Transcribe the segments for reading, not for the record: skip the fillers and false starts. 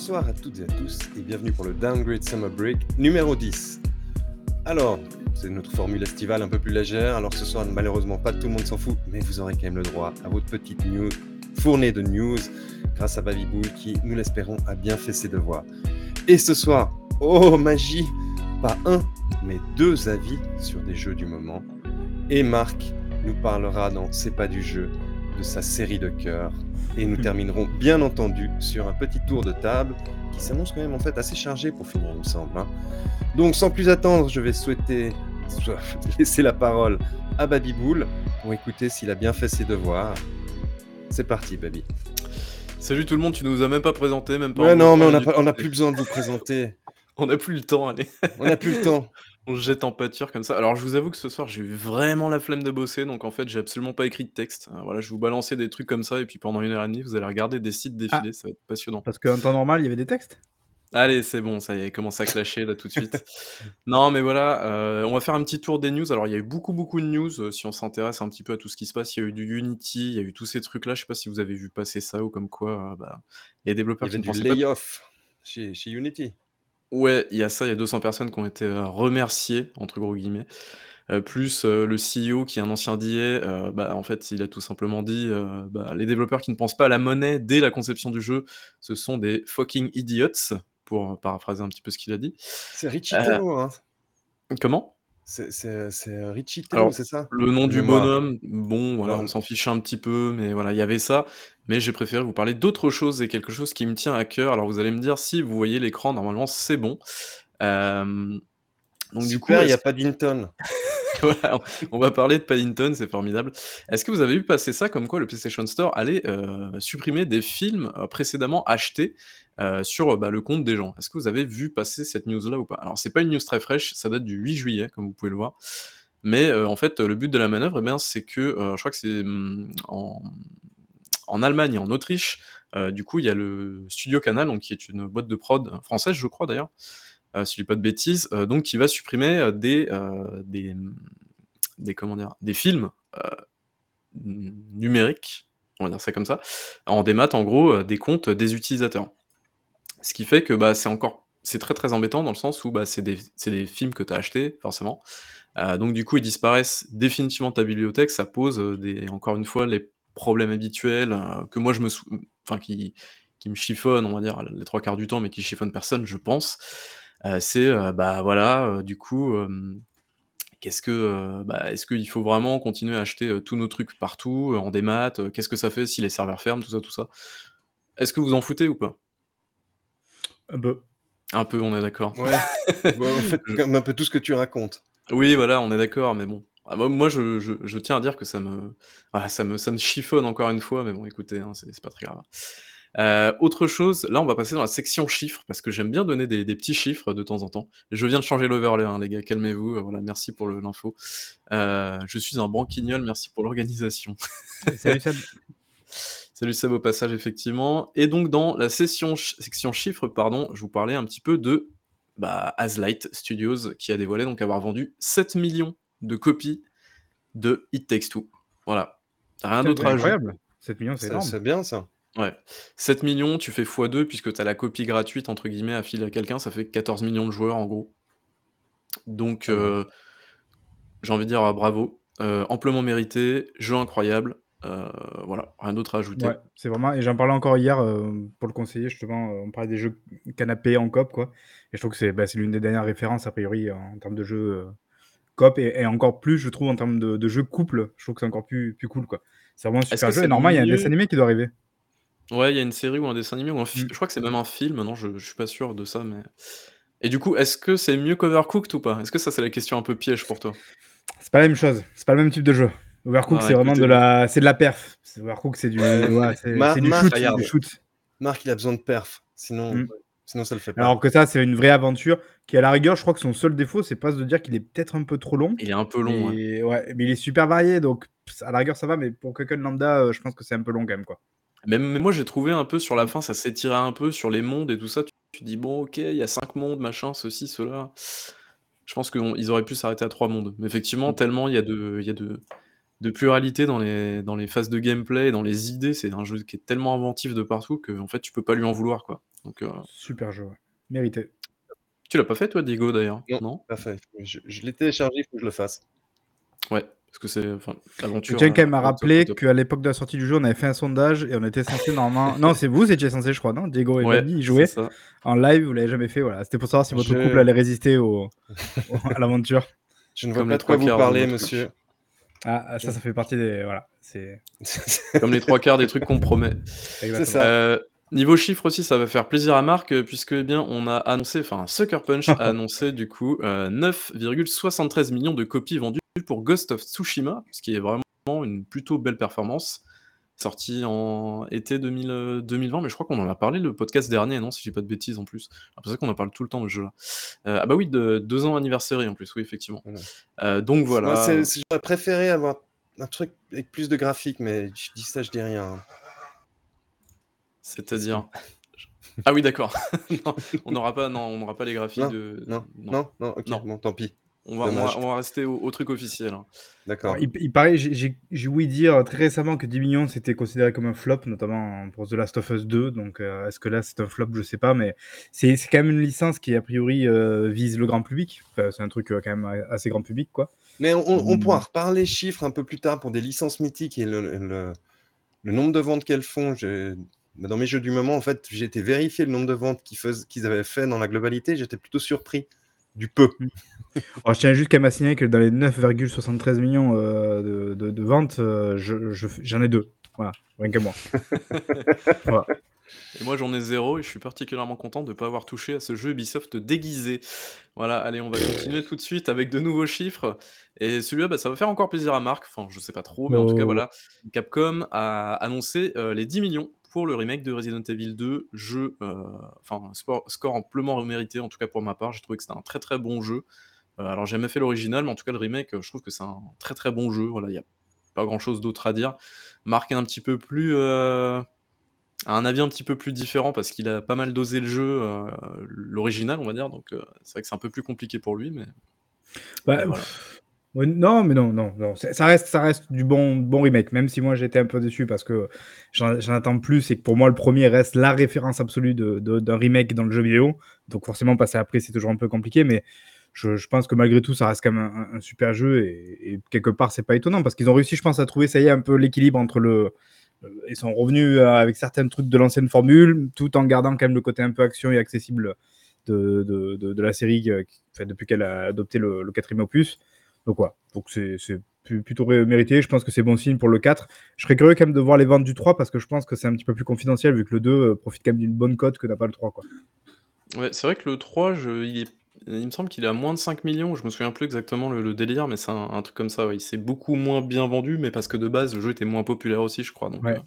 Bonsoir à toutes et à tous et bienvenue pour le Downgrade Summer Break numéro 10. Alors, c'est notre formule estivale un peu plus légère, alors ce soir malheureusement pas tout le monde s'en fout, mais vous aurez quand même le droit à votre petite news, fournée de news, grâce à Babyboul qui, nous l'espérons, a bien fait ses devoirs. Et ce soir, oh magie, pas un, mais deux avis sur des jeux du moment. Et Marc nous parlera dans C'est pas du jeu de sa série de cœur. Et nous terminerons bien entendu sur un petit tour de table qui s'annonce quand même en fait assez chargé pour finir, il me semble. Donc sans plus attendre, je vais laisser la parole à Babyboul pour écouter s'il a bien fait ses devoirs. C'est parti, Baby. Salut tout le monde, tu nous as même pas présenté, même pas. Ouais, non, mais on n'a plus besoin de vous présenter. On n'a plus le temps, allez. On n'a plus le temps. On se jette en pâture comme ça. Alors je vous avoue que ce soir j'ai eu vraiment la flemme de bosser, donc en fait j'ai absolument pas écrit de texte. Voilà, je vais vous balancer des trucs comme ça et puis pendant 1h30 vous allez regarder des sites défiler, ça va être passionnant. Parce qu'en temps normal, il y avait des textes? Allez, c'est bon, ça y est, il commence à clasher là tout de suite. Non, mais voilà, on va faire un petit tour des news. Alors il y a eu beaucoup de news, si on s'intéresse un petit peu à tout ce qui se passe. Il y a eu du Unity, il y a eu tous ces trucs-là. Je sais pas si vous avez vu passer ça ou comme quoi, les développeurs Il y avait qui ne du pensaient pas. layoff chez Unity. Ouais, il y a ça, il y a 200 personnes qui ont été, «remerciées» entre gros guillemets, plus, le CEO qui est un ancien d'EA, en fait, il a tout simplement dit, «Les développeurs qui ne pensent pas à la monnaie dès la conception du jeu, ce sont des fucking idiots», pour paraphraser un petit peu ce qu'il a dit. C'est Richito, hein. Comment? C'est Richito, Alors, c'est ça? le nom De du mémoire. bonhomme, bon, voilà, Non. on s'en fiche un petit peu, mais voilà, il y avait ça. Mais j'ai préféré vous parler d'autre chose et quelque chose qui me tient à cœur. Alors vous allez me dire si vous voyez l'écran, normalement c'est bon. Donc du coup, Super, il n'y a pas d'Inton. voilà, on va parler de Paddington, c'est formidable. Est-ce que vous avez vu passer ça comme quoi le PlayStation Store allait, supprimer des films, précédemment achetés, sur, le compte des gens? Est-ce que vous avez vu passer cette news-là ou pas? Alors c'est pas une news très fraîche, ça date du 8 juillet, comme vous pouvez le voir. Mais, en fait, le but de la manœuvre, c'est que, je crois que c'est, en Allemagne et en Autriche, du coup, il y a le Studio Canal, donc qui est une boîte de prod française, je crois d'ailleurs, si je dis pas de bêtises, donc qui va supprimer, des comment dire? Des films, numériques, on va dire ça comme ça, en démat en gros, des comptes des utilisateurs. Ce qui fait que, c'est très, très embêtant dans le sens où, c'est des films que tu as achetés forcément, donc du coup, ils disparaissent définitivement de ta bibliothèque. Ça pose, encore une fois, les problèmes habituels, que moi je me sou enfin qui me chiffonnent, on va dire, les 3 quarts du temps, mais qui chiffonnent personne, je pense. C'est, voilà, du coup, qu'est-ce que, est-ce qu'il faut vraiment continuer à acheter, tous nos trucs partout, en démat? Qu'est-ce que ça fait si les serveurs ferment? Tout ça, tout ça. Est-ce que vous en foutez ou pas? Bah, Un peu, on est d'accord. Ouais. Bon, en fait, Je comme un peu tout ce que tu racontes. Oui, voilà, on est d'accord, mais bon. Moi, je tiens à dire que ça me chiffonne encore une fois, mais bon, écoutez, hein, c'est pas très grave. Autre chose, là, on va passer dans la section chiffres, parce que j'aime bien donner des petits chiffres de temps en temps. Je viens de changer l'overlay, hein, les gars, calmez-vous, voilà, merci pour l'info. Je suis un branquignol, merci pour l'organisation. salut Seb. Salut Seb au passage, effectivement. Et donc, dans la section chiffres, pardon, je vous parlais un petit peu de Hazlight Studios, qui a dévoilé donc avoir vendu 7 millions de copies de It Takes Two. Voilà. Rien d'autre à ajouter. Incroyable. 7 millions, c'est énorme. C'est bien ça. Ouais. 7 millions, tu fais x2 puisque tu as la copie gratuite, entre guillemets, à filer à quelqu'un, ça fait 14 millions de joueurs en gros. Donc, j'ai envie de dire bravo. Amplement mérité, jeu incroyable. Voilà, rien d'autre à ajouter. Ouais, c'est vraiment. Et j'en parlais encore hier pour le conseiller, justement. On parlait des jeux canapé en coop, quoi. Et je trouve que c'est l'une des dernières références, a priori, en termes de jeux coop. Et encore plus, je trouve, en termes de jeux couple. Je trouve que c'est encore plus cool, quoi. C'est vraiment un Est-ce super que jeu. Et c'est normalement, il y a un dessin mieux? animé qui doit arriver. Ouais, il y a une série ou un dessin animé ou je crois que c'est même un film, non, je suis pas sûr de ça, mais et du coup, est-ce que c'est mieux qu'Overcooked ou pas? Est-ce que ça, c'est la question un peu piège pour toi? C'est pas la même chose. C'est pas le même type de jeu. Overcooked, Non, c'est vraiment écoutez-moi. c'est de la perf. Overcooked, c'est du, Ouais. ouais, c'est du Marc, shoot, Regarde. du shoot. Marc, il a besoin de perf. Sinon ça le fait pas. Alors que ça, c'est une vraie aventure qui, à la rigueur, je crois que son seul défaut, c'est pas de dire qu'il est peut-être un peu trop long. Il est un peu long, ouais. Mais ouais, mais il est super varié, donc à la rigueur, ça va. Mais pour quelqu'un de lambda, je pense que c'est un peu long quand même, quoi. Même moi, j'ai trouvé un peu sur la fin, ça s'étirait un peu sur les mondes et tout ça. Tu dis: «Bon, OK, il y a 5 mondes, machin, ceci, cela». Je pense qu'ils auraient pu s'arrêter à 3 mondes. Mais effectivement, tellement il y a de pluralité dans les phases de gameplay, dans les idées, c'est un jeu qui est tellement inventif de partout qu'en fait, tu peux pas lui en vouloir, quoi. Donc, Super jeu, ouais. Mérité. tu l'as pas fait toi, Diego, d'ailleurs? Non, Non? pas fait. Je l'ai téléchargé, il faut que je le fasse. Ouais, parce que c'est enfin, Je l'aventure, tiens quand même à Ubisoft au rappeler top. qu'à l'époque de la sortie du jeu, on avait fait un sondage et on était censé normalement. Non, c'est vous étiez censé, je crois, non? Diego et Ouais, Babi y c'est jouaient ça. en live, vous l'avez jamais fait, voilà. C'était pour savoir si votre couple Je allait résister à l'aventure. je ne vois Comme pas les de quoi 3 vous quarts de parlez, nos trucs. monsieur. Ah, ça fait partie des. Voilà, c'est Comme les 3 quarts des trucs qu'on promet. C'est exactement. ça. Niveau chiffres aussi, ça va faire plaisir à Marc, puisque, eh bien, on a annoncé, enfin, Sucker Punch a annoncé du coup 9,73 millions de copies vendues pour Ghost of Tsushima, ce qui est vraiment une plutôt belle performance. Sorti en été 2020, mais je crois qu'on en a parlé le podcast dernier, non? Si je dis pas de bêtises en plus. Ah, c'est vrai qu'on en parle tout le temps de ce jeu-là. Ah bah oui, de 2 ans anniversaire en plus, oui, effectivement. Voilà. Donc Moi, voilà. j'aurais préféré avoir un truc avec plus de graphiques, mais je dis ça, je dis rien. Hein. C'est-à-dire? Ah oui, d'accord. Non, on n'aura pas les graphiques de. Non, ok, Non. bon, tant pis. On va Dommage. rester au truc officiel. Hein. D'accord. Alors, il paraît, j'ai ouï dire très récemment que 10 millions c'était considéré comme un flop, notamment pour The Last of Us 2. Donc, est-ce que là c'est un flop? Je sais pas, mais c'est quand même une licence qui a priori vise le grand public. Enfin, c'est un truc quand même assez grand public, quoi. Mais on pourra reparler chiffres un peu plus tard pour des licences mythiques et le nombre de ventes qu'elles font. Dans mes jeux du moment, en fait, j'ai été vérifier le nombre de ventes qu'ils avaient fait dans la globalité. J'étais plutôt surpris du peu. Alors, je tiens juste à signaler que dans les 9,73 millions de ventes, j'en ai 2. Voilà, rien que moi. Voilà. Et moi j'en ai 0 et je suis particulièrement content de ne pas avoir touché à ce jeu Ubisoft déguisé. Voilà, allez, on va continuer tout de suite avec de nouveaux chiffres. Et celui-là, bah, ça va faire encore plaisir à Marc. Enfin, je sais pas trop, mais en tout cas, voilà. Capcom a annoncé les 10 millions pour le remake de Resident Evil 2. Jeu, score amplement mérité, en tout cas pour ma part. J'ai trouvé que c'était un très très bon jeu. Alors, j'ai jamais fait l'original, mais en tout cas, le remake, je trouve que c'est un très très bon jeu. Voilà, il n'y a pas grand chose d'autre à dire. Marc est un petit peu plus. A un avis un petit peu plus différent parce qu'il a pas mal dosé le jeu, l'original, on va dire. Donc, c'est vrai que c'est un peu plus compliqué pour lui, mais. Bah, voilà. Ouais, non, mais non. Ça reste du bon remake, même si moi j'étais un peu déçu parce que j'en attends plus et que pour moi le premier reste la référence absolue d'un remake dans le jeu vidéo. Donc forcément passer après c'est toujours un peu compliqué, mais je pense que malgré tout ça reste quand même un super jeu et quelque part c'est pas étonnant parce qu'ils ont réussi, je pense, à trouver ça y est un peu l'équilibre entre ils sont revenus avec certains trucs de l'ancienne formule tout en gardant quand même le côté un peu action et accessible de la série depuis qu'elle a adopté le 4e opus. Donc voilà, donc c'est plutôt mérité. Je pense que c'est bon signe pour le 4. Je serais curieux quand même de voir les ventes du 3 parce que je pense que c'est un petit peu plus confidentiel vu que le 2 profite quand même d'une bonne cote que n'a pas le 3, quoi. Ouais, c'est vrai que le 3, il me semble qu'il est à moins de 5 millions. Je me souviens plus exactement le délire, mais c'est un truc comme ça. Ouais. Il s'est beaucoup moins bien vendu, mais parce que de base, le jeu était moins populaire aussi, je crois. Donc, Ouais.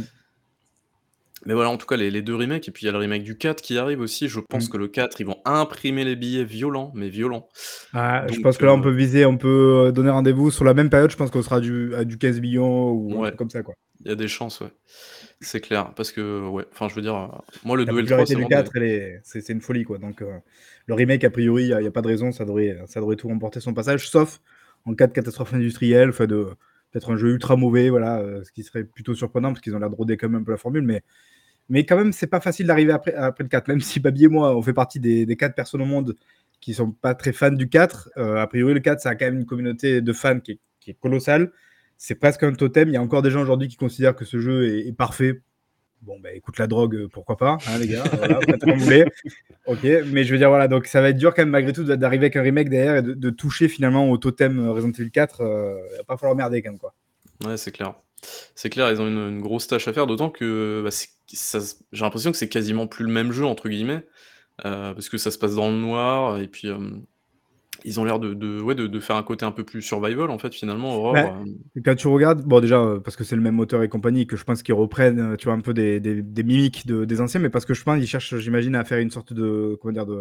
Mais voilà, en tout cas, les 2 remakes, et puis il y a le remake du 4 qui arrive aussi. Je pense que le 4, ils vont imprimer les billets violents, mais violents. Je Donc, pense que là, on peut viser, on peut donner rendez-vous sur la même période. Je pense qu'on sera à du 15 millions ou un ouais, truc comme ça, quoi. il y a des chances, ouais. C'est clair, parce que, ouais, enfin, je veux dire, moi, le La 2 et le 3, popularité c'est du vraiment 4, c'est une folie, quoi. Donc, le remake, a priori, il n'y a pas de raison. Ça devrait tout remporter son passage, sauf en cas de catastrophe industrielle, peut-être un jeu ultra mauvais, voilà, ce qui serait plutôt surprenant parce qu'ils ont l'air de roder quand même un peu la formule, mais quand même, c'est pas facile d'arriver après le 4. Même si Babi et moi, on fait partie des 4 personnes au monde qui sont pas très fans du 4. A priori, le 4, ça a quand même une communauté de fans qui est colossale. C'est presque un totem. Il y a encore des gens aujourd'hui qui considèrent que ce jeu est parfait. Bon, bah écoute, la drogue, pourquoi pas, hein, les gars. Voilà, faites comme vous voulez. Ok, mais je veux dire, voilà, donc ça va être dur quand même malgré tout d'arriver avec un remake derrière et de toucher finalement au totem Resident Evil 4. Il va pas falloir merder quand même, quoi. Ouais, c'est clair. C'est clair, ils ont une grosse tâche à faire, d'autant que bah, j'ai l'impression que c'est quasiment plus le même jeu, entre guillemets, parce que ça se passe dans le noir, et puis ils ont l'air de faire un côté un peu plus survival, en fait, finalement, Aurore. Bah, quand tu regardes, bon déjà parce que c'est le même moteur et compagnie, que je pense qu'ils reprennent, tu vois, un peu des mimiques des anciens, mais parce que je pense qu'ils cherchent, j'imagine, à faire une sorte de, comment dire,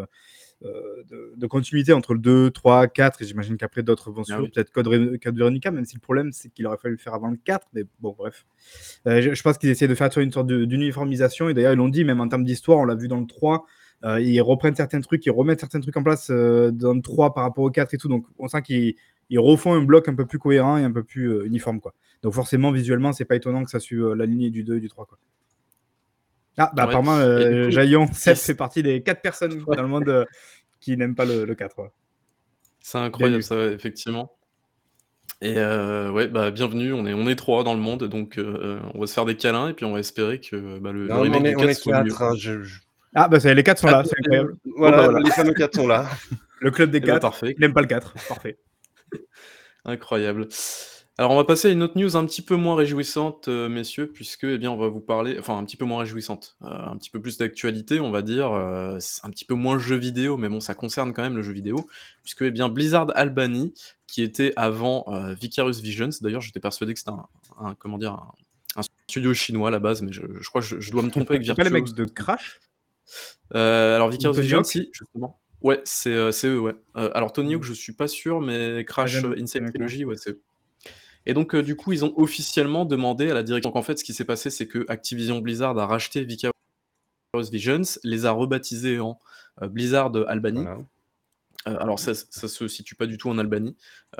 de continuité entre le 2, 3, 4, et j'imagine qu'après d'autres vont suivre, oui. peut-être Code Veronica, même si le problème c'est qu'il aurait fallu le faire avant le 4, mais bon, bref. Je pense qu'ils essaient de faire une sorte d'uniformisation, et d'ailleurs ils l'ont dit, même en termes d'histoire, on l'a vu dans le 3, ils reprennent certains trucs, ils remettent certains trucs en place dans le 3 par rapport au 4 et tout, donc on sent qu'ils refont un bloc un peu plus cohérent et un peu plus uniforme, quoi. Donc forcément, visuellement, c'est pas étonnant que ça suive la lignée du 2 et du 3, quoi. Ah, bah Ouais apparemment, et du coup Jaillon, Seb fait yes, partie des 4 personnes ouais, dans le monde, qui n'aiment pas le 4, ouais. c'est Bien incroyable vu. ça, ouais, effectivement et ouais, bah, bienvenue, on est 3 dans le monde donc on va se faire des câlins et puis on va espérer que, bah, le Non, mais remake du on 4 est soit mieux. 4, hein, Ah, bah, ça les 4 sont Ah là, toi c'est tu incroyable. Bon, bah, voilà, voilà. les fameux 4 sont là. Le club des et bah, 4 parfait, qui n'aime pas le 4, parfait. incroyable. Alors on va passer à une autre news un petit peu moins réjouissante, messieurs, puisque, eh bien, on va vous parler enfin un petit peu moins réjouissante, un petit peu plus d'actualité, on va dire, c'est un petit peu moins jeu vidéo, mais bon, ça concerne quand même le jeu vidéo, puisque, eh bien, Blizzard Albany, qui était avant, Vicarious Visions, d'ailleurs j'étais persuadé que c'était un comment dire? Un studio chinois à la base, mais je crois que je dois me tromper avec C'est pas les mecs Virtuos. de Crash Alors ou Vicarious Tony Visions Hawk? si, justement. Ouais, c'est eux, ouais. Alors Tony Hawk, Mmh. je suis pas sûr, mais Ah, Crash, Insane Tony Hawk, ouais. Trilogy, ouais, c'est eux. Et donc, du coup, ils ont officiellement demandé à la direction donc en fait, ce qui s'est passé, c'est que Activision Blizzard a racheté Vicarious Visions, les a rebaptisés en, Blizzard Albany. Voilà. Alors ça se situe pas du tout en Albanie,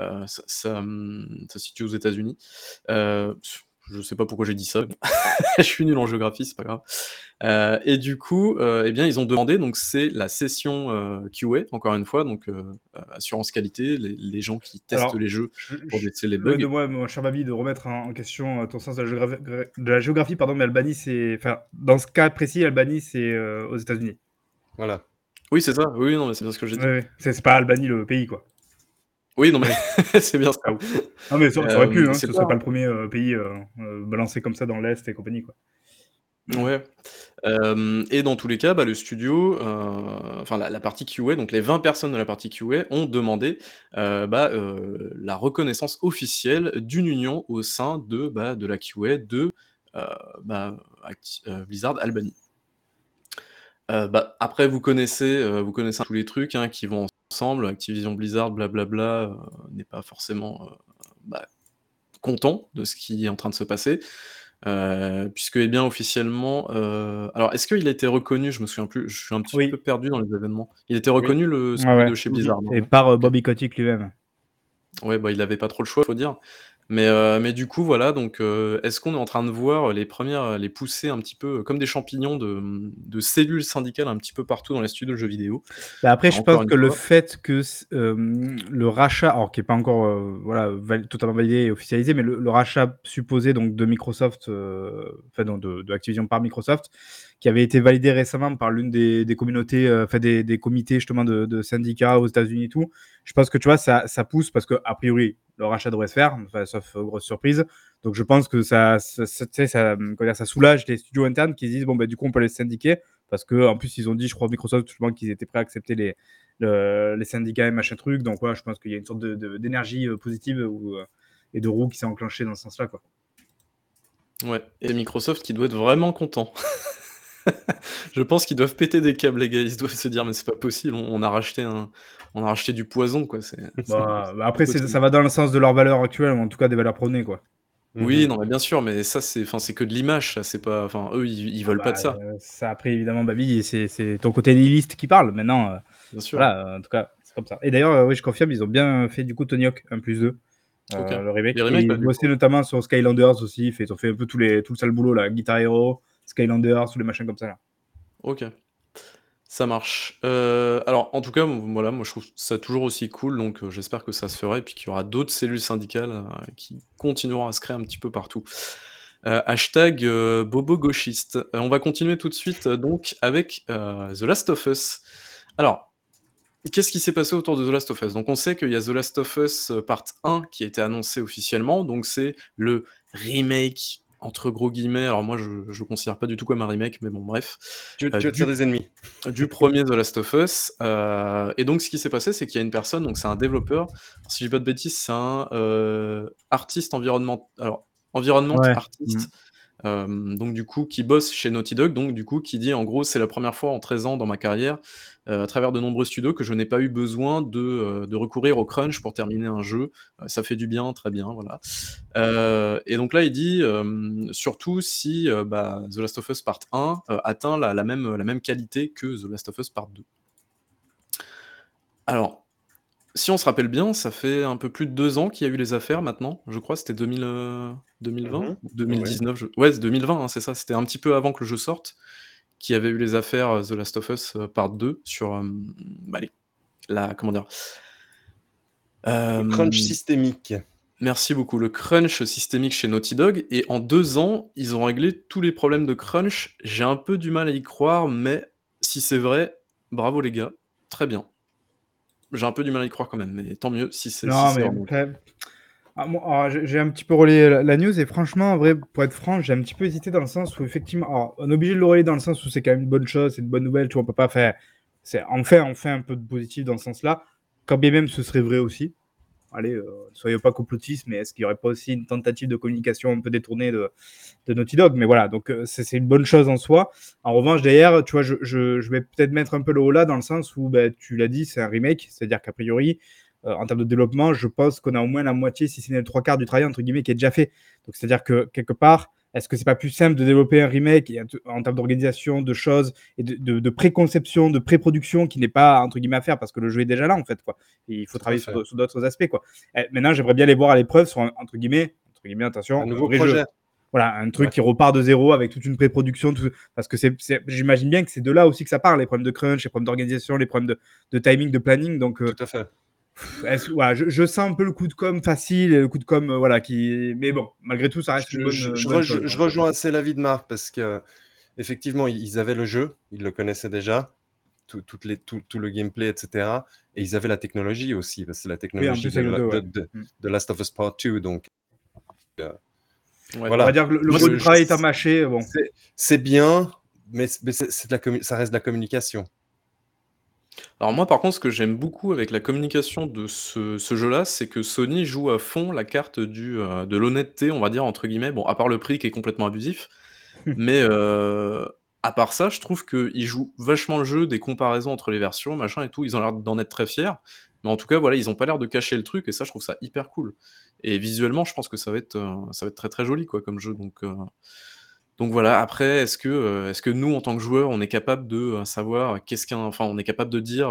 ça se situe aux États-Unis. Heu, je sais pas pourquoi j'ai dit ça, je suis nul en géographie, c'est pas grave. Et du coup, eh bien, ils ont demandé donc c'est la session, QA encore une fois, donc assurance qualité, les gens qui testent Alors, les jeux pour je détecter les loin de bugs. moi, mon cher Babi, de remettre en question, ton sens de la géographie, pardon, mais Albanie, c'est enfin, dans ce cas précis, Albanie, c'est, aux États-Unis. Voilà. Oui, c'est ça, oui, non, mais c'est bien ce que j'ai Ouais, dit. ouais, c'est pas Albanie le pays, quoi. Oui, non, mais Oui, c'est bien au ça. cas où. Non, mais ça aurait pu, hein, que C'est ce pas soit pas le premier pays, balancé comme ça dans l'est et compagnie, quoi. ouais. Et dans tous les cas, bah, le studio, enfin la partie QA, donc les 20 personnes de la partie QA ont demandé, la reconnaissance officielle d'une union au sein de, bah, de la QA de, heu, Blizzard Albany. Bah, après vous connaissez tous les trucs, hein, qui vont ensemble. Activision Blizzard blablabla, n'est pas forcément, bah, content de ce qui est en train de se passer. Puisque, eh bien, officiellement, alors est-ce qu'il a été reconnu? Je me souviens plus, je suis un petit peu Oui, perdu dans les événements. Il était Oui. reconnu ouais, celui ouais de chez Mmh. Blizzard, non? et par, OK. Bobby Kotick lui-même. Ouais, bah, il avait pas trop le choix, faut dire. Mais du coup, voilà, donc est-ce qu'on est en train de voir les premières, les poussées un petit peu, comme des champignons de cellules syndicales un petit peu partout dans les studios de jeux vidéo? Bah, après, je pense Encore une que le fois fait que le rachat, alors qui est pas encore, voilà, totalement validé et officialisé, mais le rachat supposé donc de Microsoft, enfin non, de Activision par Microsoft, qui avait été validé récemment par l'une des communautés, enfin des comités justement de syndicats aux États-Unis et tout. Je pense que, tu vois, ça pousse parce qu'a priori, le rachat devrait se faire, enfin, sauf, grosse surprise. Donc je pense que tu sais, comment dire? Ça soulage les studios internes qui se disent: «Bon, bah, du coup, on peut les syndiquer». Parce qu'en plus, ils ont dit, je crois, Microsoft, justement, qu'ils étaient prêts à accepter les syndicats et machin truc. Donc, ouais, je pense qu'il y a une sorte d'énergie positive et de roue qui s'est enclenchée dans ce sens-là, quoi. ouais et Microsoft qui doit être vraiment content. Je pense qu'ils doivent péter des câbles, les gars. Ils doivent se dire: «Mais c'est pas possible, on a racheté du poison, quoi, c'est pas Après, possible». ça va dans le sens de leurs valeurs actuelles, ou en tout cas des valeurs prônées, quoi. Oui, Mmh. non, mais bien sûr, mais ça, c'est que de l'image, ça, c'est pas enfin, eux, ils Ah veulent pas bah, de ça, ça, après, évidemment, Babi, c'est ton côté nihiliste qui parle. Maintenant, bien sûr. voilà, en tout cas, c'est comme ça. Et d'ailleurs, oui, je confirme, ils ont bien fait, du coup, Tony Hawk 1+2, OK. le remake. Les Et remakes, là, ils du bossaient coup. notamment sur Skylanders aussi. Ils ont fait un peu tout le sale boulot, là. Guitar Hero, Skylanders, tous les machins comme ça, là. OK, ça marche. Alors, en tout cas, voilà, moi, je trouve ça toujours aussi cool, donc j'espère que ça se fera et puis qu'il y aura d'autres cellules syndicales, qui continueront à se créer un petit peu partout. Hashtag, bobo gauchiste. On va continuer tout de suite, donc avec, The Last of Us. Alors, qu'est-ce qui s'est passé autour de The Last of Us? Donc on sait qu'il y a The Last of Us, part 1 qui a été annoncé officiellement, donc c'est le «remake» entre gros guillemets, alors moi je le considère pas du tout comme un remake, mais bon bref, Tu attires du des ennemis. premier The Last of Us, et donc ce qui s'est passé, c'est qu'il y a une personne, donc c'est un développeur, si je dis pas de bêtises, c'est un, artiste environnement Ouais. Mmh. artiste, donc du coup qui bosse chez Naughty Dog, donc du coup qui dit en gros: «C'est la première fois en 13 ans dans ma carrière, à travers de nombreux studios que je n'ai pas eu besoin de recourir au crunch pour terminer un jeu, ça fait du bien, très bien, voilà». Et donc là il dit, surtout si, The Last of Us Part 1, atteint la même qualité que The Last of Us Part 2. Alors si on se rappelle bien, ça fait un peu plus de 2 ans qu'il y a eu les affaires maintenant. Je crois c'était 2020 Mhm. ou Ouais. 2019 ouais, c'est 2020, hein, c'est ça, c'était un petit peu avant que le jeu sorte, qu'il y avait eu les affaires, The Last of Us, part 2 sur, bah, les la comment dire? Le crunch Hem, systémique. Merci beaucoup. Le crunch systémique chez Naughty Dog et en 2 ans, ils ont réglé tous les problèmes de crunch. J'ai un peu du mal à y croire, mais si c'est vrai, bravo les gars, très bien. J'ai un peu du mal à y croire quand même, mais tant mieux si Non, c'est mais vraiment le cas. après, moi, alors, j'ai un petit peu relayé la news et franchement, en vrai, pour être franc, j'ai un petit peu hésité dans le sens où effectivement, alors, on est obligé de le relayer dans le sens où c'est quand même une bonne chose, c'est une bonne nouvelle, tu vois, on peut pas faire, on fait un peu de positif dans ce sens-là, quand bien même ce serait vrai aussi. Allez, soyez pas complotistes, mais est-ce qu'il y aurait pas aussi une tentative de communication un peu détournée de Naughty Dog? Mais voilà, donc c'est une bonne chose en soi. En revanche, derrière, tu vois, je vais peut-être mettre un peu le haut là dans le sens où, bah, tu l'as dit, c'est un remake, c'est-à-dire qu'a priori, en termes de développement, je pense qu'on a au moins la moitié, si ce n'est le trois quarts du travail, entre guillemets, qui est déjà fait. Donc, c'est-à-dire que quelque part, est-ce que c'est pas plus simple de développer un remake en termes d'organisation, de choses et de préconception, de pré-production qui n'est pas, entre guillemets, à faire parce que le jeu est déjà là, en fait, quoi. Et il faut Tout à travailler fait. sur d'autres aspects, quoi. Maintenant, j'aimerais bien les voir à l'épreuve sur, entre guillemets, Un attention, un nouveau vrai jeu. projet. Voilà, un truc Ouais, qui repart de zéro avec toute une pré-production, parce que j'imagine bien que c'est de là aussi que ça part, les problèmes de crunch, les problèmes d'organisation, les problèmes de timing, de planning. Donc, tout à fait. voilà, je sens un peu le coup de com facile, le coup de com, voilà, qui. Mais bon, malgré tout, ça reste une bonne chose. Je Donc, rejoins assez l'avis de Marc parce que effectivement, ils avaient le jeu, ils le connaissaient déjà, tout le gameplay, etc. Et ils avaient la technologie aussi, parce que c'est la oui, en technologie plus, avec le 2, ouais. de Last of Us Part 2. Donc, euh, Ouais. On va voilà. dire que le Moi, gros c'est du travail est mâché. Bon. C'est bien, mais ça reste de la communication. alors moi, par contre, ce que j'aime beaucoup avec la communication de ce jeu-là, c'est que Sony joue à fond la carte de «l'honnêteté», on va dire, entre guillemets. Bon, à part le prix qui est complètement abusif, mais à part ça, je trouve qu'ils jouent vachement le jeu des comparaisons entre les versions, machin et tout. Ils ont l'air d'en être très fiers, mais en tout cas, voilà, ils ont pas l'air de cacher le truc et ça, je trouve ça hyper cool et visuellement, je pense que ça va être très, très joli, quoi, comme jeu donc voilà. Après, est-ce que nous, en tant que joueurs, on est capable de, savoir enfin, on est capable de dire,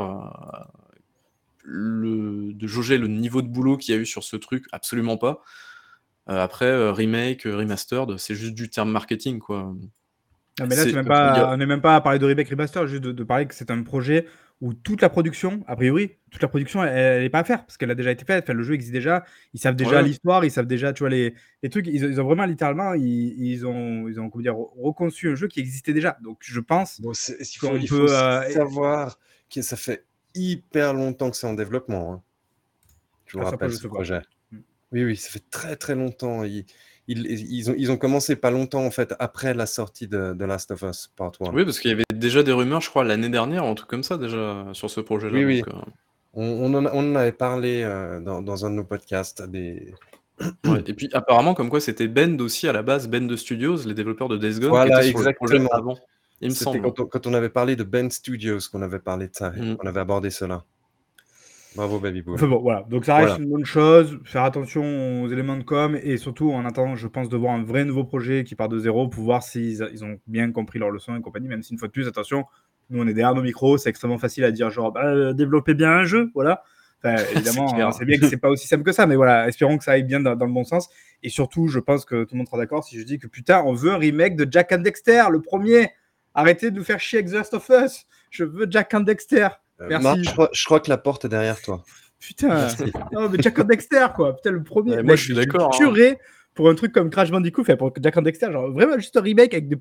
de jauger le niveau de boulot qu'il y a eu sur ce truc? Absolument pas. Après, remake, remastered, c'est juste du terme marketing, quoi. Non, mais là, C'est il y a on n'est même pas à parler de remake remaster, juste de parler que c'est un projet où toute la production, a priori, toute la production, elle n'est pas à faire parce qu'elle a déjà été faite. Enfin, le jeu existe déjà, ils savent Ouais, déjà ouais. l'histoire, ils savent déjà, tu vois, les trucs. Ils ont vraiment littéralement, ils ont comment dire, reconçu un jeu qui existait déjà. Donc, je pense Bon, qu'on il faut peut. aussi savoir que ça fait hyper longtemps que c'est en développement, hein. Je vous Ah, ça, après, rappelle je ce sais pas. projet. Oui, oui, ça fait très très longtemps. Ils ont commencé pas longtemps en fait après la sortie de Last of Us Part 1. oui, parce qu'il y avait déjà des rumeurs, je crois, l'année dernière, un truc comme ça déjà, sur ce projet-là, Oui, oui. donc On en avait parlé dans un de nos podcasts. ouais et puis apparemment comme quoi c'était Bend aussi à la base, Bend Studios, les développeurs de Days Gone qui étaient Voilà, sur le projet exactement. avant, il me C'était semble. quand on avait parlé de Bend Studios qu'on avait parlé de ça, Mmh. on avait abordé cela. Bravo, Baby Enfin Boom. bon, voilà. Donc ça reste Voilà. une bonne chose. Faire attention aux éléments de com et surtout en attendant, je pense, de voir un vrai nouveau projet qui part de zéro pour voir ils ont bien compris leurs leçons et compagnie. Même si une fois de plus, attention, nous on est derrière nos micros, c'est extrêmement facile à dire genre bah, développez bien un jeu, voilà. Enfin, C'est évidemment, clair. c'est bien que c'est pas aussi simple que ça, mais voilà, espérons que ça aille bien dans le bon sens. Et surtout, je pense que tout le monde sera d'accord si je dis que putain, on veut un remake de Jack and Dexter, le premier. Arrêtez de nous faire chier avec The Last of Us. Je veux Jack and Dexter. Marc, Merci. je crois que la porte est derrière toi. Putain, Merci. non, mais Jack and Dexter, quoi. Putain, le premier. Ouais, moi je Mec, suis mais je d'accord, hein. tuerais pour un truc comme Crash Bandicoot, enfin, pour Jack and Dexter, genre vraiment juste un remake avec des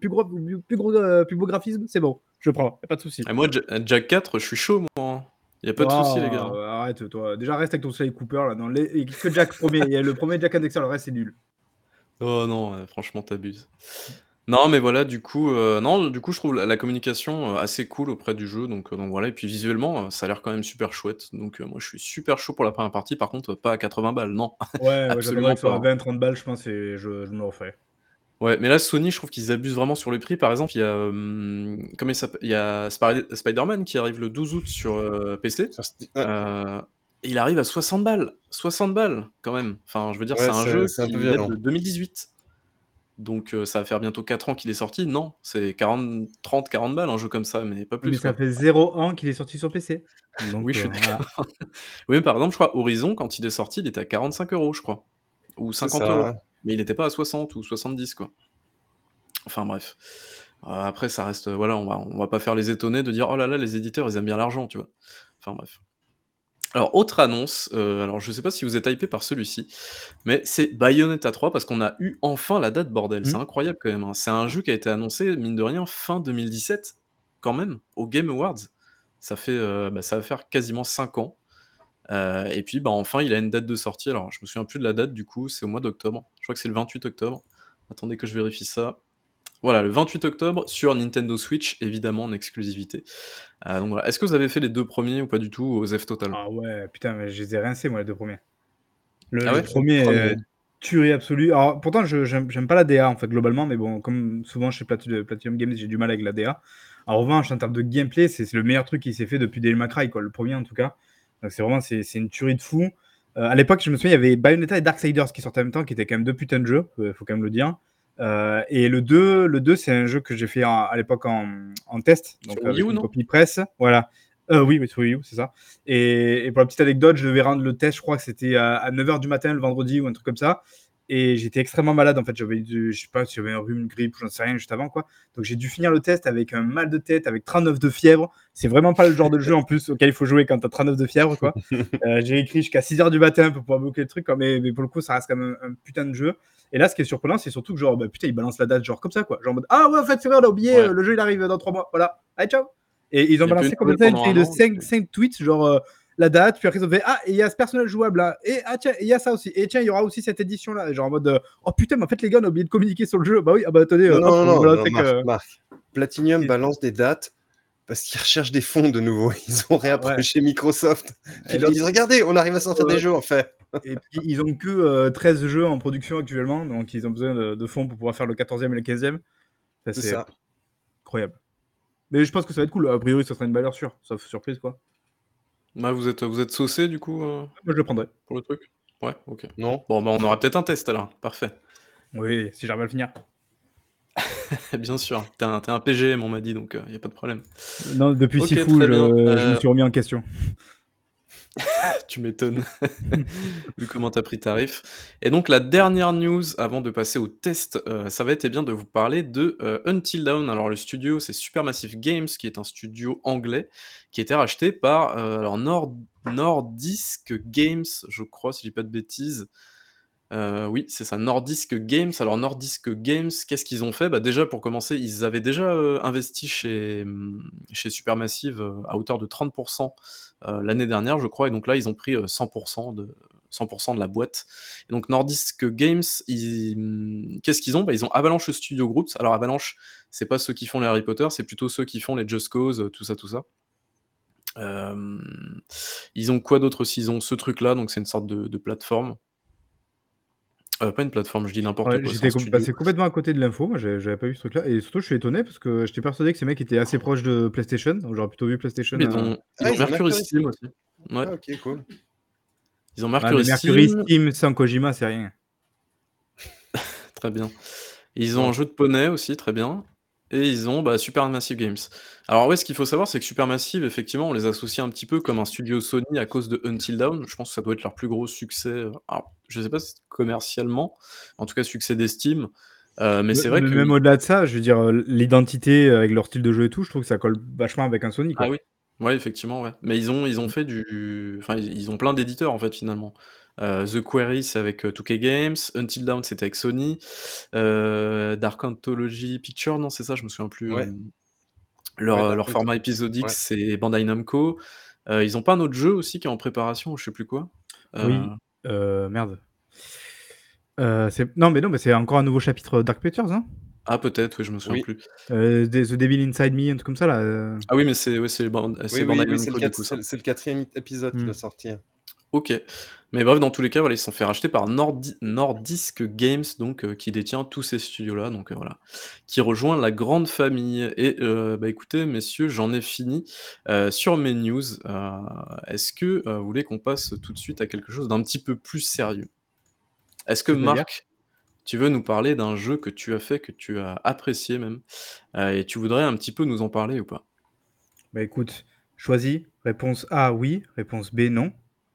plus beaux graphismes, c'est bon, je prends, y a pas de souci. Et moi Jack 4, je suis chaud moi, hein. Y a pas de souci les gars, hein. Oh, arrête, toi. Déjà, reste avec ton Sly Cooper, là. Non, que Jack premier. Il y a le premier Jack and Dexter, le reste, c'est nul. Oh non, franchement tu abuses. Non, mais voilà, du coup, non, du coup, je trouve la communication, assez cool auprès du jeu, donc voilà et puis visuellement, ça a l'air quand même super chouette, donc moi, je suis super chaud pour la première partie. Par contre, pas à 80 balles, non, Ouais, ouais, j'attendrai absolument que ce pas, soit à hein. 20-30 balles, je pense, et je me le refais. Ouais, mais là, Sony, je trouve qu'ils abusent vraiment sur le prix. Par exemple, il y a, comment il s'appelle? Il y a Spider-Man qui arrive le 12 août sur, PC, heu, et il arrive à 60 balles! 60 balles quand même! Enfin, je veux dire, c'est Ouais, un jeu c'est un peu qui date violent. de 2018. Donc ça va faire bientôt 4 ans qu'il est sorti. Non, c'est 30-40 balles un jeu comme ça, mais pas Mais plus ça quoi. fait 0 ans qu'il est sorti sur PC. Oui, Donc je suis voilà. d'accord. Oui, mais par exemple, je crois Horizon, quand il est sorti, il était à 45 €, je crois, ou C'est 50 €. ça. Mais il était pas à 60 ou 70 quoi. Enfin bref. Après ça reste, voilà, on va pas faire les étonnés de dire: «Oh là là, les éditeurs, ils aiment bien l'argent», tu vois? Enfin bref. Alors autre annonce, alors je sais pas si vous êtes hypés par celui-ci, mais c'est Bayonetta 3 parce qu'on a eu enfin la date, bordel. C'est Mmh. incroyable quand même, hein. C'est un jeu qui a été annoncé, mine de rien, fin 2017 quand même, aux Game Awards. Ça fait, ça va faire quasiment 5 ans, et puis, bah, enfin il a une date de sortie. Alors je me souviens plus de la date du coup, c'est au mois d'octobre. Je crois que c'est le 28 octobre. Attendez que je vérifie ça. Voilà, le 28 octobre sur Nintendo Switch, évidemment en exclusivité. Donc voilà. Est-ce que vous avez fait les 2 premiers ou pas du tout aux F Total? Ah ouais, putain, mais je les ai rincés moi les 2 premiers. Ah Le ouais? J'ai le 1er, premier. tuerie absolue. Alors pourtant j'aime pas la DA en fait globalement, mais bon, comme souvent chez Platinum Games, j'ai du mal avec la DA. En revanche, en termes de gameplay, c'est le meilleur truc qui s'est fait depuis Devil May Cry, quoi, le premier en tout cas. Donc c'est vraiment c'est une tuerie de fou. À l'époque, je me souviens, il y avait Bayonetta et Darksiders qui sortaient en même temps, qui étaient quand même 2 putains de jeux, faut quand même le dire. Et le deux c'est un jeu que j'ai fait à l'époque en test, Sur donc Wii avec U, une non? copie presse. Voilà. Oui, sur Wii U, c'est ça. Et pour la petite anecdote, je devais rendre le test, je crois que c'était à 9h du matin le vendredi ou un truc comme ça. Et j'étais extrêmement malade en fait. Je sais pas si j'avais un rhume, une grippe, j'en sais rien juste avant quoi. Donc j'ai dû finir le test avec un mal de tête, avec 39 de fièvre. C'est vraiment pas le genre de jeu en plus auquel il faut jouer quand t'as 39 de fièvre quoi. J'ai écrit jusqu'à 6h du matin pour pouvoir bloquer le truc quoi. Mais pour le coup, ça reste quand même un putain de jeu. Et là, ce qui est surprenant, c'est surtout que genre, bah, putain, il balance la date genre comme ça quoi. Genre en mode, ah ouais, en fait, c'est vrai, on a oublié, Ouais. le jeu il arrive dans 3 mois. Voilà. Allez, ciao. Et ils ont Il y a plus une balancé comme nouvelle ça une pendant série un de an, 5 tweets, genre la date, puis après ils ont fait ah, et il y a ce personnage jouable là, et ah tiens, il y a ça aussi, et tiens, il y aura aussi cette édition là, genre en mode oh putain, mais en fait les gars, on a oublié de communiquer sur le jeu, bah oui, ah bah attendez, Non, hop, non, on vous non, balance non, avec. Marc. Platinum Et- balance des dates parce qu'ils recherchent des fonds de nouveau. Ils ont ah ouais. réapproché Microsoft qui Et leur donc, disent regardez, on arrive à sortir des jeux en fait. et puis ils ont que 13 jeux en production actuellement, donc ils ont besoin de fonds pour pouvoir faire le 14e et le 15e. Ça, C'est c'est ça. incroyable. Mais je pense que ça va être cool, a priori, ça sera une valeur sûre, sauf surprise quoi. Ouais, vous êtes saucé du coup, Moi je le prendrai. pour le truc? Ouais, OK. Non? Bon, bah, on aura peut-être un test alors, parfait. Oui, si j'arrive à le finir. Bien sûr, tu es un PGM, on m'a dit, donc il y a pas de problème. Non, depuis OK, Sifu, très bien, je me suis remis en question. tu m'étonnes, vu comment tu as pris tarif. Et donc la dernière news avant de passer au test, ça va être, bien, de vous parler de, Until Dawn. Alors le studio, c'est Supermassive Games, qui est un studio anglais, qui a été racheté par, alors Nordisk Games, je crois, si je dis pas de bêtises. Oui, c'est ça, Nordisk Games. Alors Nordisk Games, qu'est-ce qu'ils ont fait? Bah, déjà, pour commencer, ils avaient déjà, investi chez Supermassive, à hauteur de 30 l'année dernière, je crois, et donc là, ils ont pris, 100 de la boîte. Et donc Nordisk Games, qu'est-ce qu'ils ont? Bah, ils ont Avalanche Studio Groups. Alors Avalanche, c'est pas ceux qui font les Harry Potter, c'est plutôt ceux qui font les Just Cause, tout ça, tout ça. Ils ont quoi d'autre aussi? Ils ont ce truc-là, donc c'est une sorte de plateforme. Pas une plateforme, je dis n'importe Ouais, quoi, c'est un j'étais studio. passé complètement à côté de l'info. Moi, j'avais pas vu ce truc-là. Et surtout, je suis étonné parce que j'étais persuadé que ces mecs étaient assez proches de PlayStation. Donc, j'aurais plutôt vu PlayStation. Mais ils Ah, ont ils ont Mercury Mercury Steam Steam. aussi. Ouais, Ah, ok, cool. ils ont Ouais, mais Mercury Mercury Steam, Steam sans Kojima, c'est rien. très bien. Ils ont Non. un jeu de poney aussi, très bien. Et ils ont, bah, Supermassive Games. Alors ouais, ce qu'il faut savoir, c'est que Supermassive, effectivement, on les associe un petit peu comme un studio Sony à cause de Until Dawn. Je pense que ça doit être leur plus gros succès, alors je sais pas si commercialement, en tout cas succès d'estime, mais c'est vrai Mais que même au-delà de ça, je veux dire, l'identité avec leur style de jeu et tout, je trouve que ça colle vachement avec un Sony, ah quoi. oui, ouais, effectivement, ouais. Mais ils ont fait enfin, ils ont plein d'éditeurs, en fait, finalement. The Quarry, c'est avec, 2K Games. Until Dawn, c'était avec Sony. Dark Anthology Pictures, non, c'est ça? Je me souviens plus, Ouais, leur, ouais, leur format épisodique, ouais. c'est Bandai Namco. Ils ont pas un autre jeu aussi qui est en préparation, je sais plus quoi? Heu, Oui, merde. Non, mais c'est encore un nouveau chapitre Dark Pictures, non? peut-être, oui, je me souviens Oui, plus. The Devil Inside Me, un truc comme ça, là. Ah oui, mais c'est ouais, oui, c'est oui, Bandai oui, c'est le, Namco, du coup, ça. c'est le quatrième épisode qui Hmm. va sortir. OK. Mais bref, dans tous les cas, voilà, ils se sont fait racheter par Nordisk Games, donc qui détient tous ces studios-là, donc voilà, qui rejoint la grande famille. Et bah, écoutez, messieurs, j'en ai fini, sur mes news. Est-ce que, vous voulez qu'on passe tout de suite à quelque chose d'un petit peu plus sérieux? Est-ce que C'est-à-dire? Marc, tu veux nous parler d'un jeu que tu as fait, que tu as apprécié même, et tu voudrais un petit peu nous en parler ou pas? Bah écoute, choisis. Réponse A, oui. Réponse B, non.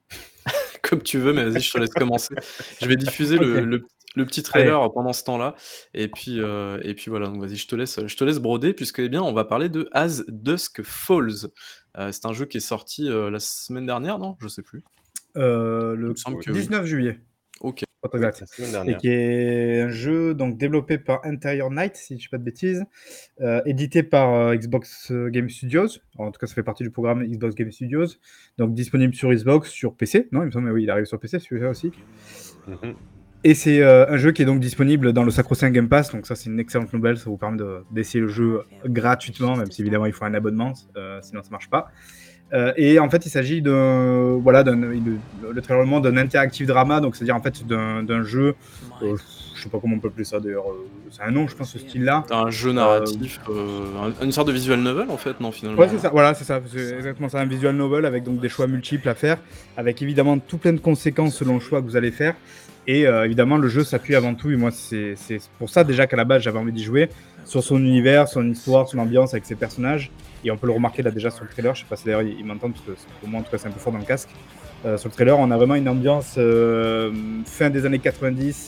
Comme tu veux, mais vas-y, je te laisse commencer. Je vais diffuser Ok. le petit Allez. trailer pendant ce temps-là et puis voilà, donc vas-y, je te laisse broder puisque, eh bien, on va parler de As Dusk Falls. C'est un jeu qui est sorti, la semaine dernière, non? Je sais plus. Il me Le semble Oui. que oui. 19 juillet, OK. pour être Oui, exact. la semaine Et dernière. qui est un jeu donc développé par Interior Night, si je ne dis pas de bêtises, édité par Xbox Game Studios. En tout cas, ça fait partie du programme Xbox Game Studios. Donc disponible sur Xbox, sur PC. Non, il me semble, oui, il arrive sur PC, celui-là aussi. Mhm. Et c'est un jeu qui est donc disponible dans le sacro-saint Game Pass, donc ça c'est une excellente nouvelle, ça vous permet d'essayer le jeu gratuitement, même si évidemment il faut un abonnement, sinon ça marche pas. Et en fait il s'agit le trailer montre d'un interactive drama, donc c'est-à-dire en fait d'un jeu, je sais pas comment on peut appeler ça d'ailleurs, c'est un nom je pense ce style-là. C'est un jeu narratif, une sorte de visual novel en fait, non, finalement, Ouais, c'est non? ça, voilà, c'est ça, c'est exactement ça, un visual novel avec donc des choix multiples à faire, avec évidemment tout plein de conséquences selon le choix que vous allez faire. Et évidemment, le jeu s'appuie avant tout, et moi, c'est pour ça déjà qu'à la base, j'avais envie d'y jouer, sur son univers, son histoire, son ambiance avec ses personnages. Et on peut le remarquer là déjà sur le trailer, je sais pas si d'ailleurs ils m'entendent, parce que pour moi, en tout cas, c'est un peu fort dans le casque. Sur le trailer, on a vraiment une ambiance fin des années 90,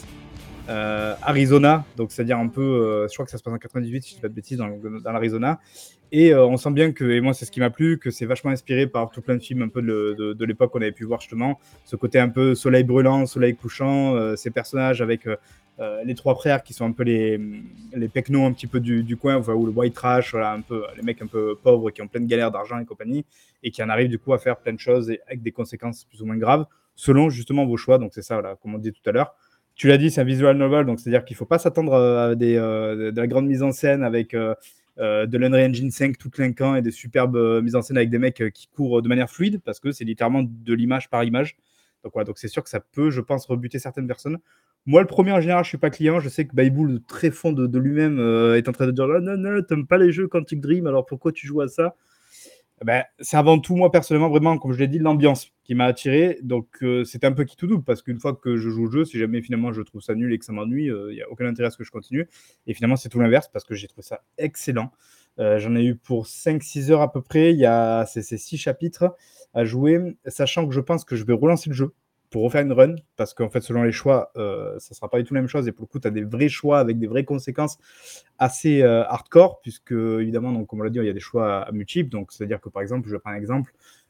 Arizona, donc c'est-à-dire un peu, je crois que ça se passe en 98, si je dis pas de bêtises, dans l'Arizona. Et on sent bien que, et moi c'est ce qui m'a plu, que c'est vachement inspiré par tout plein de films un peu de l'époque qu'on avait pu voir justement, ce côté un peu soleil brûlant, soleil couchant, ces personnages avec les trois frères qui sont un peu les pecnos un petit peu du coin, enfin, ou le white trash, voilà, un peu, les mecs un peu pauvres qui ont plein de galères d'argent et compagnie, et qui en arrivent du coup à faire plein de choses avec des conséquences plus ou moins graves, selon justement vos choix, donc c'est ça, voilà, comme on dit tout à l'heure. Tu l'as dit, c'est un visual novel, donc c'est-à-dire qu'il ne faut pas s'attendre à de la grande mise en scène avec de l'Unreal Engine 5 tout clinquant et des superbes mises en scène avec des mecs qui courent de manière fluide, parce que c'est littéralement de l'image par image. Donc, voilà, donc c'est sûr que ça peut, je pense, rebuter certaines personnes. Moi, le premier, en général, je ne suis pas client. Je sais que Baibou, le très fond de lui-même, est en train de dire ah, non, non, t'aimes pas les jeux Quantic Dream, alors pourquoi tu joues à ça? Ben, c'est avant tout, moi, personnellement, vraiment, comme je l'ai dit, l'ambiance qui m'a attiré. Donc, c'était un peu qui tout double, parce qu'une fois que je joue au jeu, si jamais finalement je trouve ça nul et que ça m'ennuie, il n'y a aucun intérêt à ce que je continue. Et finalement, c'est tout l'inverse, parce que j'ai trouvé ça excellent. J'en ai eu pour 5-6 heures à peu près. Il y a ces 6 chapitres à jouer, sachant que je pense que je vais relancer le jeu pour refaire une run, parce qu'en fait, selon les choix, ça ne sera pas du tout la même chose. Et pour le coup, tu as des vrais choix avec des vraies conséquences assez hardcore, puisque évidemment, donc, comme on l'a dit, il y a des choix multiples. Donc, c'est-à-dire que par exemple, je prends un exemple.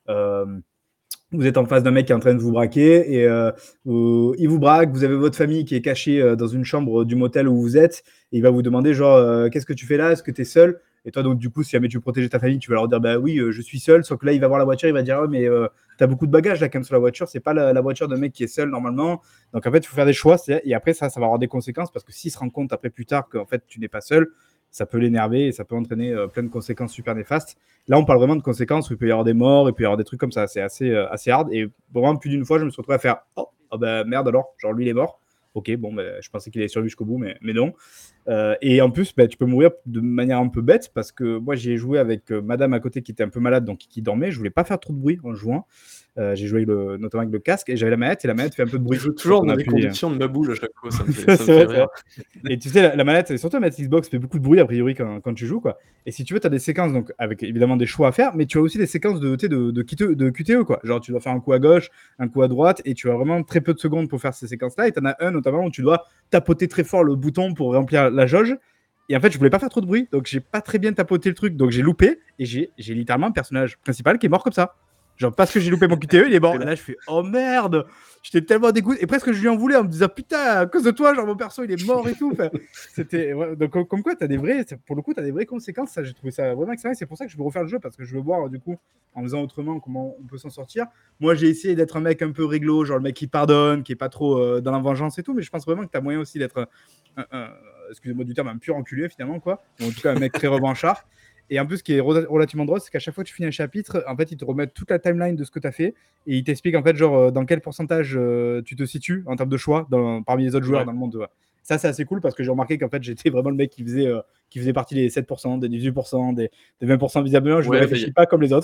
Vous êtes en face d'un mec qui est en train de vous braquer et il vous braque, vous avez votre famille qui est cachée dans une chambre du motel où vous êtes et il va vous demander genre qu'est-ce que tu fais là, est-ce que tu es seul? Et toi donc du coup si jamais tu veux protéger ta famille tu vas leur dire bah oui je suis seul, sauf que là il va voir la voiture, il va dire oh, mais t'as beaucoup de bagages là quand même sur la voiture, c'est pas la voiture d'un mec qui est seul normalement, donc en fait il faut faire des choix et après ça va avoir des conséquences parce que s'il se rend compte après plus tard qu'en fait tu n'es pas seul, ça peut l'énerver et ça peut entraîner plein de conséquences super néfastes. Là, on parle vraiment de conséquences où il peut y avoir des morts, il peut y avoir des trucs comme ça. C'est assez hard. Et vraiment, plus d'une fois, je me suis retrouvé à faire oh bah merde alors, genre lui il est mort. Ok, bon, bah, je pensais qu'il allait survivre jusqu'au bout, mais non. Et en plus, bah, tu peux mourir de manière un peu bête parce que moi, j'ai joué avec madame à côté qui était un peu malade, donc qui dormait. Je voulais pas faire trop de bruit en jouant. J'ai joué notamment avec le casque et j'avais la manette et la manette fait un peu de bruit. Tu joues toujours on dans des appuie. conditions de ma boule à chaque fois, ça me C'est fait vrai, rire. et tu sais, la manette, et surtout la manette Xbox, fait beaucoup de bruit a priori quand tu joues, quoi. Et si tu veux, tu as des séquences, donc avec évidemment des choix à faire, mais tu as aussi des séquences de QTE, quoi. Genre, tu dois faire un coup à gauche, un coup à droite, et tu as vraiment très peu de secondes pour faire ces séquences-là. Et tu en as un notamment où tu dois tapoter très fort le bouton pour remplir la jauge. Et en fait, je voulais pas faire trop de bruit, donc j'ai pas très bien tapoté le truc, donc j'ai loupé, et j'ai littéralement un personnage principal qui est mort comme ça. Genre, parce que j'ai loupé mon QTE, il est mort. Et là, je fais oh merde! J'étais tellement dégoûté. Et presque je lui en voulais en me disant putain, à cause de toi, genre mon perso il est mort et tout. Enfin, c'était. Ouais, donc, comme quoi, pour le coup, t'as des vraies conséquences. Ça, j'ai trouvé ça vraiment excellent. C'est pour ça que je veux refaire le jeu parce que je veux voir, du coup, en faisant autrement, comment on peut s'en sortir. Moi, j'ai essayé d'être un mec un peu réglo, genre le mec qui pardonne, qui est pas trop dans la vengeance et tout. Mais je pense vraiment que t'as moyen aussi d'être excusez-moi du terme, un pur enculé finalement, quoi. Ou en tout cas, un mec très revanchard. Et en plus, ce qui est relativement drôle, c'est qu'à chaque fois que tu finis un chapitre, en fait, ils te remettent toute la timeline de ce que tu as fait et ils t'expliquent en fait, genre, dans quel pourcentage tu te situes en termes de choix parmi les autres joueurs dans le monde. Ouais. Ça, c'est assez cool parce que j'ai remarqué qu'en fait, j'étais vraiment le mec qui faisait partie des 7%, des 18%, des 20% visiblement. Je ne réfléchis pas comme les autres.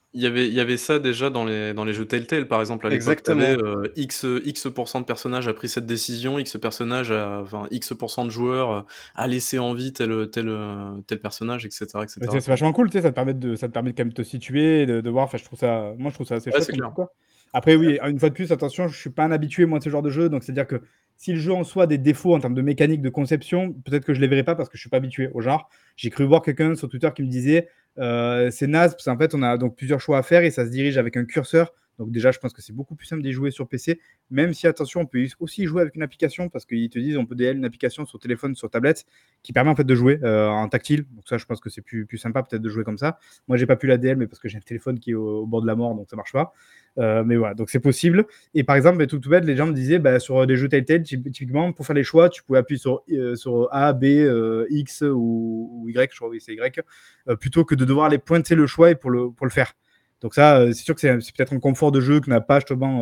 il y avait ça déjà dans les jeux Telltale, par exemple, à l'époque. Tu avais Exactement. X% de personnages a pris cette décision, enfin, X% de joueurs a laissé en vie tel personnage, etc., Mais etc., c'est quoi. vachement cool, tu sais, ça te permet de quand même te situer, de voir. Enfin, moi, je trouve ça assez Ouais, chouette c'est comme clair. truc, quoi. Après, oui, une fois de plus, attention, je suis pas un habitué, moi, de ce genre de jeu. Donc, c'est-à-dire que si le jeu en soi a des défauts en termes de mécanique, de conception, peut-être que je les verrai pas parce que je suis pas habitué au genre. J'ai cru voir quelqu'un sur Twitter qui me disait c'est naze, parce qu'en fait, on a donc plusieurs choix à faire et ça se dirige avec un curseur. Donc, déjà, je pense que c'est beaucoup plus simple d'y jouer sur PC. Même si, attention, on peut aussi y jouer avec une application parce qu'ils te disent on peut DL une application sur téléphone, sur tablette qui permet en fait de jouer en tactile. Donc ça, je pense que c'est plus sympa peut-être de jouer comme ça. Moi, j'ai pas pu la DL, mais parce que j'ai un téléphone qui est au bord de la mort, donc ça marche pas. Mais voilà, donc c'est possible. Et par exemple, tout bête, les gens me disaient sur des jeux Telltale, typiquement, pour faire les choix, tu pouvais appuyer sur A, B, X ou Y, je crois, oui, c'est Y, plutôt que de devoir aller pointer le choix et pour le faire. Donc ça, c'est sûr que c'est peut-être un confort de jeu que n'a pas justement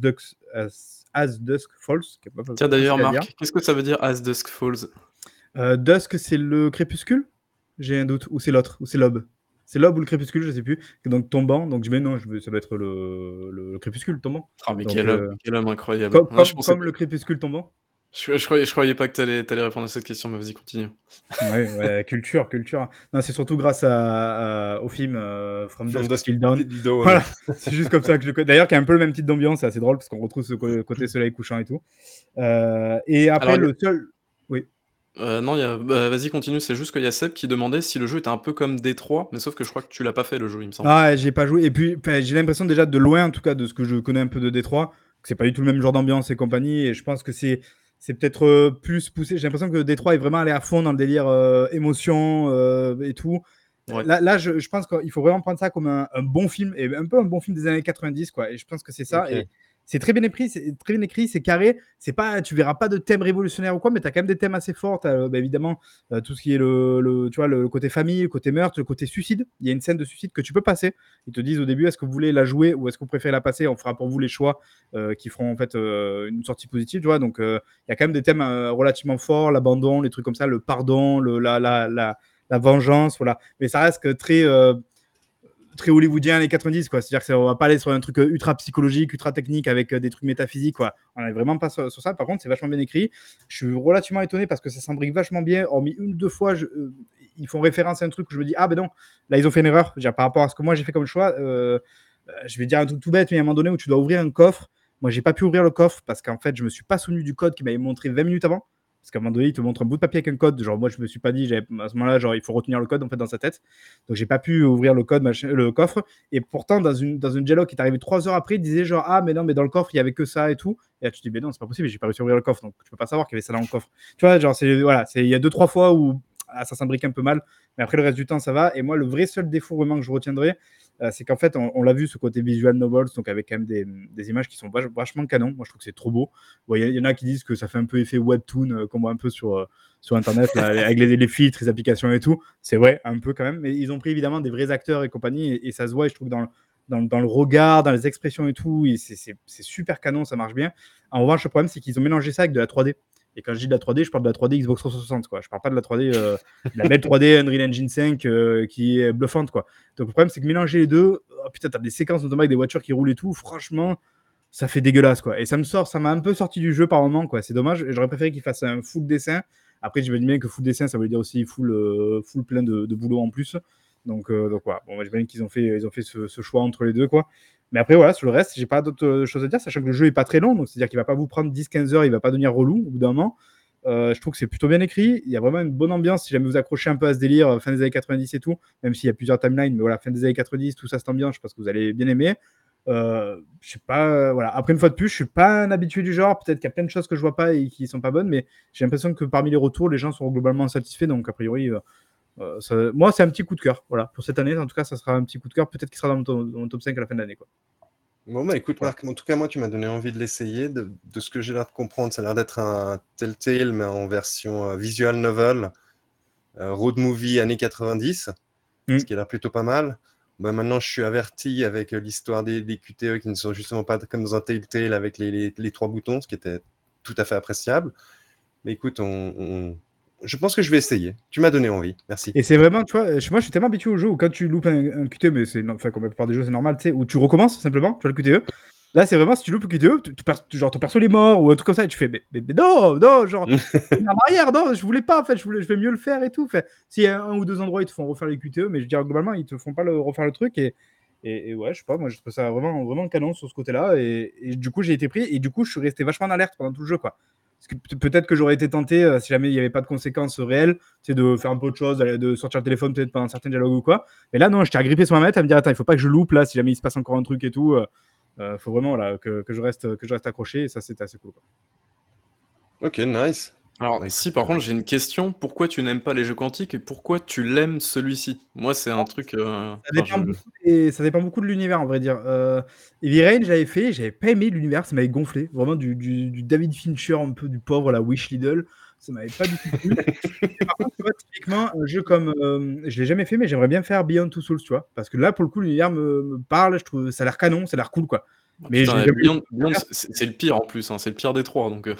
As Dusk Falls, qui est Tiens, pas d'ailleurs, facile à dire. Marc, qu'est-ce que ça veut dire As Dusk Falls? Dusk, c'est le crépuscule? J'ai un doute. Ou c'est l'autre? Ou c'est l'aube? C'est l'aube ou le crépuscule, je sais plus. Donc tombant. Donc non, ça doit être le crépuscule tombant. Ah, mais Donc quel homme incroyable. Ouais, comme le crépuscule tombant. je croyais pas que t'allais répondre à cette question, mais vas-y, continue. Ouais, culture. Non, c'est surtout grâce au film From From Dusk Dusk Till Dawn. Till Dawn, Voilà, ouais. c'est juste comme ça que je le connais. D'ailleurs, qui a un peu le même type d'ambiance, c'est assez drôle parce qu'on retrouve ce côté soleil couchant et tout. Et après, Alors, le seul. Oui. non, vas-y, continue. C'est juste qu'il y a Seb qui demandait si le jeu était un peu comme Détroit, mais sauf que je crois que tu l'as pas fait, le jeu, il me semble. Ah, j'ai pas joué. Et puis, j'ai l'impression déjà de loin, en tout cas, de ce que je connais un peu de Détroit, que c'est pas du tout le même genre d'ambiance et compagnie. Et je pense que c'est peut-être plus poussé. J'ai l'impression que Détroit est vraiment allé à fond dans le délire émotion et tout. Ouais. Là, je pense qu'il faut vraiment prendre ça comme un bon film et un peu un bon film des années 90, quoi. Et je pense que c'est ça. Ok. Et c'est très bien écrit, c'est carré. C'est pas, tu verras pas de thème révolutionnaire ou quoi, mais tu as quand même des thèmes assez forts. Évidemment, tout ce qui est tu vois, le côté famille, le côté meurtre, le côté suicide. Il y a une scène de suicide que tu peux passer. Ils te disent au début, est-ce que vous voulez la jouer ou est-ce que vous préférez la passer? On fera pour vous les choix qui feront en fait une sortie positive, tu vois. Donc, il y a quand même des thèmes relativement forts, l'abandon, les trucs comme ça, le pardon, la vengeance, voilà. Mais ça reste que très hollywoodien les 90, quoi. C'est-à-dire qu'on va pas aller sur un truc ultra psychologique, ultra technique avec des trucs métaphysiques, quoi. On n'est vraiment pas sur ça. Par contre, c'est vachement bien écrit. Je suis relativement étonné parce que ça s'embrique vachement bien. Hormis une ou deux fois, ils font référence à un truc où je me dis, ah ben non, là ils ont fait une erreur. Dire, par rapport à ce que moi j'ai fait comme choix, je vais dire un truc tout bête, mais à un moment donné où tu dois ouvrir un coffre. Moi, j'ai pas pu ouvrir le coffre parce qu'en fait, je me suis pas souvenu du code qu'il m'avait montré 20 minutes avant. Parce qu'à un moment donné, il te montre un bout de papier avec un code. Genre, moi, je me suis pas dit, à ce moment-là, genre, il faut retenir le code en fait dans sa tête. Donc, j'ai pas pu ouvrir le coffre. Et pourtant, dans une dialogue qui est arrivée 3 heures après, il disait genre, ah, mais non, mais dans le coffre, il y avait que ça et tout. Et là, tu te dis, mais non, c'est pas possible, j'ai pas réussi à ouvrir le coffre. Donc, tu peux pas savoir qu'il y avait ça dans le coffre. Tu vois, genre, il y a 2-3 fois où ça s'imbrique un peu mal. Mais après, le reste du temps, ça va. Et moi, le vrai seul défaut vraiment que je retiendrai, c'est qu'en fait, on l'a vu, ce côté visual novels, donc avec quand même des images qui sont vachement canon. Moi, je trouve que c'est trop beau. Bon, y en a qui disent que ça fait un peu effet webtoon, qu'on voit un peu sur Internet, là, avec les filtres, les applications et tout. C'est vrai, un peu quand même. Mais ils ont pris évidemment des vrais acteurs et compagnie, et ça se voit, et je trouve que dans le regard, dans les expressions et tout, c'est super canon, ça marche bien. En revanche, le problème, c'est qu'ils ont mélangé ça avec de la 3D. Et quand je dis de la 3D, je parle de la 3D Xbox 360, quoi. Je parle pas de la 3D, de la belle 3D Unreal Engine 5 qui est bluffante, quoi. Donc le problème, c'est que mélanger les deux, oh, putain, t'as des séquences notamment avec des voitures qui roulent et tout, franchement, ça fait dégueulasse, quoi. Et ça m'a un peu sorti du jeu par moment, quoi. C'est dommage. J'aurais préféré qu'il fasse un full dessin. Après, j'imagine bien que full dessin, ça veut dire aussi full plein de boulot en plus. Donc voilà. Bon, j'imagine qu'ils ont fait ce choix entre les deux, quoi. Mais après, voilà, sur le reste, j'ai pas d'autres choses à dire, sachant que le jeu est pas très long, donc c'est-à-dire qu'il va pas vous prendre 10-15 heures, il va pas devenir relou au bout d'un moment. Je trouve que c'est plutôt bien écrit. Il y a vraiment une bonne ambiance si jamais vous accrochez un peu à ce délire fin des années 90 et tout, même s'il y a plusieurs timelines, mais voilà, fin des années 90, tout ça, cette ambiance, je pense que vous allez bien aimer. Je sais pas, voilà. Après, une fois de plus, je suis pas un habitué du genre. Peut-être qu'il y a plein de choses que je vois pas et qui sont pas bonnes, mais j'ai l'impression que parmi les retours, les gens sont globalement satisfaits. Donc, a priori, moi, c'est un petit coup de cœur. Voilà. Pour cette année, en tout cas, ça sera un petit coup de cœur. Peut-être qu'il sera dans mon top 5 à la fin de l'année, quoi. Bon, bah écoute, Voilà. Marc, en tout cas, moi, tu m'as donné envie de l'essayer. De ce que j'ai l'air de comprendre, ça a l'air d'être un Telltale, mais en version visual novel, road movie années 90, ce qui a l'air plutôt pas mal. Bah, maintenant, je suis averti avec l'histoire des QTE qui ne sont justement pas comme dans un Telltale avec les 3 boutons, ce qui était tout à fait appréciable. Mais écoute, on je pense que je vais essayer. Tu m'as donné envie. Merci. Et c'est vraiment, tu vois, moi je suis tellement habitué au jeu où quand tu loupes un QTE, mais enfin, comme la plupart des jeux, c'est normal, tu sais, où tu recommences simplement, tu vois, le QTE. Là, c'est vraiment si tu loupes le QTE, genre ton perso il est mort ou un truc comme ça, et tu fais, mais non, non, genre, en arrière, non, je voulais pas, en fait, je vais mieux le faire et tout. Fait, s'il y a un ou deux endroits, ils te font refaire les QTE, mais je veux dire, globalement, ils te font pas refaire le truc. Et ouais, je sais pas, moi je trouve ça vraiment, vraiment canon sur ce côté-là. Et du coup, j'ai été pris, et du coup, je suis resté vachement en alerte pendant tout le jeu, quoi. Parce que peut-être que j'aurais été tenté, si jamais il n'y avait pas de conséquences réelles, c'est de faire un peu autre chose, de sortir le téléphone peut-être pendant certains dialogues ou quoi. Mais là, non, j'étais agrippé sur ma manette à me dire, attends, il faut pas que je loupe là, si jamais il se passe encore un truc et tout. Faut vraiment là, que je reste accroché, et ça, c'était assez cool, quoi. Ok, nice. Alors, Nice. si par contre j'ai une question, pourquoi tu n'aimes pas les jeux quantiques et pourquoi tu l'aimes celui-ci? Moi, c'est un truc. Ça dépend beaucoup de l'univers, en vrai dire. Heavy Rain, j'avais pas aimé l'univers, ça m'avait gonflé. Vraiment du David Fincher, un peu du pauvre, la Wish Lidl, ça m'avait pas du tout plu. Et par contre, tu vois, typiquement, un jeu comme. Je l'ai jamais fait, mais j'aimerais bien faire Beyond Two Souls, tu vois. Parce que là, pour le coup, l'univers me parle, je trouve ça a l'air canon, ça a l'air cool, quoi. Mais je Putain, l'ai jamais Beyond, c'est le pire en plus, hein, c'est le pire des trois. Donc,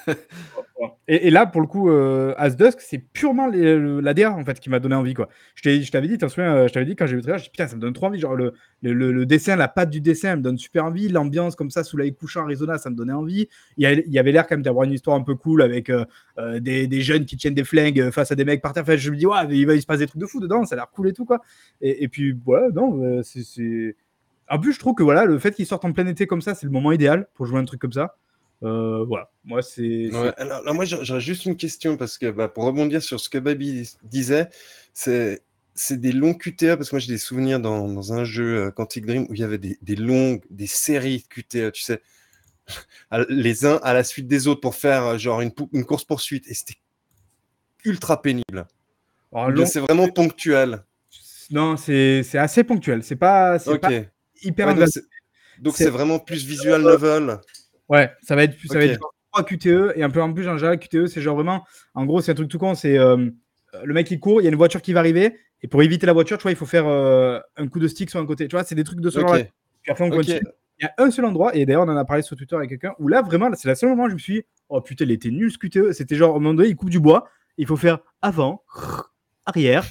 Et là, pour le coup, As Dusk, c'est purement la DA en fait qui m'a donné envie, quoi. Je t'avais dit, tu te souviens, je t'avais dit quand j'ai vu le trailer, je dis putain, ça me donne trop envie. Genre le dessin, la patte du dessin, elle me donne super envie. L'ambiance comme ça, sous l'œil couchant Arizona, ça me donnait envie. Il y avait l'air quand même d'avoir une histoire un peu cool avec des jeunes qui tiennent des flingues face à des mecs par terre. Enfin, je me dis, ouais, il va se passer des trucs de fou dedans, ça a l'air cool et tout, quoi. Et puis, voilà, non, c'est. En plus, je trouve que voilà, le fait qu'ils sortent en plein été comme ça, c'est le moment idéal pour jouer un truc comme ça. Voilà, moi c'est. Ouais, alors moi j'aurais juste une question parce que pour rebondir sur ce que Baby disait, c'est des longs QTE parce que moi j'ai des souvenirs dans un jeu Quantic Dream où il y avait des séries de QTE, tu sais, les uns à la suite des autres pour faire genre une course poursuite et c'était ultra pénible. Alors, c'est vraiment ponctuel. Non, c'est assez ponctuel. C'est pas hyper ouais, invasif. donc c'est vraiment plus visual novel. Ouais, ça va être genre 3 QTE et un peu en plus, en général, QTE, c'est genre vraiment. En gros, c'est un truc tout con. C'est le mec qui court, il y a une voiture qui va arriver et pour éviter la voiture, tu vois, il faut faire un coup de stick sur un côté. Tu vois, c'est des trucs de ce genre-là. Puis après, on continue. Il y a un seul endroit, et d'ailleurs, on en a parlé sur Twitter avec quelqu'un, où là, vraiment, c'est le seul moment où je me suis dit, oh putain, il était nul ce QTE. C'était genre, au moment donné, il coupe du bois, il faut faire avant, arrière.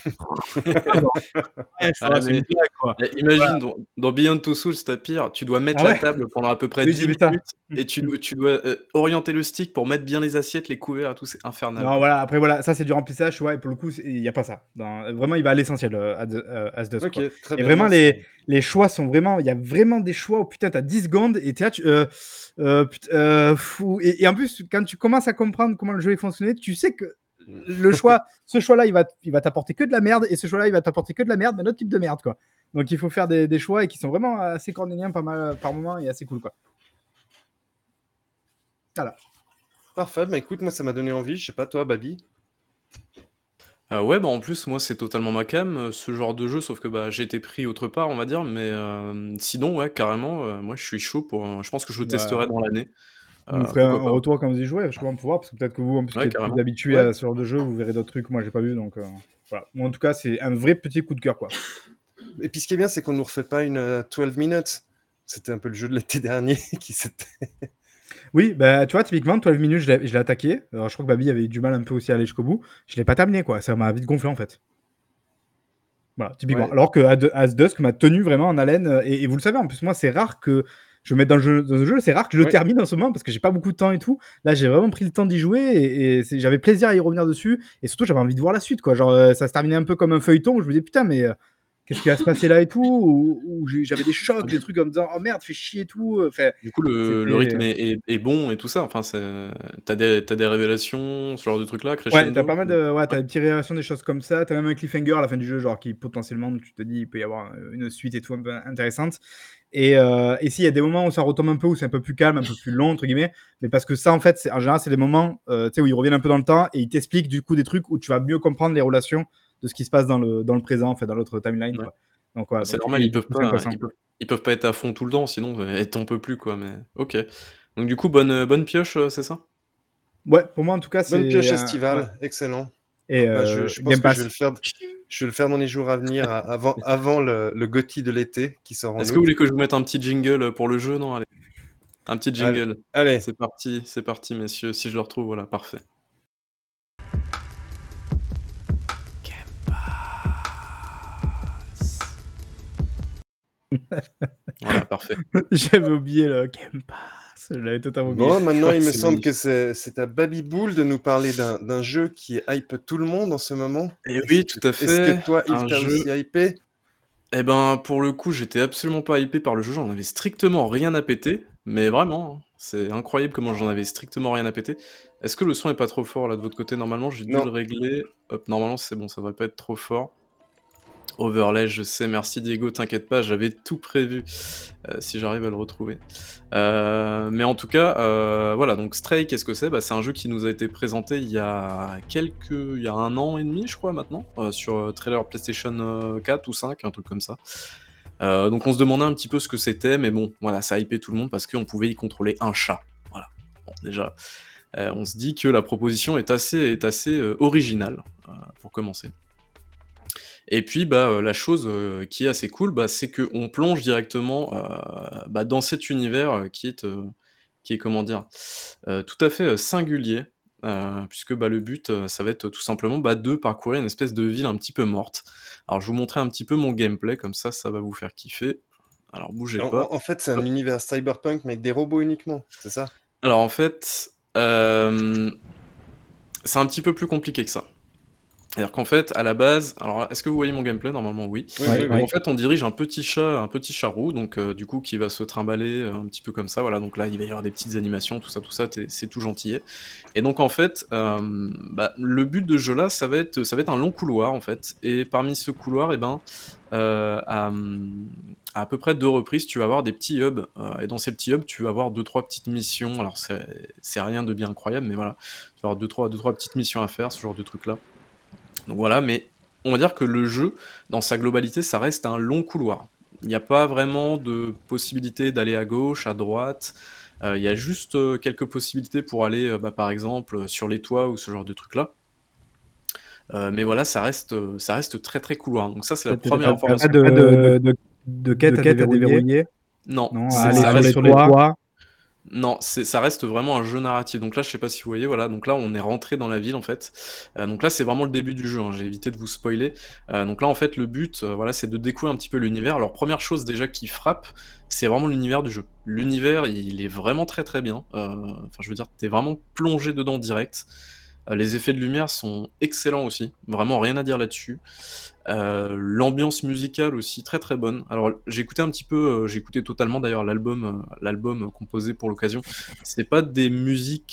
Imagine, dans Beyond Two Souls, c'est pire, tu dois mettre la table pendant à peu près 10 minutes et tu dois orienter le stick pour mettre bien les assiettes, les couverts et tout, c'est infernal. Non, voilà, après, voilà, ça c'est du remplissage, ouais, et pour le coup, il n'y a pas ça. Vraiment, il va à l'essentiel, As Dusk. Okay, très bien, et vraiment, les choix sont vraiment. Il y a vraiment des choix où putain, t'as 10 secondes et t'es là, fou. Et en plus, quand tu commences à comprendre comment le jeu est fonctionné, tu sais que ce choix-là, il va t'apporter que de la merde, et ce choix-là, il va t'apporter que de la merde, mais un autre type de merde, quoi. Donc il faut faire des choix et qui sont vraiment assez cornéliens par moment et assez cool, quoi. Voilà. Parfait, écoute, moi ça m'a donné envie, je sais pas toi, Babi. Ouais, en plus, moi c'est totalement ma cam, ce genre de jeu, sauf que j'ai été pris autre part, on va dire, mais sinon, ouais, carrément, moi je suis chaud pour. Je pense que je le testerai dans l'année. Vous me ferez un retour quand vous y jouez, je peux en pouvoir, parce que peut-être que vous, en plus, qui êtes plus habitué à ce genre de jeu, vous verrez d'autres trucs que moi j'ai pas vu, donc voilà. Moi, en tout cas, c'est un vrai petit coup de cœur, quoi. Et puis ce qui est bien, c'est qu'on ne nous refait pas une 12 minutes. C'était un peu le jeu de l'été dernier qui s'était. Oui, tu vois, typiquement, 12 minutes, je l'ai attaqué. Alors, je crois que Babi avait eu du mal un peu aussi à aller jusqu'au bout. Je l'ai pas terminé, quoi. Ça m'a vite gonflé, en fait. Voilà, typiquement. Ouais. Alors que As Dusk m'a tenu vraiment en haleine. Et vous le savez, en plus, moi, c'est rare que je me mette dans un jeu, c'est rare que je le termine en ce moment parce que j'ai pas beaucoup de temps et tout. Là, j'ai vraiment pris le temps d'y jouer et j'avais plaisir à y revenir dessus. Et surtout, j'avais envie de voir la suite, quoi. Genre, ça se terminait un peu comme un feuilleton où je me disais, putain, mais qu'est-ce qui va se passer là et tout, où j'avais des chocs, des trucs en me disant, oh merde, fais chier et tout. Enfin, du coup, le rythme est bon et tout ça. Enfin, t'as des révélations, ce genre de trucs là, crescendo. Ouais, t'as pas mal t'as des petites révélations, des choses comme ça. T'as même un cliffhanger à la fin du jeu, genre qui potentiellement, tu te dis, il peut y avoir une suite et tout un peu intéressante. Et s'il y a des moments où ça retombe un peu, où c'est un peu plus calme, un peu plus long, entre guillemets, mais parce que ça, en fait, en général, c'est des moments où ils reviennent un peu dans le temps et ils t'expliquent du coup des trucs où tu vas mieux comprendre les relations de ce qui se passe dans le présent, en fait, dans l'autre timeline. Ouais. Quoi. Donc, ouais, c'est normal, ils peuvent pas être à fond tout le temps, sinon t'en peux plus, quoi. Mais ok. Donc du coup, bonne pioche, c'est ça? Ouais, pour moi en tout cas, c'est bonne pioche estivale, excellent. Et je pense que je vais le faire dans les jours à venir, avant le GOTY de l'été qui sort en août. Est-ce que vous voulez que je vous mette un petit jingle pour le jeu? Non, allez. Un petit jingle. Allez. C'est parti, messieurs. Si je le retrouve, voilà, parfait. Voilà, parfait. J'avais oublié le Game Pass, je l'avais totalement oublié. Bon, maintenant, Ouais, il me c'est semble magnifique. que c'est à Babyboul de nous parler d'un jeu qui hype tout le monde en ce moment. Et Est-ce oui, que tout à est-ce que fait, toi, il un t'a jeu aussi hypé? eh ben, pour le coup, j'étais absolument pas hypé par le jeu, j'en avais strictement rien à péter, mais vraiment, hein, c'est incroyable comment j'en avais strictement rien à péter. Est-ce que le son est pas trop fort là de votre côté? Normalement, j'ai dû le Non. régler. Hop, normalement, c'est bon, ça devrait pas être trop fort. Overlay, je sais, merci Diego, t'inquiète pas, j'avais tout prévu, si j'arrive à le retrouver. Mais en tout cas, voilà, donc Stray, qu'est-ce que c'est? Bah, c'est un jeu qui nous a été présenté il y a 1 an et demi, je crois maintenant, sur, trailer PlayStation, 4 ou 5, un truc comme ça. Donc on se demandait un petit peu ce que c'était, mais bon, voilà, ça a hypé tout le monde parce qu'on pouvait y contrôler un chat. Voilà. Bon, déjà, on se dit que la proposition est assez originale, pour commencer. Et puis, bah, la chose, qui est assez cool, bah, c'est qu'on plonge directement, bah, dans cet univers, qui est comment dire? Tout à fait, singulier, puisque, bah, le but, ça va être tout simplement, bah, de parcourir une espèce de ville un petit peu morte. Alors je vais vous montrer un petit peu mon gameplay, comme ça va vous faire kiffer. Alors bougez En pas. en en fait, c'est un Hop. univers cyberpunk, mais avec des robots uniquement, c'est ça? Alors en fait, c'est un petit peu plus compliqué que ça. C'est-à-dire qu'en fait, à la base, alors est-ce que vous voyez mon gameplay? Normalement oui. Oui, Ouais, oui, Donc oui. en fait, on dirige un petit chat roux, donc du coup qui va se trimballer, un petit peu comme ça, voilà, donc là, il va y avoir des petites animations, tout ça, c'est tout gentillet. Et donc en fait, bah, le but de ce jeu-là, ça va être un long couloir, en fait, et parmi ce couloir et ben, à peu près 2 reprises, tu vas avoir des petits hubs, et dans ces petits hubs, tu vas avoir 2-3 petites missions. Alors c'est rien de bien incroyable, mais voilà, tu vas avoir 2-3 petites missions à faire, ce genre de trucs-là. Donc voilà, mais on va dire que le jeu, dans sa globalité, ça reste un long couloir. Il n'y a pas vraiment de possibilité d'aller à gauche, à droite. Il y a juste quelques possibilités pour aller, bah, par exemple, sur les toits ou ce genre de trucs-là. Mais voilà, ça reste très très couloir. Donc ça, c'est la Tu première pas information. de quête à déverrouiller? Non, Non, à c'est aller ça sur reste les toits? Non, ça reste vraiment un jeu narratif. Donc là, je sais pas si vous voyez, voilà, donc là, on est rentré dans la ville, en fait. Donc là, c'est vraiment le début du jeu, hein, j'ai évité de vous spoiler. Donc là, en fait, le but, voilà, c'est de découvrir un petit peu l'univers. Alors, première chose déjà qui frappe, c'est vraiment l'univers du jeu. L'univers, il est vraiment très, très bien. Enfin, je veux dire, tu es vraiment plongé dedans direct. Les effets de lumière sont excellents aussi, vraiment rien à dire là-dessus. L'ambiance musicale aussi très, très bonne. Alors j'ai écouté un petit peu, j'ai écouté totalement d'ailleurs l'album composé pour l'occasion. C'est pas des musiques,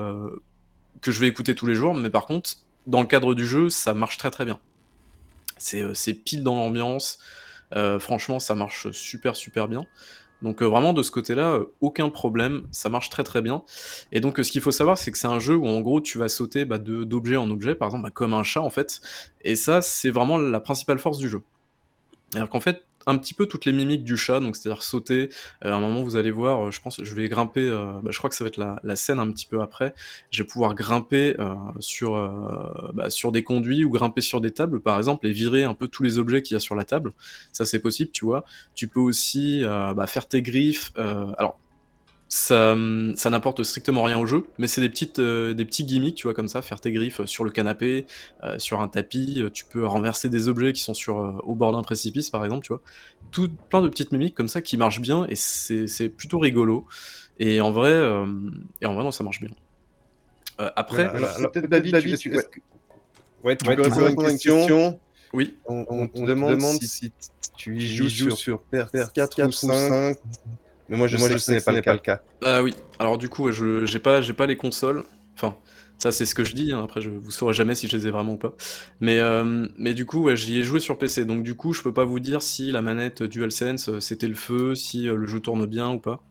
que je vais écouter tous les jours, mais par contre, dans le cadre du jeu, ça marche très, très bien. C'est pile dans l'ambiance, franchement ça marche super, super bien. Donc vraiment de ce côté-là, aucun problème, ça marche très, très bien. Et donc ce qu'il faut savoir, c'est que c'est un jeu où en gros tu vas sauter, bah, de d'objet en objet, par exemple, bah, comme un chat en fait, et ça, c'est vraiment la principale force du jeu. Alors qu'en fait, un petit peu toutes les mimiques du chat, donc c'est-à-dire sauter, à un moment vous allez voir, je pense je vais grimper, bah, je crois que ça va être la scène un petit peu après. Je vais pouvoir grimper, bah, sur des conduits ou grimper sur des tables, par exemple, et virer un peu tous les objets qu'il y a sur la table. Ça, c'est possible, tu vois? Tu peux aussi, bah, faire tes griffes, alors ça n'apporte strictement rien au jeu, mais c'est des petits gimmicks, tu vois, comme ça, faire tes griffes, sur le canapé, sur un tapis, tu peux renverser des objets qui sont au bord d'un précipice, par exemple, tu vois? Plein de petites mimiques comme ça qui marchent bien et c'est plutôt rigolo et en vrai, non, ça marche bien. Voilà, Après alors David, est-ce que ouais, tu peux Ouais. répondre à une question? oui? On te demande si tu y joues sur PS4 ou 5, mais moi je sais que ce n'est pas le cas. Ah oui, alors du coup, ouais, je j'ai pas les consoles. Enfin, ça c'est ce que je dis, hein, après vous saurez jamais si je les ai vraiment ou pas. Mais du coup, ouais, j'y ai joué sur PC, donc du coup, je peux pas vous dire si la manette DualSense, c'était le feu, si, le jeu tourne bien ou pas.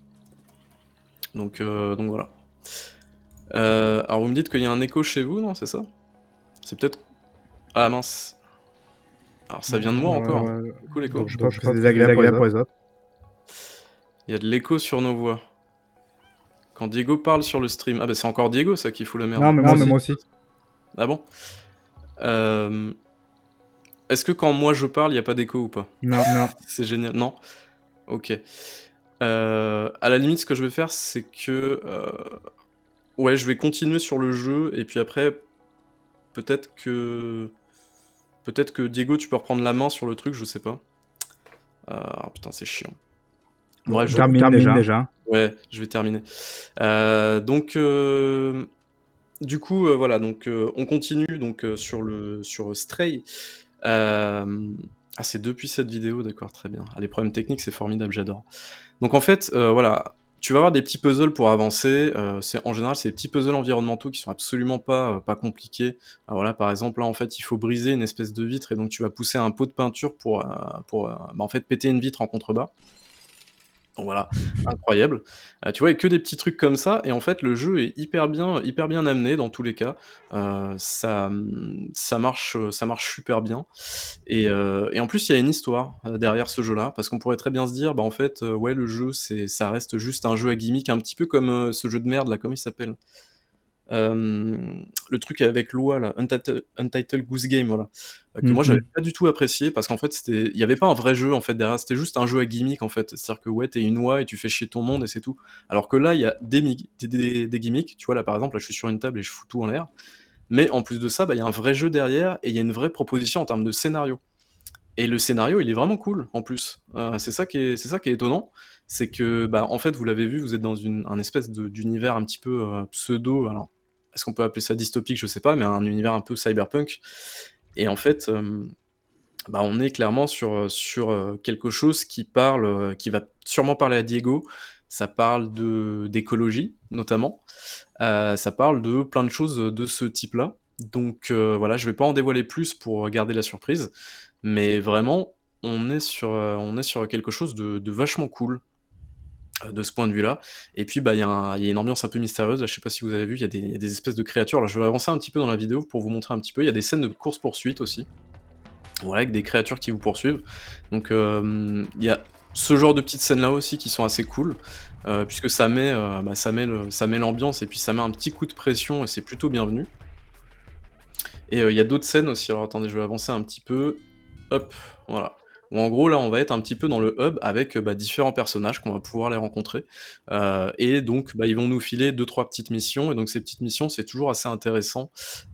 Donc voilà. Alors vous me dites qu'il y a un écho chez vous, non, c'est ça? C'est peut-être ah mince, alors ça vient de moi encore? Du coup l'écho? Donc je pense que c'est désagréable pour les autres. Il y a de l'écho sur nos voix. Quand Diego parle sur le stream, ah bah, c'est encore Diego ça qui fout la merde. Non, mais moi aussi. Ah bon? Hem, est-ce que quand moi je parle, il y a pas d'écho ou pas? Non. C'est génial, non? OK. À la limite, ce que je vais faire, c'est que, ouais, je vais continuer sur le jeu et puis après, peut-être que peut-être que Diego, tu peux reprendre la main sur le truc, je sais pas. Putain, c'est chiant. Bon, Bref, termine déjà. ouais, je vais terminer. Donc, du coup, voilà, donc on continue donc sur Stray. C'est depuis cette vidéo, d'accord, très bien. Les problèmes techniques, c'est formidable, j'adore. Donc en fait, voilà, tu vas avoir des petits puzzles pour avancer. En général, c'est des petits puzzles environnementaux qui sont absolument pas compliqués. Voilà, par exemple, là, en fait, il faut briser une espèce de vitre et donc tu vas pousser un pot de peinture pour en fait, péter une vitre en contrebas. Donc voilà, incroyable. Tu vois? Il y a que des petits trucs comme ça et en fait, le jeu est hyper bien amené dans tous les cas. Ça marche super bien et en plus, il y a une histoire, derrière ce jeu-là, parce qu'on pourrait très bien se dire: «Bah, en fait, ouais, le jeu, ça reste juste un jeu à gimmick», un petit peu comme, ce jeu de merde là, comment il s'appelle? Le truc avec l'oie là, Untitled Goose Game, voilà, que moi j'avais pas du tout apprécié parce qu'en fait il y avait pas un vrai jeu en fait derrière, c'était juste un jeu à gimmick en fait. C'est-à-dire que ouais, tu es une oie et tu fais chier ton monde et c'est tout. Alors que là, il y a des gimmicks, tu vois? Là par exemple, là je suis sur une table et je fous tout en l'air, mais en plus de ça, bah, il y a un vrai jeu derrière et il y a une vraie proposition en termes de scénario et le scénario, il est vraiment cool en plus. C'est ça qui est étonnant, c'est que, bah, en fait, vous l'avez vu, vous êtes dans un espèce d'univers un petit peu, pseudo, alors est-ce qu'on peut appeler ça dystopique? Je sais pas, mais un univers un peu cyberpunk et en fait, bah, on est clairement sur quelque chose qui va sûrement parler à Diego. Ça parle d'écologie, notamment. Ça parle de plein de choses, de ce type-là. Donc voilà, je vais pas en dévoiler plus pour garder la surprise, mais vraiment, on est sur quelque chose de vachement cool, de ce point de vue-là et puis, bah, il y a une ambiance un peu mystérieuse. Là, je sais pas si vous avez vu, il y a des espèces de créatures. Alors je vais avancer un petit peu dans la vidéo pour vous montrer un petit peu. Il y a des scènes de course-poursuite aussi. Voilà, avec des créatures qui vous poursuivent. Donc, il y a ce genre de petites scènes-là aussi qui sont assez cool, puisque ça met l'ambiance et puis ça met un petit coup de pression et c'est plutôt bienvenu. Et il y a d'autres scènes aussi. Alors attendez, je vais avancer un petit peu. Hop, voilà. Où en gros, là, on va être un petit peu dans le hub avec, bah, différents personnages qu'on va pouvoir les rencontrer. Et donc, bah, ils vont nous filer 2-3 petites missions et donc ces petites missions, c'est toujours assez intéressant,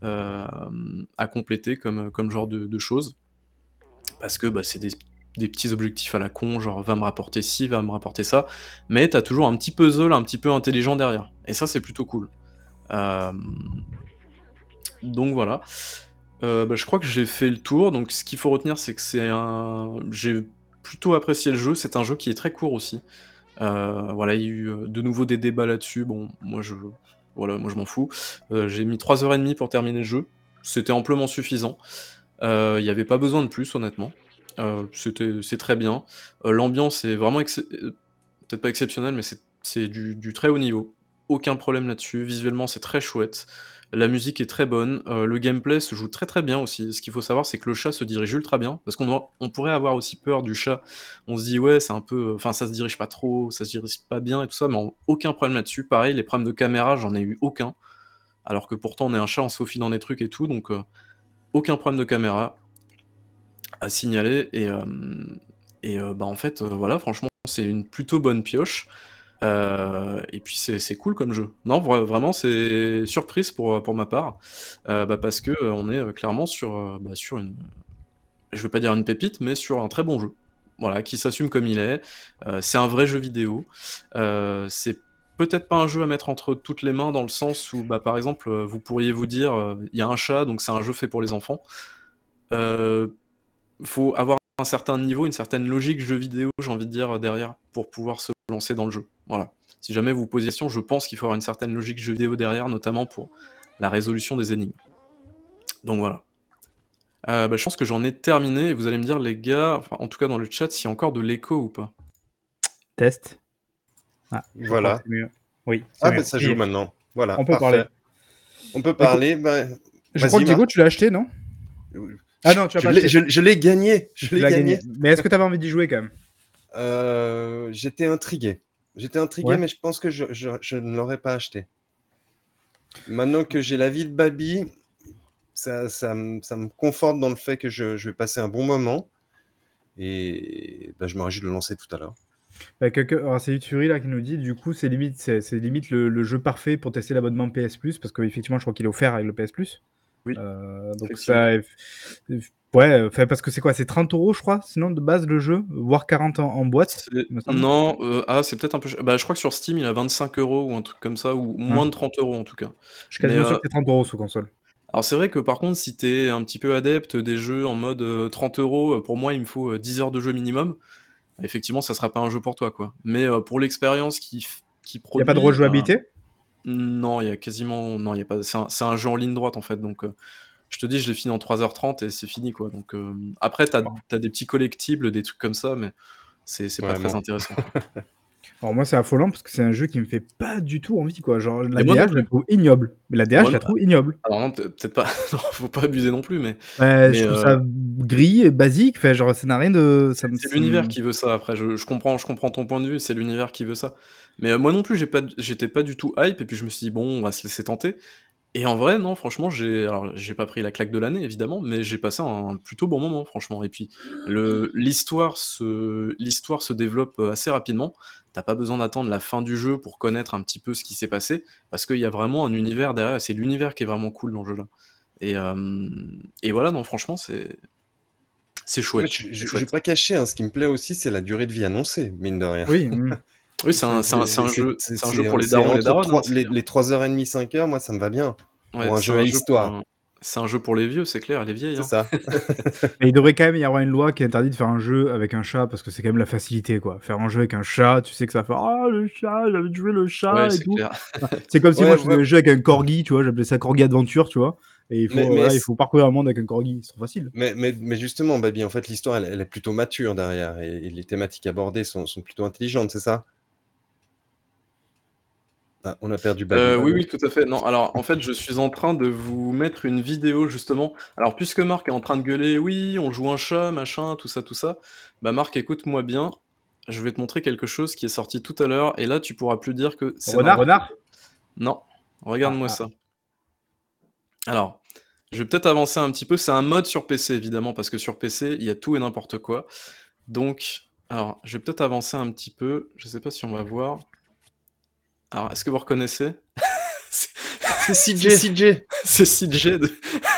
à compléter comme genre de choses. Parce que, bah, c'est des petits objectifs à la con, genre va me rapporter ci, va me rapporter ça, mais tu as toujours un petit puzzle un petit peu intelligent derrière et ça, c'est plutôt cool. Hem, donc voilà. Bah, je crois que j'ai fait le tour, donc ce qu'il faut retenir, c'est que j'ai plutôt apprécié le jeu. C'est un jeu qui est très court aussi. Voilà, il y a eu, de nouveau des débats là-dessus. Bon, voilà, moi je m'en fous. J'ai mis 3 heures et demie pour terminer le jeu. C'était amplement suffisant. Il y avait pas besoin de plus honnêtement. C'est très bien. L'ambiance est vraiment peut-être pas exceptionnelle, mais c'est du très haut niveau. Aucun problème là-dessus. Visuellement, c'est très chouette. La musique est très bonne. Le gameplay se joue très, très bien aussi. Ce qu'il faut savoir, c'est que le chat se dirige ultra bien, parce on pourrait avoir aussi peur du chat. On se dit: «Ouais, c'est un peu, enfin, ça se dirige pas trop, ça se dirige pas bien et tout ça», mais aucun problème là-dessus. Pareil, les problèmes de caméra, j'en ai eu aucun, alors que pourtant on est un chat, on se faufile dans des trucs et tout, donc aucun problème de caméra à signaler bah, en fait, voilà, franchement, c'est une plutôt bonne pioche, et puis c'est cool comme jeu. Non, vraiment, c'est surprise pour ma part, bah, parce que, on est, clairement sur une je vais pas dire une pépite, mais sur un très bon jeu. Voilà, qui s'assume comme il est. C'est un vrai jeu vidéo. C'est peut-être pas un jeu à mettre entre toutes les mains dans le sens où, bah, par exemple, vous pourriez vous dire, il y a un chat, donc c'est un jeu fait pour les enfants. Heu, Faut avoir un certain niveau, une certaine logique jeu vidéo, j'ai envie de dire, derrière, pour pouvoir se lancer dans le jeu. Voilà. Si jamais vous vous posez la question, je pense qu'il faut avoir une certaine logique jeu vidéo derrière, notamment pour la résolution des énigmes. Donc voilà. Bah, je pense que j'en ai terminé et vous allez me dire les gars, enfin en tout cas dans le chat, s'il y a encore de l'écho ou pas? Test. Je crois que Voilà. c'est mieux. Oui, c'est Bah, mieux. ça Ça y joue est, maintenant. Voilà, on peut parler. parfait. On peut Écoute, parler, bah, je crois vas-y que Diego, Marc. tu l'as acheté, non? Ah non, tu l'as pas acheté. Je l'ai gagné, je Tu l'ai l'as gagné. gagné. Mais est-ce que tu avais envie d'y jouer quand même? J'étais intrigué. J'étais intrigué, Ouais. mais je pense que je ne l'aurais pas acheté. Maintenant que j'ai l'avis de Babi, ça me conforte dans le fait que je vais passer un bon moment et bah, je me réjouis de le lancer tout à l'heure. Bah, alors c'est Uturi là qui nous dit, du coup, c'est limite le jeu parfait pour tester l'abonnement PS Plus, parce qu'effectivement, je crois qu'il est offert avec le PS Plus. Oui, Donc effectivement. ça ouais, enfin, parce que c'est quoi? C'est 30 € je crois, sinon de base le jeu? Voire 40 en boîte, il me semble? Non, c'est peut-être un peu ch bah, je crois que sur Steam, il est à 25 € ou un truc comme ça, ou Ouais. moins de 30 € en tout cas. Je suis Mais, quasiment sûr que c'est 30 € sous console. alors c'est vrai que par contre, si tu es un petit peu adepte des jeux en mode, 30 €, pour moi, il me faut, 10 heures de jeu minimum. Effectivement, ça sera pas un jeu pour toi, quoi. Mais, pour l'expérience qu'il Il y a pas de produit, rejouabilité? non, il y a quasiment non, il y a pas c'est un jeu en ligne droite, en fait, donc, je te dis, je l'ai fini en 3h30 et c'est fini, quoi, donc, après tu Bon. as des petits collectibles, des trucs comme ça, mais c'est pas Ouais, très non. intéressant, quoi. Alors moi, c'est affolant parce que c'est un jeu qui me fait pas du tout envie, quoi. Genre la Et moi non DA, je la plus. trouve ignoble. Mais la DA, Moi je la non trouve ignoble. alors non, peut-être pas, non, faut pas abuser non plus, mais Je mais, trouve ça gris et basique, enfin genre ça n'a rien de c'est l'univers qui veut ça. Après, je comprends ton point de vue, c'est l'univers qui veut ça. Mais, moi non plus, j'étais pas du tout hype et puis je me suis dit: «Bon, on va se laisser tenter». Et en vrai, non, franchement, j'ai pas pris la claque de l'année évidemment, mais j'ai passé un plutôt bon moment franchement. Et puis l'histoire se développe, assez rapidement. Tu pas besoin d'attendre la fin du jeu pour connaître un petit peu ce qui s'est passé, parce qu'il y a vraiment un univers derrière, c'est l'univers qui est vraiment cool dans le jeu-là. Et voilà, non, franchement, c'est Ouais, chouette, c'est je vais chouette. pas cacher, hein, ce qui me plaît aussi, c'est la durée de vie annoncée, mine de rien. oui, Oui, c'est un jeu pour les C'est darons et les entre daronnes, hein, 3 c'est les clair. les 3h30, 5 heures, moi ça me va bien, Ouais, pour un jeu à histoire. c'est un jeu pour les vieux, c'est clair, les vieilles, C'est hein. ça. mais il devrait quand même y avoir une loi qui interdit de faire un jeu avec un chat parce que c'est quand même la facilité, quoi. Faire un jeu avec un chat, tu sais que ça va faire: «Ah le chat, j'avais joué le Ouais, chat et c'est tout». clair. C'est comme si moi Ouais, je faisais ouais, un jeu avec un corgi, tu vois? J'appelais ça Corgi Adventure, tu vois? Et il faut, mais voilà, il faut parcourir un monde avec un corgi, c'est trop facile. mais justement, Baby, en fait, l'histoire, elle est plutôt mature derrière et les thématiques abordées sont plutôt intelligentes, c'est ça? Ah, on a perdu Baby. Oui, oui, tout à fait. Non, alors, en fait, je suis en train de vous mettre une vidéo, justement. Alors, puisque Marc est en train de gueuler: «Oui, on joue un chat, machin, tout ça», bah, Marc, écoute-moi bien. Je vais te montrer quelque chose qui est sorti tout à l'heure et là, tu pourras plus dire que c'est Renard? n'importe quoi. Non, Ah, regarde-moi ah. ça. Alors, je vais peut-être avancer un petit peu. C'est un mode sur PC, évidemment, parce que sur PC, il y a tout et n'importe quoi. Donc, alors, je vais peut-être avancer un petit peu. Je sais pas si on va voir. Alors, est-ce que vous reconnaissez? C'est C'est c'est CJ! CJ. C'est CJ de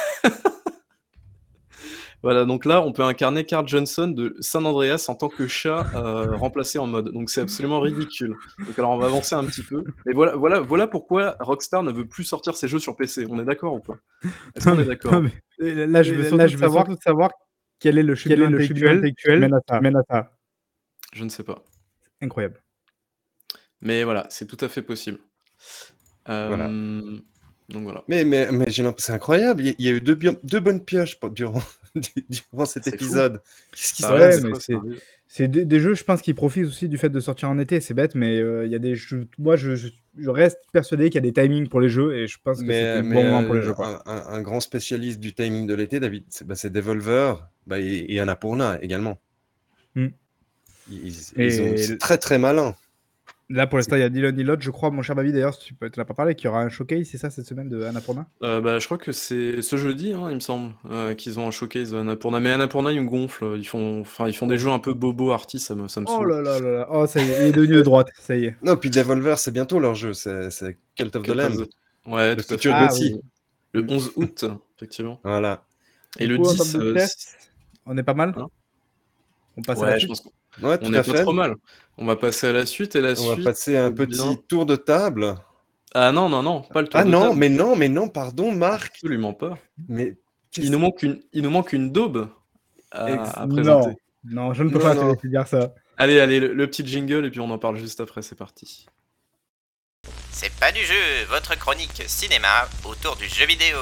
voilà, donc là, on peut incarner Carl Johnson de San Andreas en tant que chat, remplacé en mode. Donc c'est absolument ridicule. Donc alors on va avancer un petit peu. Et voilà pourquoi Rockstar ne veut plus sortir ses jeux sur PC. On est d'accord ou pas? Est-ce Non qu'on est mais non d'accord? mais là, je veux surtout savoir quel est le cheminement intellectuel qui mène à ça. Je ne sais pas. Incroyable. Mais voilà, c'est tout à fait possible. Voilà. Donc voilà. Mais c'est incroyable, il y a eu 2 bonnes pioches durant durant cet C'est fou. épisode. Qu'est-ce qui se Ça arrive Ouais, des passe? mais fois, ça arrive. c'est des jeux, je pense, qui profitent aussi du fait de sortir en été. C'est bête, mais il y a des jeux moi, je reste persuadé qu'il y a des timings pour les jeux et je pense que c'était le bon moment pour les jeux, quoi. Un grand spécialiste du timing de l'été, David, c'est Devolver, et Annapurna également. Mmh. C'est Et très, très malin. là, pour C'est l'instant, il y a ni l'un ni l'autre, je crois, mon cher Baby, d'ailleurs, si tu peux tu en as pas parlé, qu'il y aura un showcase, c'est ça, cette semaine de Annapurna? Bah, je crois que c'est ce jeudi, hein, il me semble, qu'ils ont un showcase Annapurna. Mais Annapurna, ils me gonflent, ils font des jeux un peu bobo arty, ça me Oh saoule. là là là là, oh ça y est, il est devenu de droite, ça y est. Non, puis Devolver, c'est bientôt leur jeu, c'est Cult of the Cult of Lamb, the Ouais, le tout à fait, futur Ah oui. GOTY. le Mmh. 11 août, effectivement. Voilà. Et Du le coup, en termes 10, de test, c on est pas mal? hein? On passe à la Ouais, je suite? pense qu'on Ouais, tout on est à pas fait. trop mal. On va passer à la suite et la On va suite, passer à un eh bien petit tour de table. ah non, non, non, pas le tour Ah de non, table, mais non, pardon Marc. absolument pas. Mais Il qu'est-ce nous manque une daube à Non, présenter. non, je ne peux non, pas te non. laisser dire ça. Allez, allez, le petit jingle et puis on en parle juste après, c'est parti. C'est pas du jeu, votre chronique cinéma autour du jeu vidéo.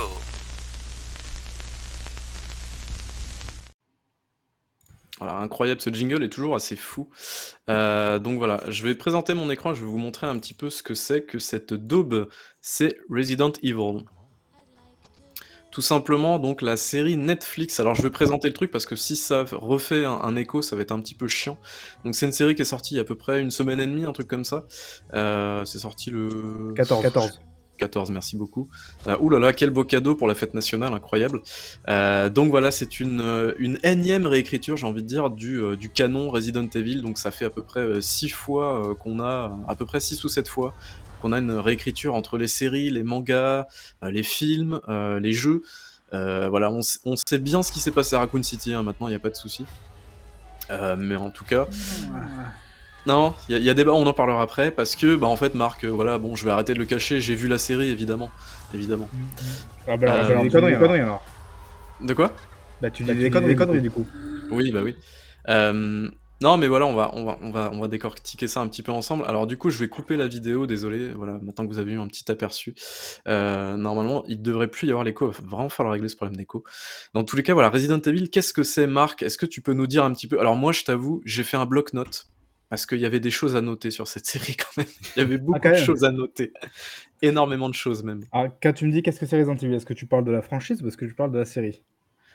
Voilà, incroyable, ce jingle est toujours assez fou. Donc voilà, je vais présenter mon écran, je vais vous montrer un petit peu ce que c'est que cette daube. C'est Resident Evil. Tout simplement, donc la série Netflix. Alors je vais présenter le truc parce que si ça refait un écho, ça va être un petit peu chiant. Donc c'est une série qui est sortie il y a à peu près une semaine et demie, un truc comme ça. C'est sorti le 14. 14, merci beaucoup. Ouh là là, quel beau cadeau pour la fête nationale, incroyable. Donc voilà, c'est une énième réécriture, j'ai envie de dire, du canon Resident Evil. Donc ça fait à peu près 6 fois qu'on a, à peu près 6 ou 7 fois, qu'on a une réécriture entre les séries, les mangas, les films, les jeux. Voilà, on sait bien ce qui s'est passé à Raccoon City, hein, maintenant, il n'y a pas de souci. Mais en tout cas, non, il y a débat, on en parlera après, parce que, bah, en fait, Marc, voilà, bon, je vais arrêter de le cacher, j'ai vu la série, évidemment. Ah bah alors, Euh, j'ai des conneries alors. De quoi? Bah tu dis des conneries du coup. Oui, bah oui. Non, mais voilà, on va décortiquer ça un petit peu ensemble. Alors, du coup, je vais couper la vidéo, désolé. Voilà, maintenant que vous avez eu un petit aperçu. Normalement, il devrait plus y avoir l'écho. Il va vraiment falloir régler ce problème d'écho. Dans tous les cas, voilà, Resident Evil, qu'est-ce que c'est, Marc? Est-ce que tu peux nous dire un petit peu? Alors, moi, je t'avoue, j'ai fait un bloc-notes parce qu'il y avait des choses à noter sur cette série quand même. Il y avait beaucoup quand de même. choses à noter. Énormément de choses même. Alors, quand tu me dis qu'est-ce que c'est Resident Evil, est-ce que tu parles de la franchise ou est-ce que tu parles de la série?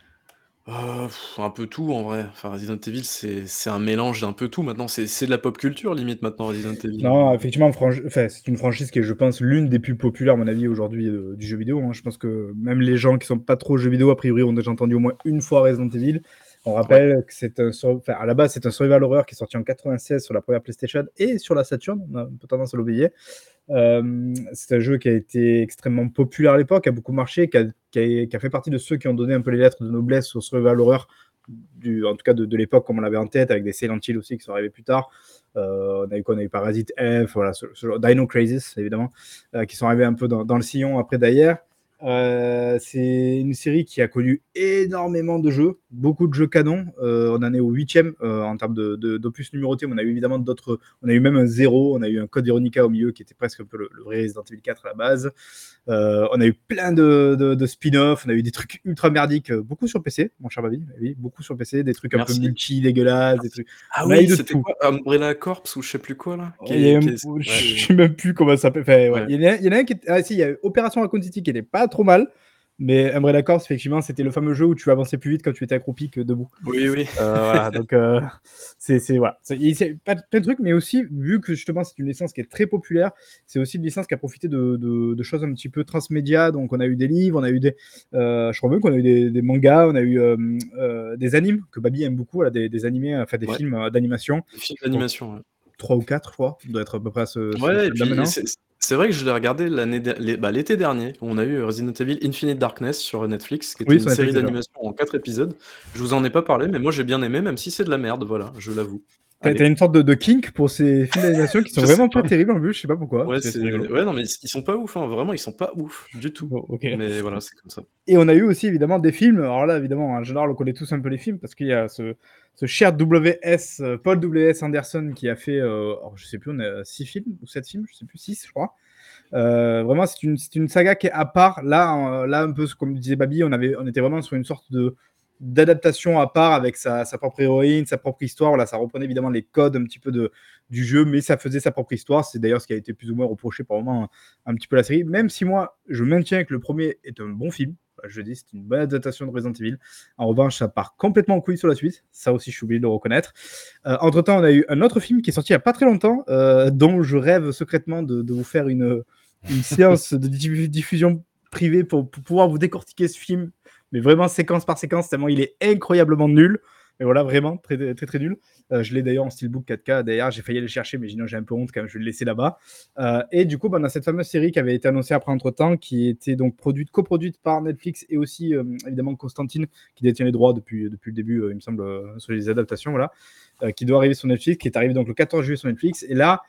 Un peu tout en vrai. Enfin, Resident Evil, c'est un mélange d'un peu tout maintenant. C'est de la pop culture limite maintenant, Resident Evil. Non, effectivement, c'est une franchise qui est, je pense, l'une des plus populaires, à mon avis, aujourd'hui du jeu vidéo. Hein. Je pense que même les gens qui sont pas trop jeux vidéo, a priori, ont déjà entendu au moins une fois Resident Evil. On rappelle que à la base, c'est un survival horror qui est sorti en 96 sur la première PlayStation et sur la Saturn. On a un peu tendance à l'oublier. C'est un jeu qui a été extrêmement populaire à l'époque, qui a beaucoup marché, qui a fait partie de ceux qui ont donné un peu les lettres de noblesse au survival horror, en tout cas de l'époque comme on l'avait en tête, avec des Silent Hill aussi qui sont arrivés plus tard. On a eu quoi? On a eu Parasite F, voilà, Dino Crisis évidemment, qui sont arrivés un peu dans le sillon après d'ailleurs. C'est une série qui a connu énormément de jeux, beaucoup de jeux canons. On en est au 8e en termes d'opus numérotés. On a eu évidemment d'autres. On a eu même un 0, on a eu un Code Veronica au milieu qui était presque un peu le vrai Resident Evil 4 à la base. On a eu plein de spin-off, on a eu des trucs ultra merdiques, beaucoup sur PC, mon cher Babi, oui, beaucoup sur PC, des trucs un peu multi dégueulasses, des trucs. Ah on a eu oui, de c'était tout. quoi? Umbrella Corps ou je sais plus quoi là? Je sais même plus comment ça s'appelle. Enfin, ouais. Il y en a un qui était... Ah si, il y a Opération Raccoon City qui était pas trop mal. Mais Umbrella Corps, effectivement, c'était le fameux jeu où tu avançais plus vite quand tu étais accroupi que debout. Oui, oui. Voilà, donc c'est voilà. C'est pas plein de trucs, mais aussi, vu que justement c'est une licence qui est très populaire, c'est aussi une licence qui a profité de choses un petit peu transmédia. Donc on a eu des livres, on a eu des... je crois même qu'on a eu des mangas, on a eu des animes, que Babi aime beaucoup, là, des animés, enfin des films d'animation. Des films d'animation, ouais. 3 ou 4, je crois. Ça doit être à peu près à ce ouais, et puis maintenant. c'est vrai que je l'ai regardé l'été dernier. On a eu Resident Evil Infinite Darkness sur Netflix, qui était une série d'animation en 4 épisodes. Je vous en ai pas parlé, mais moi j'ai bien aimé, même si c'est de la merde, voilà, je l'avoue. T'as une sorte de kink pour ces films d'animation qui sont vraiment pas terribles en plus, je sais pas pourquoi. Ouais, ouais, non, mais ils sont pas ouf, hein. Vraiment, ils sont pas ouf du tout. Bon, okay. Mais voilà, c'est comme ça. Et on a eu aussi évidemment des films. Alors là, évidemment, en général, on connaît tous un peu les films parce qu'il y a ce cher Paul W.S. Anderson qui a fait, je sais plus, on a 6 films ou 7 films, je sais plus, 6, je crois. Vraiment, c'est une saga qui est à part. Là, un peu comme disait Babi, on était vraiment sur une sorte d'adaptation à part avec sa propre héroïne, sa propre histoire. Voilà, ça reprenait évidemment les codes un petit peu du jeu, mais ça faisait sa propre histoire. C'est d'ailleurs ce qui a été plus ou moins reproché par moment un petit peu la série, même si moi je maintiens que le premier est un bon film. Je dis, c'est une bonne adaptation de Resident Evil. En revanche, ça part complètement en couille sur la suite. Ça aussi, je suis obligé de le reconnaître. Entre-temps, on a eu un autre film qui est sorti il n'y a pas très longtemps, dont je rêve secrètement de vous faire une séance de diffusion privée pour pouvoir vous décortiquer ce film, mais vraiment séquence par séquence, tellement il est incroyablement nul. Mais voilà, vraiment très très très, très nul. Je l'ai d'ailleurs en steelbook 4K. D'ailleurs, j'ai failli aller le chercher, mais sinon j'ai un peu honte quand même, je vais le laisser là-bas. Et du coup, on a cette fameuse série qui avait été annoncée après entre-temps, qui était donc coproduite par Netflix et aussi évidemment Constantine, qui détient les droits depuis le début, il me semble, sur les adaptations, voilà, qui doit arriver sur Netflix, qui est arrivé donc le 14 juillet sur Netflix. Et là,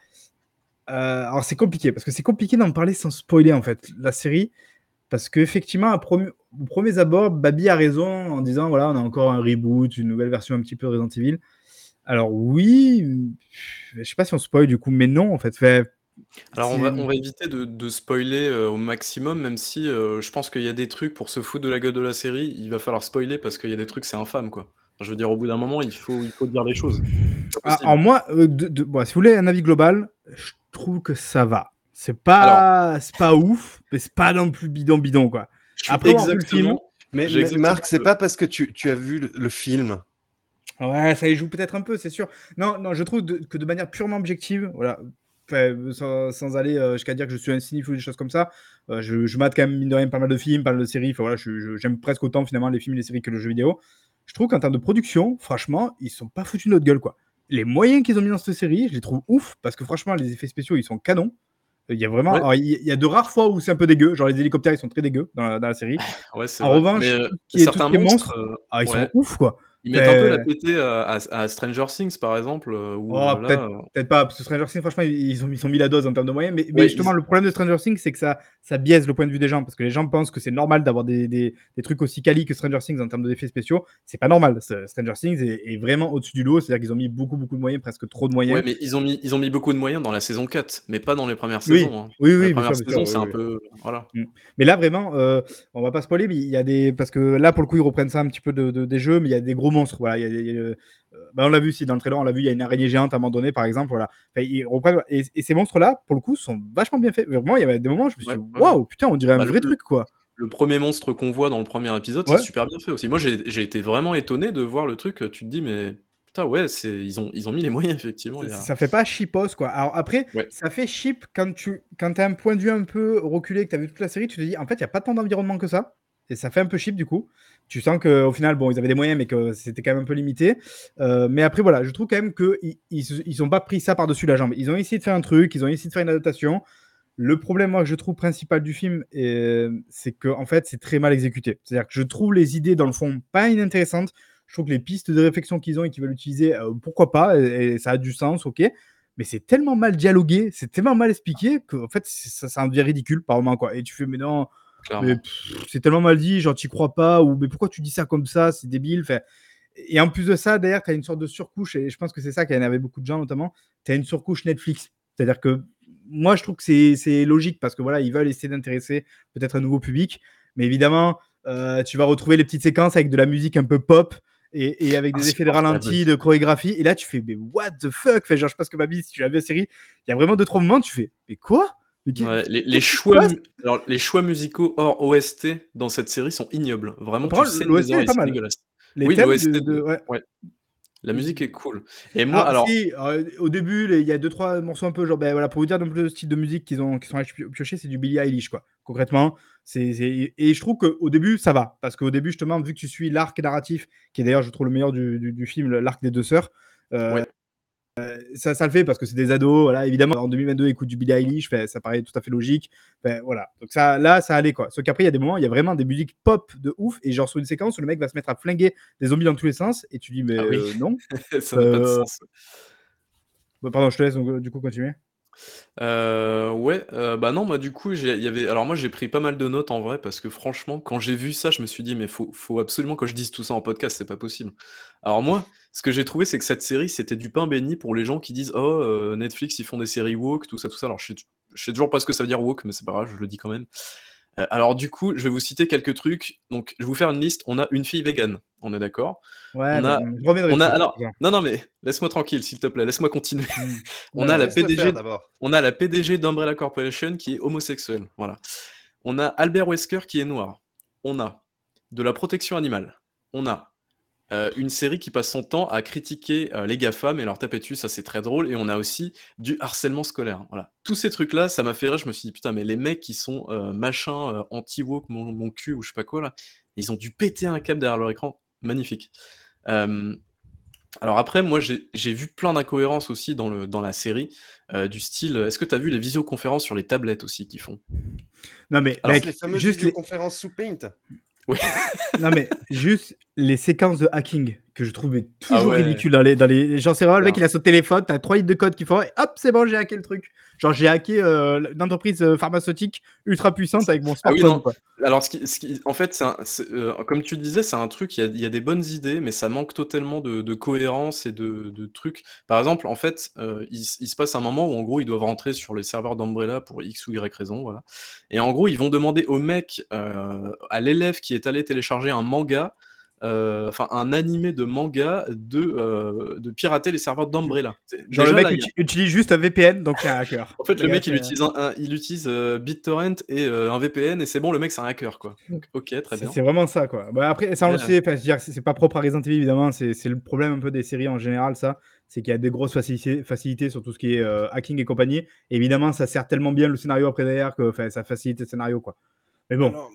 alors c'est compliqué, parce que c'est compliqué d'en parler sans spoiler en fait, la série. Parce qu'effectivement, au premier abord, Babi a raison en disant voilà, on a encore un reboot, une nouvelle version un petit peu de Resident Evil. Alors oui, je sais pas si on spoil du coup, mais non en fait. Alors on va éviter de spoiler au maximum, même si je pense qu'il y a des trucs pour se foutre de la gueule de la série, il va falloir spoiler parce qu'il y a des trucs, c'est infâme quoi. Je veux dire, au bout d'un moment, il faut dire les choses. Alors moi, bon, si vous voulez un avis global, je trouve que ça va. C'est pas ouf, mais c'est pas non plus bidon quoi. Après avoir vu le film, mais Marc, c'est pas parce que tu as vu le film. Ouais, ça y joue peut-être un peu, c'est sûr. Non, je trouve que de manière purement objective, voilà, sans aller jusqu'à dire que je suis un cinéphile ou des choses comme ça, je mate quand même mine de rien pas mal de films, pas mal de séries. Enfin voilà, j'aime presque autant finalement les films et les séries que le jeu vidéo. Je trouve qu'en termes de production, franchement, ils sont pas foutus de notre gueule quoi. Les moyens qu'ils ont mis dans cette série, je les trouve ouf parce que franchement, les effets spéciaux ils sont canons. Il y a vraiment, Ouais. alors, il y a de rares fois où c'est un peu dégueu, genre les hélicoptères ils sont très dégueux dans la série. Ouais, c'est En vrai. revanche, Mais tout ce certains qui est monstres, monstres, ils sont ouais, ouf quoi. ils mettent un peu la Fait- pété à Stranger Things, par exemple, où Oh, là, peut-être pas, parce que Stranger Things, franchement, ils ont mis la dose en termes de moyens. Mais ouais, justement, le problème de Stranger Things, c'est que ça biaise le point de vue des gens, parce que les gens pensent que c'est normal d'avoir des trucs aussi quali que Stranger Things en termes d'effets spéciaux. C'est pas normal. Stranger Things est vraiment au-dessus du lot, c'est-à-dire qu'ils ont mis beaucoup, beaucoup de moyens, presque trop de moyens. ouais, mais ils ont mis beaucoup de moyens dans la saison 4, mais pas dans les premières Oui, saisons. Hein. oui, Dans les oui, bien premières sûr, saisons, c'est oui, un oui. peu. Voilà. Mais là, vraiment, on va pas spoiler, mais il y a des. Parce que là, pour le coup, ils reprennent ça un petit peu des jeux, mais il y a des gros monstres. Voilà, on l'a vu aussi dans le trailer, on l'a vu, il y a une araignée géante à un moment donné, par exemple. Voilà. Enfin, ils reprennent, et ces monstres-là, pour le coup, sont vachement bien faits. Vraiment, il y avait des moments où je me suis Ouais, dit, ouais. waouh, putain, on dirait un Bah, vrai truc, quoi. le premier monstre qu'on voit dans le premier épisode, c'est Ouais. super bien fait aussi. Moi, j'ai été vraiment étonné de voir le truc. Tu te dis, mais putain, ouais, ils ont mis les moyens, effectivement. Ça fait pas cheapos, quoi. Alors après, Ouais. ça fait cheap quand t'as un point de vue un peu reculé, que t'as vu toute la série, tu te dis, en fait, il n'y a pas tant d'environnement que ça. Et ça fait un peu cheap, du coup. Tu sens qu'au final, bon, ils avaient des moyens, mais que c'était quand même un peu limité. Mais après, voilà, je trouve quand même qu'ils ont pas pris ça par-dessus la jambe. Ils ont essayé de faire un truc, ils ont essayé de faire une adaptation. Le problème, moi, que je trouve principal du film, c'est que en fait, c'est très mal exécuté. C'est-à-dire que je trouve les idées, dans le fond, pas inintéressantes. Je trouve que les pistes de réflexion qu'ils ont et qu'ils veulent utiliser, pourquoi pas, et ça a du sens, ok. Mais c'est tellement mal dialogué, c'est tellement mal expliqué qu'en fait, ça en devient ridicule par moment, quoi. Et tu fais, mais non, mais Clairement. c'est tellement mal dit, genre, t'y crois pas, ou mais pourquoi tu dis ça comme ça, c'est débile. Fait. Et en plus de ça, derrière, tu as une sorte de surcouche, et je pense que c'est ça qui énervé beaucoup de gens, notamment. Tu as une surcouche Netflix. C'est-à-dire que moi, je trouve que c'est logique parce que voilà, ils veulent essayer d'intéresser peut-être un nouveau public. Mais évidemment, tu vas retrouver les petites séquences avec de la musique un peu pop et avec des effets de Insupportable. ralenti, de chorégraphie. Et là, tu fais, mais what the fuck? Fait, genre, je pense que Babi, si tu as vu la série, il y a vraiment 2-3 moments, tu fais, mais quoi? Mais Ouais, les qu'est-ce qui se choix, passe? alors, les choix musicaux hors OST dans cette série sont ignobles. Vraiment, Par tu contre, saignes des l'OST est oreilles, pas c'est mal. dégueulasse. Les Oui, thèmes l'OST, ouais. ouais, la musique est cool. Et moi, Alors, alors, si, au début, il y a 2-3 morceaux un peu, genre, ben voilà, pour vous dire un peu le style de musique qui sont allés piocher, c'est du Billie Eilish, quoi. Concrètement, et je trouve qu'au début, ça va. Parce qu'au début, justement, vu que tu suis l'arc narratif, qui est d'ailleurs, je trouve, le meilleur du film, l'arc des deux sœurs, ouais, ça le fait parce que c'est des ados, voilà, évidemment, en 2022, écoute du Billie Eilish, ça paraît tout à fait logique. Voilà. Donc ça, là, ça allait, quoi. Sauf qu'après, il y a des moments, il y a vraiment des musiques pop de ouf, et genre sur une séquence où le mec va se mettre à flinguer des zombies dans tous les sens, et tu dis, mais ah oui, non. ça n'a pas de sens. Pardon, je te laisse donc, du coup continuer. Ouais, bah non, moi du coup, alors moi j'ai pris pas mal de notes en vrai, parce que franchement, quand j'ai vu ça, je me suis dit, mais faut absolument que je dise tout ça en podcast, c'est pas possible. Alors moi, ce que j'ai trouvé, c'est que cette série, c'était du pain béni pour les gens qui disent, oh, Netflix, ils font des séries woke, tout ça, tout ça. Alors je sais toujours pas ce que ça veut dire woke, mais c'est pas grave, je le dis quand même. Alors du coup, je vais vous citer quelques trucs. Donc, je vais vous faire une liste. On a une fille végane, on est d'accord. Ouais, On a, je reviendrai on a, dessus. alors, non, non, mais laisse-moi tranquille, s'il te plaît, laisse-moi continuer. On Ouais, a la ouais. Laisse-le PDG, faire d'abord. on a la PDG d'Umbrella Corporation qui est homosexuelle. Voilà. On a Albert Wesker qui est noir. On a de la protection animale. On a une série qui passe son temps à critiquer les GAFAM et leur taper dessus, ça c'est très drôle. Et on a aussi du harcèlement scolaire. Voilà. Tous ces trucs-là, ça m'a fait rire. Je me suis dit, putain, mais les mecs qui sont machin, anti-woke, mon cul ou je sais pas quoi, là, ils ont dû péter un câble derrière leur écran. Magnifique. Alors après, moi j'ai vu plein d'incohérences aussi dans la série, du style, est-ce que tu as vu les visioconférences sur les tablettes aussi qu'ils font? Non, mais Alors, mec, Les fameuses juste visioconférences sous Paint. oui. non, mais juste les séquences de hacking que je trouvais Ah toujours ouais. ridicules genre c'est vraiment le mec il a son téléphone, t'as 3 lignes de code qu'il faut et hop c'est bon j'ai hacké le truc. Genre j'ai hacké une entreprise pharmaceutique ultra puissante avec mon Ah oui, smartphone, non. quoi. Alors, en fait, comme tu disais, c'est un truc, il y a des bonnes idées, mais ça manque totalement de cohérence et de trucs. Par exemple, en fait, il se passe un moment où, en gros, ils doivent rentrer sur les serveurs d'Umbrella pour X ou Y raison, voilà. Et en gros, ils vont demander au mec, à l'élève qui est allé télécharger un manga, enfin un animé de manga, de pirater les serveurs d'Umbrella. Genre le Déjà, mec là, utilise juste un VPN donc c'est un hacker. en fait, le mec, il Fait, utilise BitTorrent et un VPN, et c'est bon, le mec, c'est un hacker, quoi. Donc, ok, très bien. c'est vraiment ça, quoi. Bah, après, ça on le Ouais. sait, c'est pas propre à Resident Evil, évidemment, c'est le problème un peu des séries en général, ça. C'est qu'il y a des grosses facilités sur tout ce qui est hacking et compagnie. Et évidemment, ça sert tellement bien le scénario après derrière que ça facilite le scénario, quoi. Mais bon. Alors,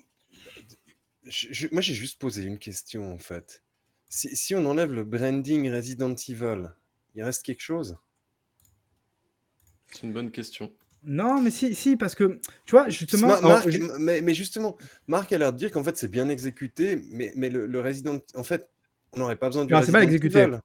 moi, j'ai juste posé une question, en fait. Si on enlève le branding Resident Evil, il reste quelque chose? C'est une bonne question. Non, mais si, parce que, tu vois, justement, Marc, mais justement, Marc a l'air de dire qu'en fait c'est bien exécuté, mais le Resident, en fait, on n'aurait pas besoin du non, c'est mal Resident exécuté. Evil.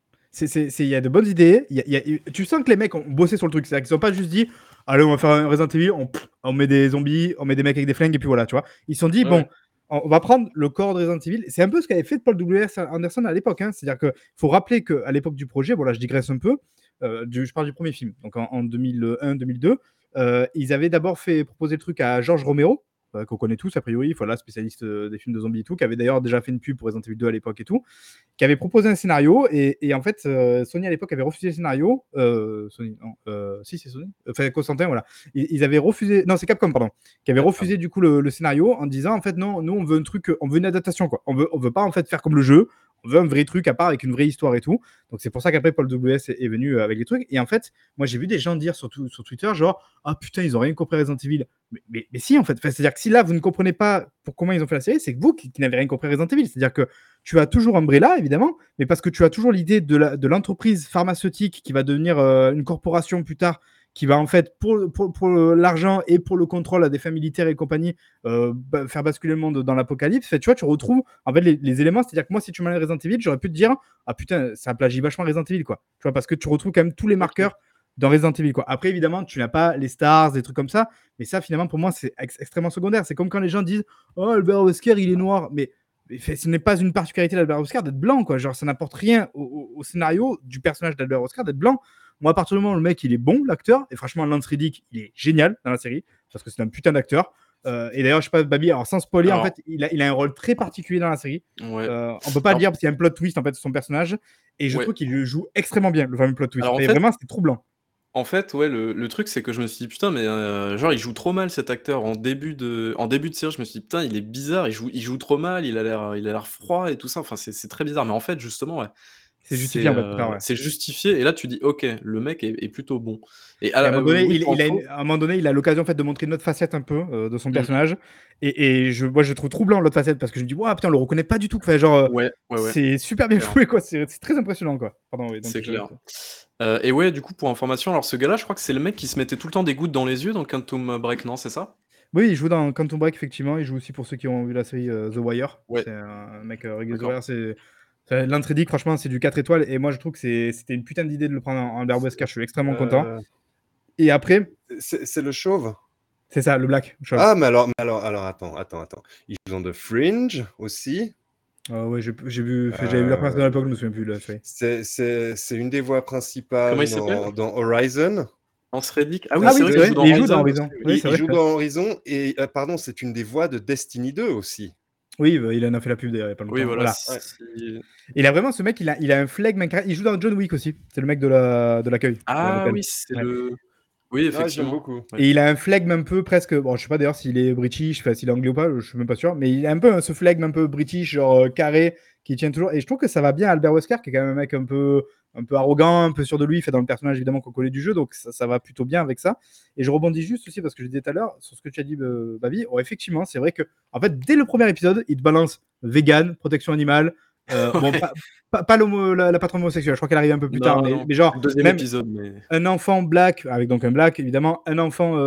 Il y a de bonnes idées. Tu sens que les mecs ont bossé sur le truc. C'est-à-dire qu'ils sont pas juste dit, allez, on va faire un Resident Evil, on met des zombies, on met des mecs avec des flingues, et puis voilà, tu vois. Ils se sont dit, Ouais, bon, ouais. on va prendre le corps de Resident Evil. C'est un peu ce qu'avait fait Paul W.S. Anderson à l'époque. Hein. C'est-à-dire qu'il faut rappeler qu'à l'époque du projet, voilà, je digresse un peu, je parle du premier film, donc en 2001-2002, ils avaient d'abord fait proposer le truc à George Romero, qu'on connaît tous a priori, voilà, spécialiste des films de zombies et tout, qui avait d'ailleurs déjà fait une pub pour Resident Evil 2 à l'époque et tout, qui avait proposé un scénario et en fait Sony à l'époque avait refusé le scénario. Sony, non, si c'est Sony, enfin Constantin, voilà. Ils avaient refusé, non c'est Capcom pardon, qui avait refusé du coup le scénario en disant en fait non, nous on veut un truc, on veut une adaptation quoi. On veut pas en fait faire comme le jeu. On veut un vrai truc à part avec une vraie histoire et tout. Donc c'est pour ça qu'après Paul W.S. est venu avec les trucs. Et en fait, moi j'ai vu des gens dire sur Twitter genre ah putain ils ont rien compris à Resident Evil. Mais si en fait, c'est-à-dire que si là vous ne comprenez pas pour comment ils ont fait la série, c'est que vous qui n'avez rien compris à Resident Evil. C'est-à-dire que tu as toujours Umbrella, évidemment, mais parce que tu as toujours l'idée de l'entreprise pharmaceutique qui va devenir une corporation plus tard, qui va en fait, pour l'argent et pour le contrôle des fins militaires et compagnie, faire basculer le monde dans l'apocalypse. Tu vois, tu retrouves en fait les éléments. C'est-à-dire que moi, si tu m'enlèves Resident Evil, j'aurais pu te dire, ah putain, ça plagie vachement Resident Evil, quoi. Tu vois, parce que tu retrouves quand même tous les marqueurs dans Resident Evil, quoi. Après, évidemment, tu n'as pas les stars, des trucs comme ça, mais ça, finalement, pour moi, c'est extrêmement secondaire. C'est comme quand les gens disent, oh, Albert Wesker, il est noir, mais ce n'est pas une particularité d'Albert Wesker d'être blanc, quoi. Genre, ça n'apporte rien au scénario du personnage d'Albert Wesker d'être blanc. Moi, à partir du moment où le mec, il est bon, l'acteur, et franchement, Lance Reddick, il est génial dans la série, parce que c'est un putain d'acteur. Et d'ailleurs, je sais pas, Babi, alors sans spoiler, en fait, il a un rôle très particulier dans la série. Ouais. On peut pas le dire parce qu'il y a un plot twist en fait sur son personnage, et je trouve qu'il le joue extrêmement bien, le fameux plot twist. Alors, en Et fait, vraiment, c'est troublant. En fait, ouais, le truc, c'est que je me suis dit, putain, mais genre, il joue trop mal cet acteur. En début de série, je me suis dit, putain, il est bizarre, il joue trop mal, il a l'air froid et tout ça. Enfin, c'est très bizarre. Mais en fait, justement, ouais, C'est justifié en fait plus tard, ouais. c'est justifié. Et là, tu dis, ok, le mec est plutôt bon. Et Et à un moment donné, oui, à un moment donné, il a l'occasion en fait de montrer une autre facette un peu de son Mm. personnage. Et moi, je trouve troublant l'autre facette parce que je me dis, waouh, putain, on le reconnaît pas du tout. Enfin, genre, Ouais. c'est super bien Clair. joué, quoi. C'est très impressionnant, quoi. Pardon, oui, donc C'est clair. Et ouais, du coup, pour information, alors ce gars-là, je crois que c'est le mec qui se mettait tout le temps des gouttes dans les yeux dans Quantum Break, non, c'est ça? Oui, il joue dans Quantum Break, effectivement. Il joue aussi pour ceux qui ont vu la série The Wire. Ouais. C'est un mec régulier The D'accord. Wire. L'entrée dit, franchement, c'est du 4 étoiles. Et moi, je trouve que c'était une putain d'idée de le prendre en Albert Wesker. Je suis extrêmement content. Et après, C'est le chauve. c'est ça, le Black. Ah, mais alors, attends. Ils joue dans The Fringe aussi. Ouais, j'avais vu la première saison à l'époque, je me souviens plus de la série. C'est une des voix principales Comment il s'appelle? dans Horizon. Lance Reddick. Ah Ah oui, oui, c'est vrai c'est qu'il vrai, il joue dans Horizon. Horizon. aussi, Oui, Il c'est vrai. joue dans Horizon et, pardon, c'est une des voix de Destiny 2 aussi. Oui, il en a fait la pub d'ailleurs il y a pas longtemps. Oui, voilà. Ouais. si- Il a vraiment ce mec, il a un flegme incroyable. Il joue dans John Wick aussi. C'est le mec de l'accueil. Ah oui, c'est Ouais. le. Oui, Ah, j'aime effectivement. beaucoup. Ouais. Et il a un flegme un peu presque. Bon, je sais pas d'ailleurs s'il est british, enfin, s'il est anglais ou pas, je suis même pas sûr. Mais il a un peu ce flegme un peu british, genre carré, qui tient toujours. Et je trouve que ça va bien à Albert Wesker, qui est quand même un mec un peu arrogant, un peu sûr de lui, fait dans le personnage évidemment qu'on connaît du jeu. Donc ça va plutôt bien avec ça. Et je rebondis juste aussi parce que je disais tout à l'heure sur ce que tu as dit, Babi. Oh, effectivement, c'est vrai que en fait, dès le premier épisode, il te balance vegan, protection animale. Bon, pas la patronne homosexuelle, je crois qu'elle arrive un peu plus tard, Non. mais genre, Le deuxième même épisode, mais. un enfant black, avec donc un black évidemment, un enfant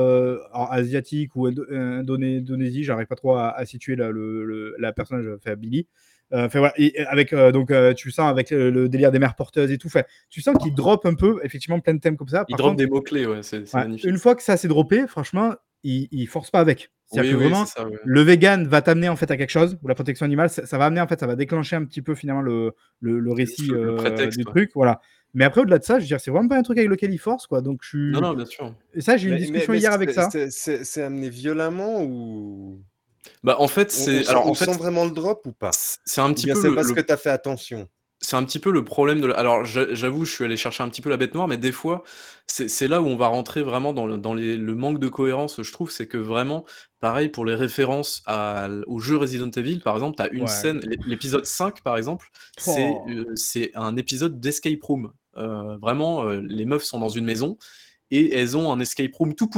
asiatique ou Indonésie, j'arrive pas trop à situer la personnage, enfin Billy. Enfin voilà, et avec donc tu sens avec le délire des mères porteuses et tout, tu sens qu'il drop un peu effectivement plein de thèmes comme ça. Il Par drop contre, des mots-clés, ouais, c'est magnifique. une fois que ça s'est droppé, franchement, il force pas avec. C'est-à-dire que Oui, vraiment, c'est ça, ouais. le vegan va t'amener en fait à quelque chose, ou la protection animale, ça va amener en fait, ça va déclencher un petit peu finalement le récit Le prétexte, du ouais. truc, voilà. Mais après, au-delà de ça, je veux dire, c'est vraiment pas un truc avec lequel il force, quoi. Donc, Non, bien sûr. Et ça, j'ai eu une discussion hier avec ça. C'est amené violemment ou Bah, en fait, on sent vraiment le drop ou pas? C'est un Ou petit bien peu c'est parce que tu as fait attention? C'est un petit peu le problème alors j'avoue, je suis allé chercher un petit peu la bête noire, mais des fois, c'est là où on va rentrer vraiment dans le manque de cohérence, je trouve. C'est que vraiment, pareil pour les références au jeu Resident Evil, par exemple, tu as une Ouais. scène, l'épisode 5 par exemple, c'est un épisode d'escape room. Vraiment, les meufs sont dans une maison et elles ont un escape room tout pourri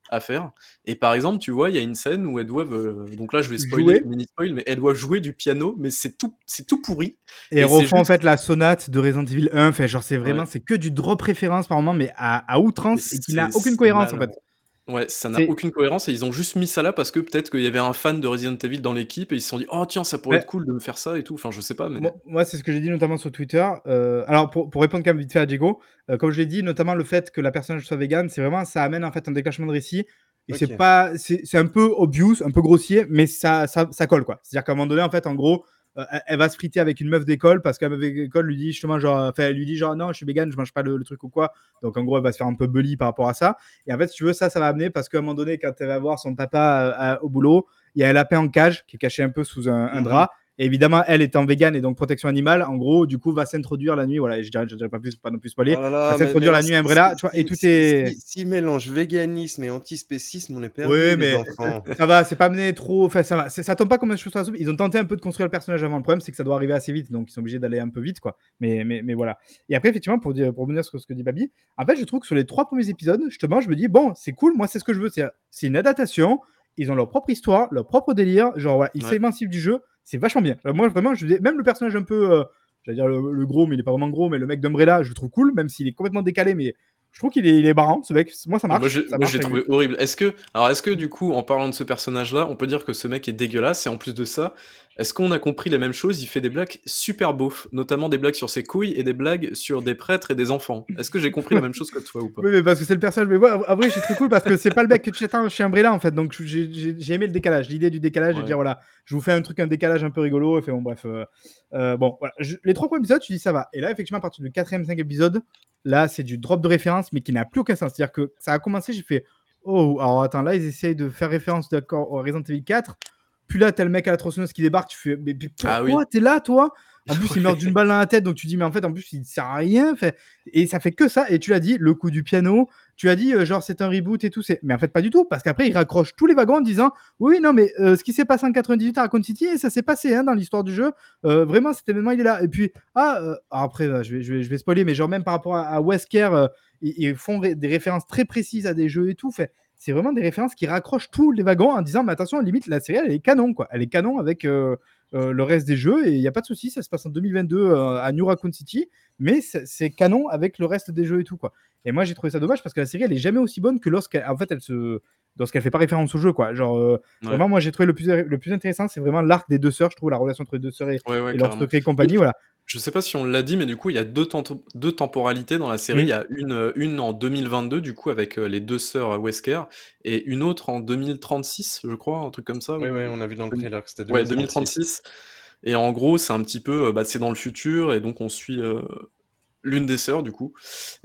à faire. Et par exemple, tu vois, il y a une scène où elles doivent, donc là je vais spoiler, Jouer mini spoil, mais elles doivent jouer du piano, mais c'est tout pourri. et Et c'est refont en juste, fait la sonate de Resident Evil 1. Enfin, genre, c'est vraiment, ouais, c'est que du drop référence par moment, mais à mais outrance et qui n'a aucune c'est cohérence en mal. fait. Ouais, ça n'a C'est, aucune cohérence et ils ont juste mis ça là parce que peut-être qu'il y avait un fan de Resident Evil dans l'équipe et ils se sont dit: «Oh tiens, ça pourrait être ouais, cool de me faire ça et tout». Enfin, je sais pas, mais moi, c'est ce que j'ai dit notamment sur Twitter. Alors, pour répondre quand même vite fait à Diego, comme je l'ai dit, notamment le fait que la personnage soit vegan, c'est vraiment, ça amène en fait un déclenchement de récit. Et c'est OK. pas, c'est un peu obvious, un peu grossier, mais ça colle quoi. C'est-à-dire qu'à un moment donné, en fait, en gros, elle va se friter avec une meuf d'école parce qu'elle meuf d'école lui dit justement genre, enfin, elle lui dit genre non, je suis vegan, je mange pas le truc ou quoi. Donc en gros, elle va se faire un peu bully par rapport à ça. Et en fait, si tu veux, ça va amener parce qu'à un moment donné, quand elle va voir son papa au boulot, il y a un lapin en cage qui est caché un peu sous un Mmh. drap. Et évidemment, elle étant végane et donc protection animale, en gros, du coup, va s'introduire la nuit. Voilà, et je dirais pas plus, pas non plus spoiler. Oh là Va là, mais s'introduire alors la nuit à Umbrella, tu vois, et tout est. si mélange véganisme et antispécisme, on est Oui, perdus, les mais enfants. ça va, c'est pas amené trop. Enfin, ça va. Ça tombe pas comme un cheveu sur la soupe. Ils ont tenté un peu de construire le personnage avant. Le problème, c'est que ça doit arriver assez vite, donc ils sont obligés d'aller un peu vite, quoi. Mais voilà. Et après, effectivement, pour revenir sur ce que dit Babi, en fait, je trouve que sur les 3 premiers épisodes, justement, je me dis, bon, c'est cool, moi, c'est ce que je veux. C'est une adaptation. Ils ont leur propre histoire, leur propre délire. Genre, voilà, ils Ouais. s'émancipent du jeu. C'est vachement bien. Moi, vraiment, même le personnage un peu. J'allais dire le gros, mais il est pas vraiment gros, mais le mec d'Umbrella, je le trouve cool, même s'il est complètement décalé, mais je trouve qu'il est marrant, ce mec. Moi, ça Moi, marche. Ça moi, je marche l'ai avec lui. trouvé horrible. Est-ce que du coup, en parlant de ce personnage-là, on peut dire que ce mec est dégueulasse et en plus de ça, est-ce qu'on a compris les mêmes choses? Il fait des blagues super beaufs, notamment des blagues sur ses couilles et des blagues sur des prêtres et des enfants. Est-ce que j'ai compris la même chose que toi ou pas? Oui, mais parce que c'est le personnage. Mais ouais, en vrai, c'est très cool parce que c'est pas le mec que tu attends chez Umbrella en fait. Donc j'ai aimé le décalage, l'idée du décalage et de Ouais. dire voilà, je vous fais un décalage un peu rigolo. Et fait bon, bref. Bon, voilà. Les 3 premiers épisodes, tu dis ça va. Et là, effectivement, à partir du 4e, 5e épisode, là, c'est du drop de référence, mais qui n'a plus aucun sens. C'est-à-dire que ça a commencé, j'ai fait oh, alors attends, là, ils essayent de faire référence d'accord au Resident Evil 4. Puis là, t'as le mec à la tronçonneuse qui débarque, tu fais mais Ah pourquoi oui. t'es là, toi? En plus, il meurt d'une balle dans la tête, donc tu dis mais en fait, en plus, il sert à rien. Et ça fait que ça. Et tu l'as dit, le coup du piano, tu as dit genre c'est un reboot et tout, mais en fait pas du tout parce qu'après il raccroche tous les wagons en disant oui non mais ce qui s'est passé en 98 à Raccoon City, ça s'est passé dans l'histoire du jeu, vraiment cet événement il est là. Et puis après je vais spoiler, mais genre même par rapport à Wesker, ils font des références très précises à des jeux et tout. C'est vraiment des références qui raccrochent tous les wagons en disant mais attention, limite la série elle est canon quoi, elle est canon avec le reste des jeux et il n'y a pas de souci, ça se passe en 2022 à New Raccoon City, mais c'est canon avec le reste des jeux et tout quoi. Et moi, j'ai trouvé ça dommage parce que la série, elle est jamais aussi bonne que lorsqu'elle fait pas référence au jeu, quoi. Genre, Ouais. vraiment, moi, j'ai trouvé le plus intéressant, c'est vraiment l'arc des 2 sœurs. Je trouve la relation entre les 2 sœurs Ouais, ouais, et leur carrément. secret et Oui, compagnie, voilà. je sais pas si on l'a dit, mais du coup, il y a deux temporalités dans la série. Il y a une en 2022, du coup, avec les deux sœurs Wesker, et une autre en 2036, je crois, un truc comme ça. Oui, Ou... oui, on a vu dans le trailer que c'était Ouais, 2036. 2036. Et en gros, c'est un petit peu, c'est dans le futur, et donc on suit l'une des sœurs, du coup.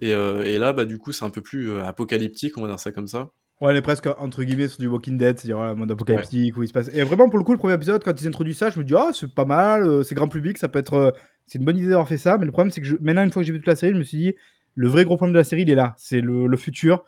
Et là, du coup, c'est un peu plus apocalyptique, on va dire ça comme ça. Ouais, elle est presque entre guillemets sur du Walking Dead, c'est-à-dire un monde Ouais. apocalyptique où il se passe. Et vraiment, pour le coup, le premier épisode, quand ils introduisent ça, je me dis, ah, c'est pas mal, c'est grand public, ça peut être. C'est une bonne idée d'avoir fait ça. Mais le problème, c'est que maintenant, une fois que j'ai vu toute la série, je me suis dit, le vrai gros problème de la série, il est là. C'est le futur.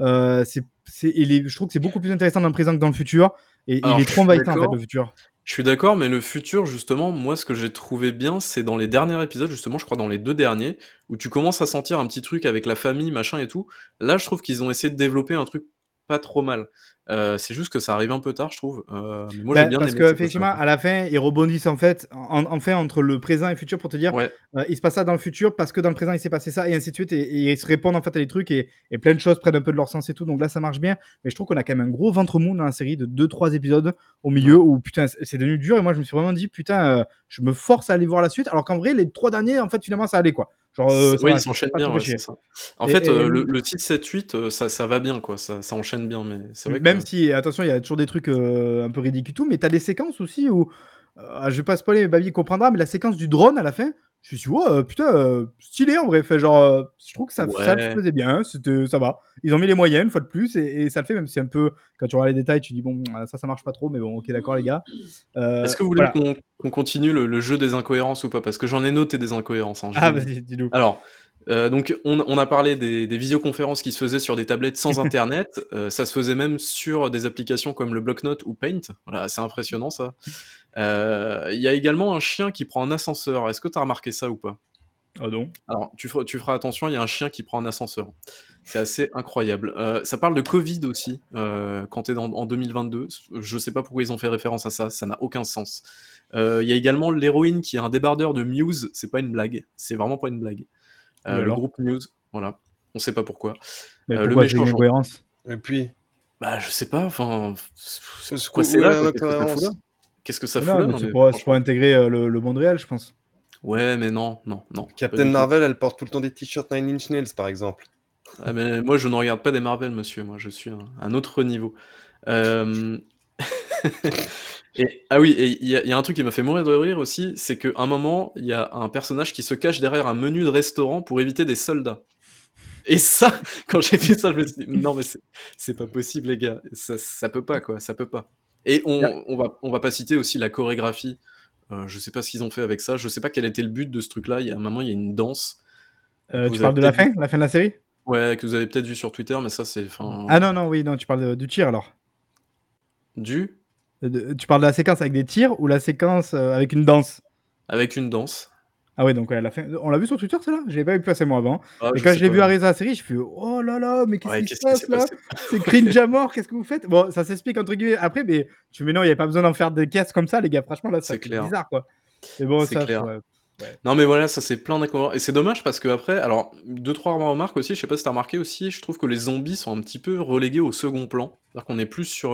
Je trouve que c'est beaucoup plus intéressant dans le présent que dans le futur. Et il Alors, est trop envahissant, en fait, le futur. je suis d'accord, mais le futur, justement, moi, ce que j'ai trouvé bien, c'est dans les derniers épisodes, justement, je crois dans les 2 derniers, où tu commences à sentir un petit truc avec la famille, machin et tout. Là, je trouve qu'ils ont essayé de développer un truc pas trop mal. C'est juste que ça arrive un peu tard, je trouve, mais moi, j'ai bien Parce aimé cet qu'effectivement, aspect-là. à la fin, ils rebondissent en fait, entre le présent et le futur pour te dire, Ouais, il se passe ça dans le futur parce que dans le présent, il s'est passé ça, et ainsi de suite. Et ils se répondent en fait à des trucs et plein de choses prennent un peu de leur sens et tout. Donc là, ça marche bien. Mais je trouve qu'on a quand même un gros ventre mou dans la série de 2-3 épisodes au milieu ouais. où putain, c'est devenu dur. Et moi, je me suis vraiment dit, putain, je me force à aller voir la suite. Alors qu'en vrai, les 3 derniers, en fait, finalement, ça allait quoi. Genre, ça Oui, ils va, c'est s'enchaînent pas trop bien, fait ouais, c'est chier. ça. En fait, Et le titre 7-8, ça va bien, quoi, ça enchaîne bien, mais c'est vrai même que si, attention, il y a toujours des trucs un peu ridicules, tout, mais tu as des séquences aussi où, je vais pas spoiler, mais Babi comprendra, mais la séquence du drone à la fin, je me suis dit, ouais, putain, stylé en vrai. Fait, genre, je trouve que ça le ouais. faisait bien, ça va. Ils ont mis les moyens, une fois de plus, et ça le fait, même si un peu, quand tu regardes les détails, tu dis, bon, ça marche pas trop, mais bon, ok, d'accord, les gars. Est-ce que vous voulez Voilà. qu'on continue le jeu des incohérences ou pas? Parce que j'en ai noté des incohérences, hein, je Ah, vous le dis. vas-y, dis-nous. Alors, donc on a parlé des visioconférences qui se faisaient sur des tablettes sans internet, ça se faisait même sur des applications comme le bloc-notes ou Paint. Voilà, c'est impressionnant ça. Il y a également un chien qui prend un ascenseur. Est-ce que tu as remarqué ça ou pas? Ah non? Alors, tu feras attention, il y a un chien qui prend un ascenseur. C'est assez incroyable. Ça parle de Covid aussi, quand tu es en 2022. Je sais pas pourquoi ils ont fait référence à ça, ça n'a aucun sens. Il y a également l'héroïne qui est un débardeur de Muse, c'est pas une blague, c'est vraiment pas une blague. Et Le alors? groupe Muse, voilà, on sait pas pourquoi. Mais Le pourquoi c'est méchant une gentil, incohérence? Et puis, bah, je sais pas, enfin, pourquoi c'est où est là, la quoi? Qu'est-ce que ça fout là? incohérence? Qu'est-ce que ça Mais fout non, là? mais Non mais c'est pour franchement. intégrer le monde réel, je pense. Ouais, mais non, non, non, pas Captain du tout. Marvel, elle porte tout le temps des t-shirts Nine Inch Nails, par exemple. Ah mais moi je ne regarde pas des Marvel, monsieur, moi je suis un autre niveau. Hem et ah oui, et il y a un truc qui m'a fait mourir de rire aussi, c'est qu'à un moment, il y a un personnage qui se cache derrière un menu de restaurant pour éviter des soldats. Et ça, quand j'ai vu ça, je me suis dit: «Non mais c'est pas possible les gars, ça peut pas quoi, ça peut pas». Et Y a on va pas citer aussi la chorégraphie, je sais pas ce qu'ils ont fait avec ça, je sais pas quel était le but de ce truc-là. Il y a un moment, il y a une danse que tu vous avez parles de peut-être vu, la fin de la série? ouais, que vous avez peut-être vu sur Twitter, mais ça c'est Ah enfin, non, non, oui, non, tu parles du tir alors? du Tu parles de la séquence avec des tirs ou la séquence, avec une danse? avec une danse. Ah ouais, donc ouais, la fin on l'a vu sur Twitter celle-là? Je l'avais pas vu passer moi avant Ah, et je quand je sais l'ai pas. vu arriver à la série, je fais: «Oh là là, mais qu'est-ce Ouais, qui se qu'est-ce qui s'est passe là? passé? C'est cringe à mort, qu'est-ce que vous faites?» Bon, ça s'explique entre guillemets après, mais je fais: «Mais non, il y a pas besoin d'en faire des caisses comme ça les gars, franchement là, ça C'est fait clair, bizarre quoi». Mais bon c'est ça, clair. ouais, ouais. Non, mais voilà, ça c'est plein d'inconvénients et c'est dommage parce qu'après alors 2-3 remarques aussi, je sais pas si tu as remarqué aussi, je trouve que les zombies sont un petit peu relégués au second plan. C'est-à-dire qu'on est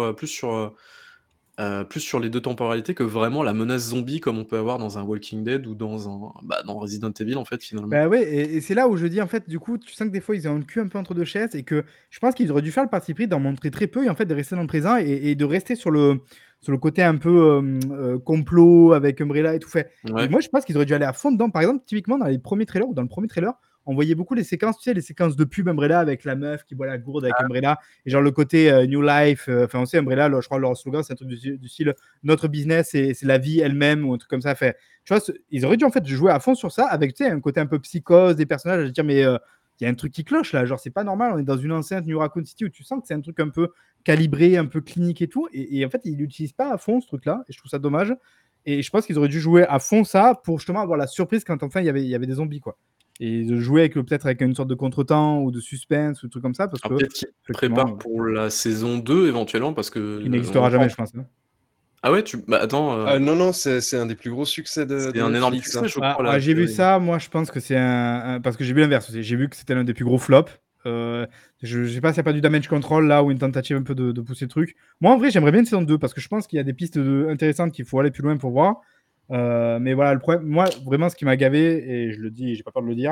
plus sur les 2 temporalités que vraiment la menace zombie comme on peut avoir dans un Walking Dead ou dans Resident Evil en fait, finalement. Bah, ouais et c'est là où je dis, en fait, du coup, tu sens que des fois, ils ont le cul un peu entre 2 chaises et que je pense qu'ils auraient dû faire le parti pris d'en montrer très peu et en fait, de rester dans le présent et de rester sur le côté un peu, complot avec Umbrella et tout fait et Ouais, moi, je pense qu'ils auraient dû aller à fond dedans. Par exemple, typiquement, dans les premiers trailers ou dans le premier trailer, on voyait beaucoup les séquences, tu sais, les séquences de pub Umbrella avec la meuf qui boit la gourde avec Umbrella et genre le côté, New Life, enfin, on sait Umbrella, je crois leur slogan, c'est un truc du style: «Notre business, c'est la vie elle-même» ou un truc comme ça. Fait tu vois, ils auraient dû en fait jouer à fond sur ça avec tu sais, un côté un peu psychose des personnages, à dire mais il y a un truc qui cloche là, genre c'est pas normal, on est dans une enceinte New Raccoon City où tu sens que c'est un truc un peu calibré, un peu clinique et tout, et en fait ils l'utilisent pas à fond ce truc là, et je trouve ça dommage. Et je pense qu'ils auraient dû jouer à fond ça pour justement avoir la surprise quand enfin il y avait des zombies quoi. Et de jouer avec peut-être avec une sorte de contretemps ou de suspense ou des trucs comme ça parce alors que peut-être qu'ils effectivement préparent pour la saison 2 éventuellement parce que, qui on n'existera entend jamais je pense, hein. ah ouais, bah attends, Non, non, c'est un des plus gros succès c'est de un énorme Netflix, succès hein. je crois Ah, la j'ai vu série. ça, moi je pense que c'est parce que j'ai vu l'inverse aussi. J'ai vu que c'était l'un des plus gros flops. Je sais pas s'il y a pas du damage control là ou une tentative un peu de pousser le truc. Moi en vrai, j'aimerais bien une saison 2 parce que je pense qu'il y a des pistes intéressantes qu'il faut aller plus loin pour voir. Mais voilà, le problème, moi vraiment ce qui m'a gavé, et je le dis, j'ai pas peur de le dire,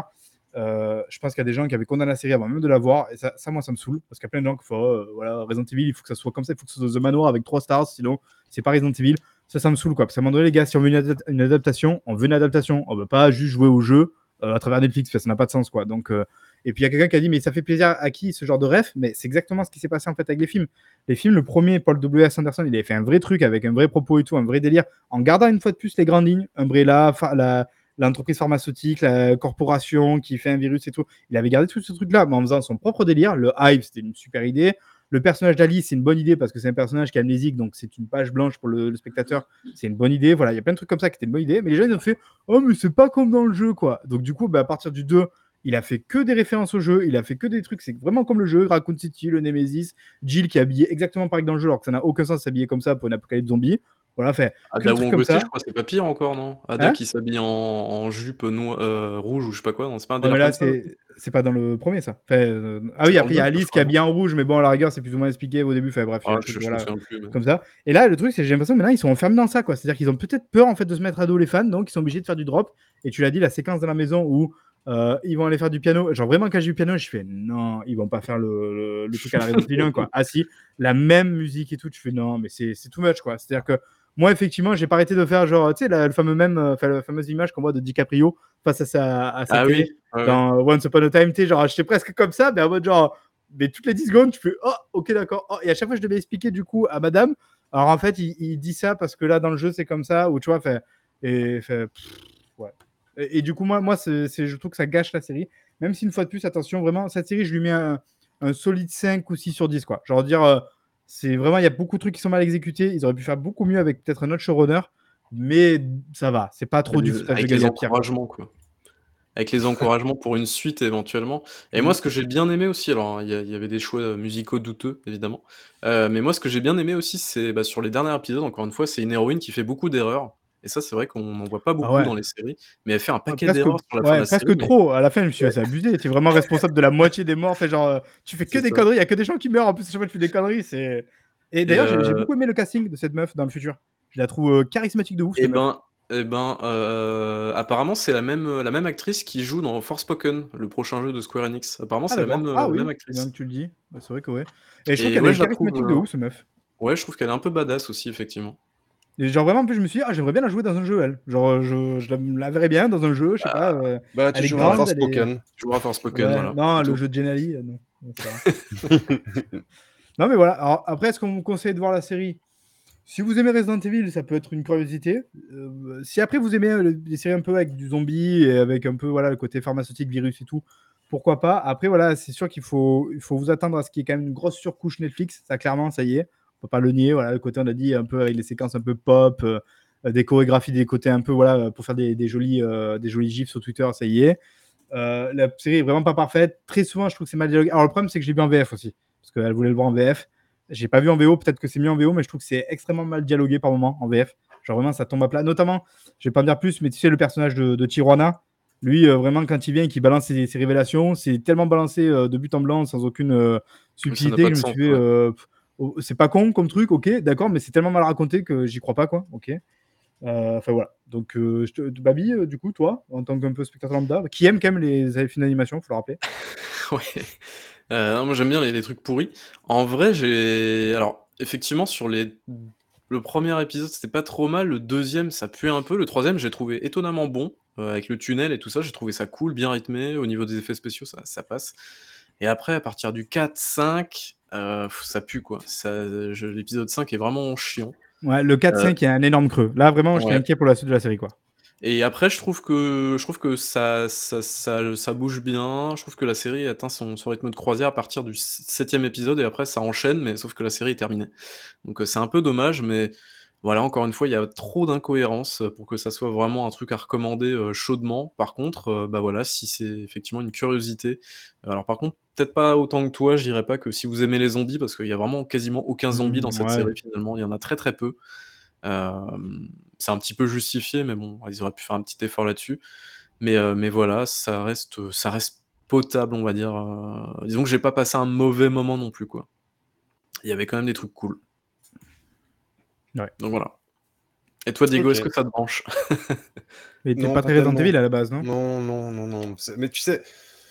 je pense qu'il y a des gens qui avaient condamné la série avant même de la voir, et ça moi ça me saoule parce qu'il y a plein de gens qui font voilà, Resident Evil, il faut que ça soit comme ça, il faut que ce soit The Manoir avec 3 stars, sinon c'est pas Resident Evil. Ça me saoule quoi. Parce qu'à un moment donné, les gars, si on veut une adaptation, on veut une adaptation. On veut pas juste jouer au jeu à travers Netflix, ça n'a pas de sens quoi. Donc, et puis il y a quelqu'un qui a dit, mais ça fait plaisir à qui ce genre de ref? Mais c'est exactement ce qui s'est passé en fait avec les films. Les films, le premier, Paul W.S. Anderson, il avait fait un vrai truc avec un vrai propos et tout, un vrai délire, en gardant une fois de plus les grandes lignes. Umbrella, l'entreprise pharmaceutique, la corporation qui fait un virus et tout. Il avait gardé tout ce truc-là, mais en faisant son propre délire. Le hype, c'était une super idée. Le personnage d'Alice, c'est une bonne idée parce que c'est un personnage qui est amnésique, donc c'est une page blanche pour le spectateur. C'est une bonne idée. Voilà, il y a plein de trucs comme ça qui étaient une bonne idée. Mais les gens, ils ont fait oh, mais c'est pas comme dans le jeu, quoi. Donc, du coup, à partir du 2, il a fait que des références au jeu. Il a fait que des trucs. C'est vraiment comme le jeu. Raccoon City, le Nemesis, Jill qui est habillé exactement pareil que dans le jeu, alors que ça n'a aucun sens de s'habiller comme ça pour une apocalypse zombie. Voilà, fait que des Ada trucs Wong comme aussi, ça. je crois, c'est pas pire encore, non? Ada Hein? qui s'habille en jupe rouge ou je sais pas quoi, non, c'est pas un Ouais, mais délire là, comme ça aussi? c'est pas dans le premier, ça. Enfin, ah C'est oui, dans le après, il y 2 a ça, je Alice qui crois, est non? habillée en rouge, mais bon, à la rigueur, c'est plus ou moins expliqué au début. Enfin, bref, il y a Ah, un truc, je me voilà, souviens plus, mais comme ça. Et là, le truc, c'est que j'ai l'impression que maintenant, ils sont enfermés dans ça, quoi. C'est-à-dire qu'ils ont peut-être peur, en fait, de se mettre à dos les fans, donc ils sont obligés de faire du drop. Et tu l'as dit, la séquence dans la maison où ils vont aller faire du piano. Genre, vraiment, quand j'ai eu piano, je fais non, ils vont pas faire le truc à la Resident Evil 1, quoi. Ah si, la même musique et tout, tu fais non, mais c'est too much, quoi. C'est-à-dire que moi, effectivement, j'ai pas arrêté de faire, genre, tu sais, le fameux même, la fameuse image qu'on voit de DiCaprio face à sa Ah oui, télé ouais, ouais. dans Once Upon a Time, tu sais, genre, j'étais presque comme ça, mais en mode genre, mais toutes les 10 secondes, tu fais, oh, ok, d'accord. Oh, et à chaque fois, je devais expliquer du coup à madame. Alors en fait, il dit ça parce que là, dans le jeu, c'est comme ça, ou tu vois, fait, ouais. Et du coup, moi je trouve que ça gâche la série. Même si une fois de plus, attention, vraiment, cette série, je lui mets un solide 5 ou 6 sur 10, quoi. Genre dire, c'est vraiment, il y a beaucoup de trucs qui sont mal exécutés. Ils auraient pu faire beaucoup mieux avec peut-être un autre showrunner, mais ça va. C'est pas trop du foutage de Avec les gueule, il y a pire, quoi. encouragements, quoi. avec les encouragements pour une suite éventuellement. Et moi, ce que j'ai bien aimé aussi, alors il y avait des choix musicaux douteux, évidemment. Mais moi, ce que j'ai bien aimé aussi, c'est sur les derniers épisodes, encore une fois, c'est une héroïne qui fait beaucoup d'erreurs. Et ça, c'est vrai qu'on n'en voit pas Ah beaucoup ouais. dans les séries. Mais elle fait un Ouais, paquet presque, d'erreurs sur la fin de la série. Mais trop. À la fin, je me suis dit, c'est abusé. Tu es vraiment responsable de la moitié des morts. Fait genre, tu fais que c'est des ça. conneries. Il y a que des gens qui meurent. En plus, à chaque fois, tu fais des conneries. Et Et, d'ailleurs, j'ai beaucoup aimé le casting de cette meuf dans le futur. Je la trouve charismatique de ouf, cette meuf. Apparemment, c'est la même actrice qui joue dans Forspoken, le prochain jeu de Square Enix. Apparemment, Ah, c'est la d'accord. même, Ah la oui, même bien actrice. que tu le dis. Bah, c'est vrai que ouais. Et je trouve Et qu'elle ouais, est je la trouve, charismatique de ouf, cette meuf. ouais, je trouve qu'elle est un peu badass aussi, effectivement. Et genre, vraiment, en plus, je me suis dit, ah, j'aimerais bien la jouer dans un jeu, elle. Genre, je la verrais bien dans un jeu, je sais pas. Bah, tu Elle est joueras à grande, elle est. Forspoken. Tu joueras à Forspoken, Ouais, voilà. non, c'est le tout. jeu de Gennady, non. Non, c'est pas grave. Non, mais voilà. Alors, après, est-ce qu'on vous conseille de voir la série? Si vous aimez Resident Evil, ça peut être une curiosité. Si après vous aimez les séries un peu avec du zombie et avec un peu voilà, le côté pharmaceutique, virus et tout, pourquoi pas. Après, voilà, c'est sûr qu'il faut vous attendre à ce qu'il y ait quand même une grosse surcouche Netflix. Ça, clairement, ça y est. On peut pas le nier. Voilà, le côté, on a dit, un peu avec les séquences un peu pop, des chorégraphies, des côtés un peu, voilà, pour faire des jolis gifs sur Twitter, ça y est. La série est vraiment pas parfaite. Très souvent, je trouve que c'est mal dialogué. Alors, le problème, c'est que je l'ai vu en VF aussi. Parce qu'elle voulait le voir en VF. J'ai pas vu en VO, peut-être que c'est mieux en VO, mais je trouve que c'est extrêmement mal dialogué par moment en VF. Genre vraiment, ça tombe à plat. Notamment, je vais pas en dire plus, mais tu sais, le personnage de Tijuana, lui, vraiment, quand il vient et qu'il balance ses révélations, c'est tellement balancé de but en blanc, sans aucune Mais ça n'a subtilité, pas que de je me sens. suis fait. C'est pas con comme truc, ok, d'accord, mais c'est tellement mal raconté que j'y crois pas, quoi, ok. Enfin voilà. Donc, Babi, du coup, toi, en tant qu'un peu spectateur lambda, qui aime quand même les films d'animation, faut le rappeler. Ouais. Non, moi j'aime bien les trucs pourris. En vrai, alors effectivement le premier épisode c'était pas trop mal, le deuxième ça puait un peu, le troisième j'ai trouvé étonnamment bon, avec le tunnel et tout ça, j'ai trouvé ça cool, bien rythmé, au niveau des effets spéciaux ça passe. Et après à partir du 4-5, ça pue quoi. L'épisode 5 est vraiment chiant. Ouais, le 4-5, il y a un énorme creux. Là, vraiment, je suis Ouais. inquiet pour la suite de la série, quoi. Et après, je trouve que ça bouge bien. Je trouve que la série atteint son rythme de croisière à partir du 7e épisode et après ça enchaîne, mais sauf que la série est terminée. Donc c'est un peu dommage, mais voilà, encore une fois, il y a trop d'incohérences pour que ça soit vraiment un truc à recommander chaudement. Par contre, bah voilà, si c'est effectivement une curiosité. Alors par contre, peut-être pas autant que toi, je dirais pas que si vous aimez les zombies, parce qu'il y a vraiment quasiment aucun zombie dans cette Ouais. série finalement, il y en a très très peu. C'est un petit peu justifié, mais bon, ils auraient pu faire un petit effort là-dessus. Mais voilà, ça reste potable, on va dire. Disons que j'ai pas passé un mauvais moment non plus, quoi. Il y avait quand même des trucs cool. Ouais. Donc voilà. Et toi, Diego, Ok. est-ce que ça te branche? Mais t'es Non, pas pas très Resident tellement. Evil à la base, non? Non. Mais tu sais,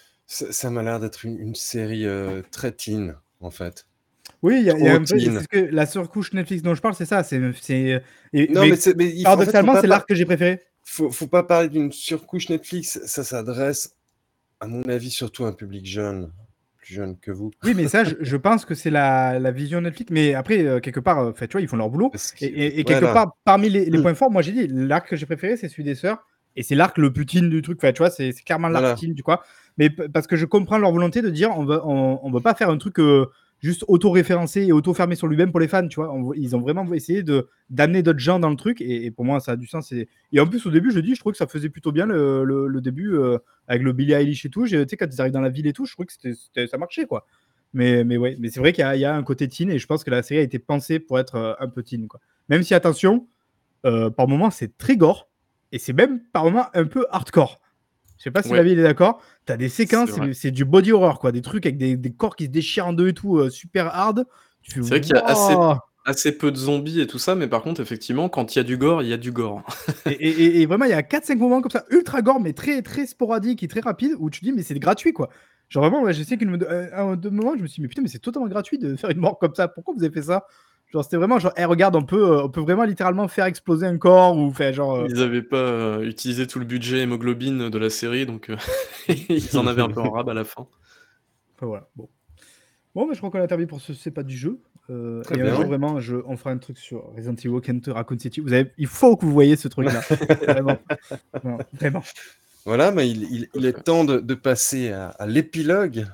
ça m'a l'air d'être une série très teen, en fait. Oui, il y a Trop un peu. teen. C'est ce que la surcouche Netflix dont je parle, c'est ça. Non, Mais mais en fait, paradoxalement, faut c'est pas l'arc que j'ai préféré. faut pas parler d'une surcouche Netflix. Ça s'adresse, à mon avis, surtout à un public jeune, plus jeune que vous. Oui, mais ça, je pense que c'est la vision Netflix. Mais après, quelque part, tu vois, ils font leur boulot. Parce que- Et quelque voilà. part, parmi les points forts, moi j'ai dit, l'arc que j'ai préféré, c'est celui des sœurs. Et c'est l'arc le plus teen du truc. Enfin, tu vois, c'est clairement l'arc Voilà. teen, tu vois. Mais parce que je comprends leur volonté de dire, on veut pas faire un truc juste auto-référencé et auto-fermé sur lui-même pour les fans, tu vois. Ils ont vraiment essayé d'amener d'autres gens dans le truc. Et pour moi, ça a du sens. Et en plus, au début, je dis, je trouvais que ça faisait plutôt bien le début avec le Billie Eilish et tout. Tu sais, quand ils arrivent dans la ville et tout, je trouvais que ça marchait, quoi. Mais ouais, mais c'est vrai qu'il y a un côté teen et je pense que la série a été pensée pour être un peu teen, quoi. Même si, attention, par moments, c'est très gore et c'est même par moments un peu hardcore. Je sais pas si Ouais. la vie est d'accord. T'as des séquences, C'est vrai. c'est du body horror, quoi. Des trucs avec des corps qui se déchirent en deux et tout, super hard. C'est vrai qu'il y a Wouah. assez peu de zombies et tout ça, mais par contre, effectivement, quand il y a du gore, il y a du gore. Et vraiment, il y a 4-5 moments comme ça, ultra gore, mais très, très sporadiques et très rapides, où tu dis, mais c'est gratuit, quoi. Genre vraiment, ouais, je sais qu'un de moments, je me suis dit, mais putain, mais c'est totalement gratuit de faire une mort comme ça. Pourquoi vous avez fait ça? Genre, c'était vraiment genre, regarde, on peut vraiment littéralement faire exploser un corps ou faire genre. Ils avaient pas utilisé tout le budget hémoglobine de la série, donc ils en avaient un peu en rab à la fin. Enfin, voilà. Bon, mais je crois qu'on a terminé pour ce C'est pas du jeu. Très et bien. un jour, vraiment, on fera un truc sur Resident Evil Kent Raccoon City. Il faut que vous voyez ce truc-là. Vraiment. Non, vraiment. Voilà, mais il est temps de passer à l'épilogue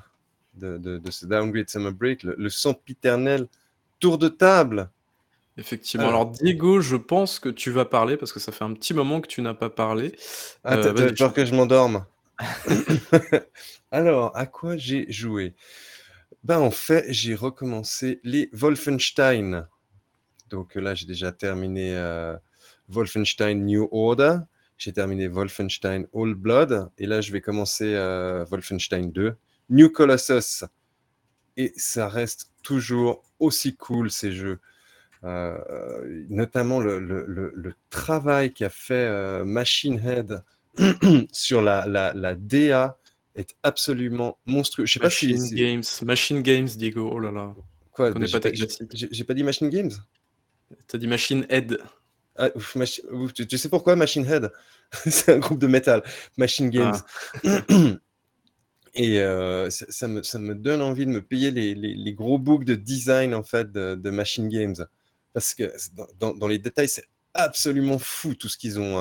de ce Downgrade Summer Break, le sempiternel tour de table. Effectivement. Alors, Diego, je pense que tu vas parler parce que ça fait un petit moment que tu n'as pas parlé. Ah, t'as Vas-y, peur que je m'endorme? Alors, à quoi j'ai joué? Ben, en fait, j'ai recommencé les Wolfenstein. Donc là, j'ai déjà terminé Wolfenstein New Order. J'ai terminé Wolfenstein Old Blood. Et là, je vais commencer Wolfenstein 2, New Colossus. Et ça reste toujours aussi cool, ces jeux. Notamment le travail qu'a fait Machine Head sur la DA est absolument monstrueux. Je sais pas si... Machine Games, Diego, oh là là. Quoi, Je connais pas tes classiques. j'ai pas dit Machine Games? T'as dit Machine Head. Ah, tu sais pourquoi Machine Head? C'est un groupe de métal. Machine Games. Et ça me donne envie de me payer les gros books de design en fait de Machine Games. Parce que dans les détails, c'est absolument fou tout ce qu'ils ont...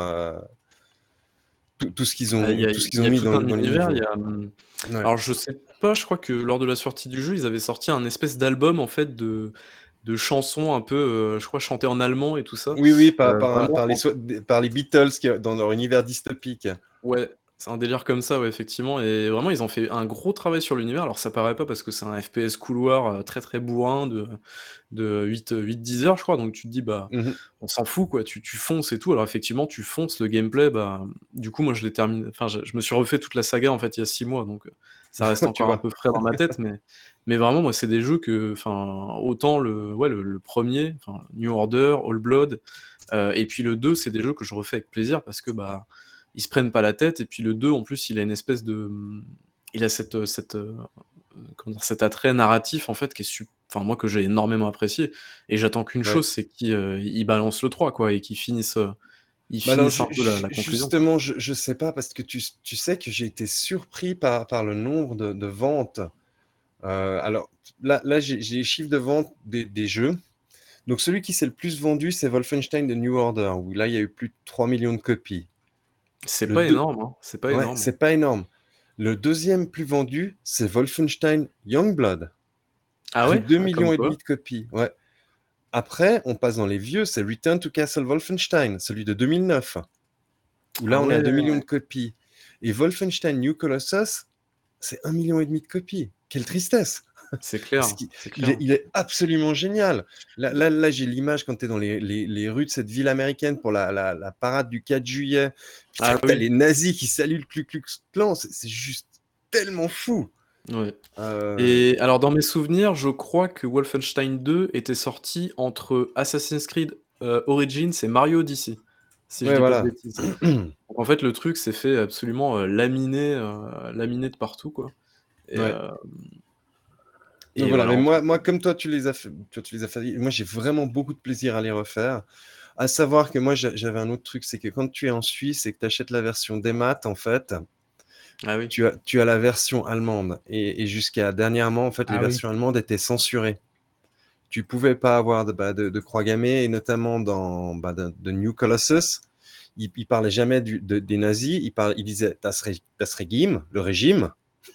tout ce qu'ils ont, Il tout ce qu'ils y ont a mis tout dans un les univers. niveaux. Ouais. Alors je sais pas, je crois que lors de la sortie du jeu, ils avaient sorti un espèce d'album en fait de chansons un peu, je crois chantées en allemand et tout ça. Oui, Vraiment, par les Beatles dans leur univers dystopique. ouais, c'est un délire comme ça, ouais, effectivement. Et vraiment, ils ont fait un gros travail sur l'univers. Alors ça paraît pas parce que c'est un FPS couloir très très bourrin de 8-10 heures, je crois. Donc tu te dis, bah, Mhm. on s'en fout, quoi. Tu fonces et tout. Alors effectivement, tu fonces le gameplay. Bah, du coup, moi, je l'ai terminé. Enfin, je me suis refait toute la saga en fait il y a 6 mois, donc ça reste Tu encore un vois. peu frais dans ma tête, mais vraiment, moi, c'est des jeux que, enfin, autant le premier, enfin, New Order, All Blood, et puis le 2, c'est des jeux que je refais avec plaisir parce que bah, ils se prennent pas la tête. Et puis le 2, en plus, il a une espèce de, il a comment dire, cet attrait narratif en fait qui est enfin moi que j'ai énormément apprécié, et j'attends qu'une Ouais. chose, c'est qu'ils balancent le 3 quoi, et qu'ils finissent un peu la conclusion. Justement, je sais pas, parce que tu sais que j'ai été surpris par le nombre de ventes. Alors là j'ai les chiffres de vente des jeux. Donc celui qui s'est le plus vendu, c'est Wolfenstein The New Order, où là il y a eu plus de 3 millions de copies. C'est Le pas deux- énorme, hein, c'est pas Ouais, énorme. c'est pas énorme. Le deuxième plus vendu, c'est Wolfenstein Youngblood. Ah ouais? 2 Ah, millions comme et quoi. demi de copies. Ouais. Après, on passe dans les vieux, c'est Return to Castle Wolfenstein, celui de 2009, où là Ah on est à ouais, 2 millions de copies. Et Wolfenstein New Colossus, c'est 1,5 million de copies. Quelle tristesse! c'est Parce clair, qu'il c'est il est, clair. il est absolument génial. Là j'ai l'image quand tu es dans les rues de cette ville américaine pour la parade du 4 juillet. Puis Ah t'as oui, les nazis qui saluent le Ku Klux Klan. C'est juste tellement fou. ouais. Euh, Et alors dans mes souvenirs, je crois que Wolfenstein 2 était sorti entre Assassin's Creed Origins et Mario Odyssey, si je ouais, dis pas de voilà. bêtises. Donc en fait, le truc s'est fait absolument laminer de partout, quoi. Et, Ouais. Donc et voilà, voilà, mais entre... moi comme toi, tu les as fait, moi j'ai vraiment beaucoup de plaisir à les refaire. À savoir que moi j'avais un autre truc, c'est que quand tu es en Suisse et que tu achètes la version démat, en fait, Ah oui. tu as la version allemande. Et jusqu'à dernièrement, en fait, les Ah oui. versions allemandes étaient censurées. Tu pouvais pas avoir de croix gammée, et notamment de New Colossus, il parlait jamais des nazis, il disait das Regime, le régime,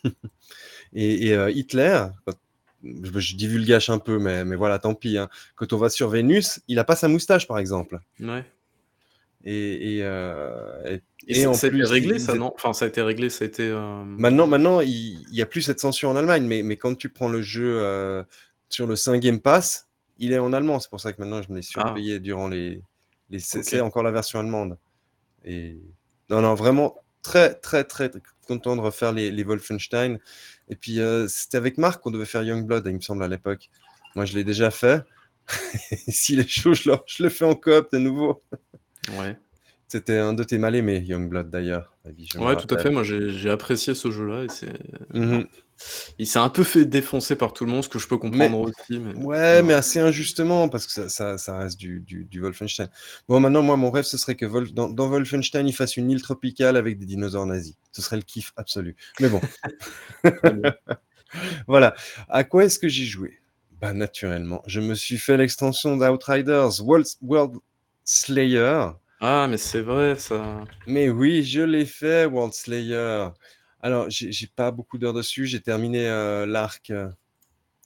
et Hitler, je divulgage un peu, mais voilà, tant pis, hein. Quand on va sur Vénus, il a pas sa moustache, par exemple. Ouais. Et Et en ça a été plus, réglé, ça, non? Enfin, ça a été réglé, ça a été... maintenant, il y a plus cette censure en Allemagne, mais quand tu prends le jeu sur le 5 Game Pass, il est en allemand. C'est pour ça que maintenant, je me l'ai Ah, surpayé durant c'est ok. encore la version allemande. Et non, vraiment très, très, très content de refaire les Wolfenstein. Et puis, c'était avec Marc qu'on devait faire Youngblood, il me semble, à l'époque. Moi, je l'ai déjà fait. Et s'il est chaud, je le fais en coop de nouveau. Ouais. C'était un de tes mal aimés, Youngblood, d'ailleurs. Je me Ouais, tout à fait. rappelle. Moi, j'ai apprécié ce jeu-là, et c'est... Mhm. Il s'est un peu fait défoncer par tout le monde, ce que je peux Mais comprendre aussi, mais ouais, mais voilà. assez injustement, parce que ça reste du Wolfenstein. Bon, maintenant, moi, mon rêve, ce serait que dans Wolfenstein, il fasse une île tropicale avec des dinosaures nazis. Ce serait le kiff absolu. Mais bon, Très bien. voilà. À quoi est-ce que j'ai joué? Bah, naturellement, je me suis fait l'extension d'Outriders World Slayer. Ah, mais c'est vrai, ça. Mais oui, je l'ai fait, World Slayer. Alors, j'ai pas beaucoup d'heures dessus. J'ai terminé l'arc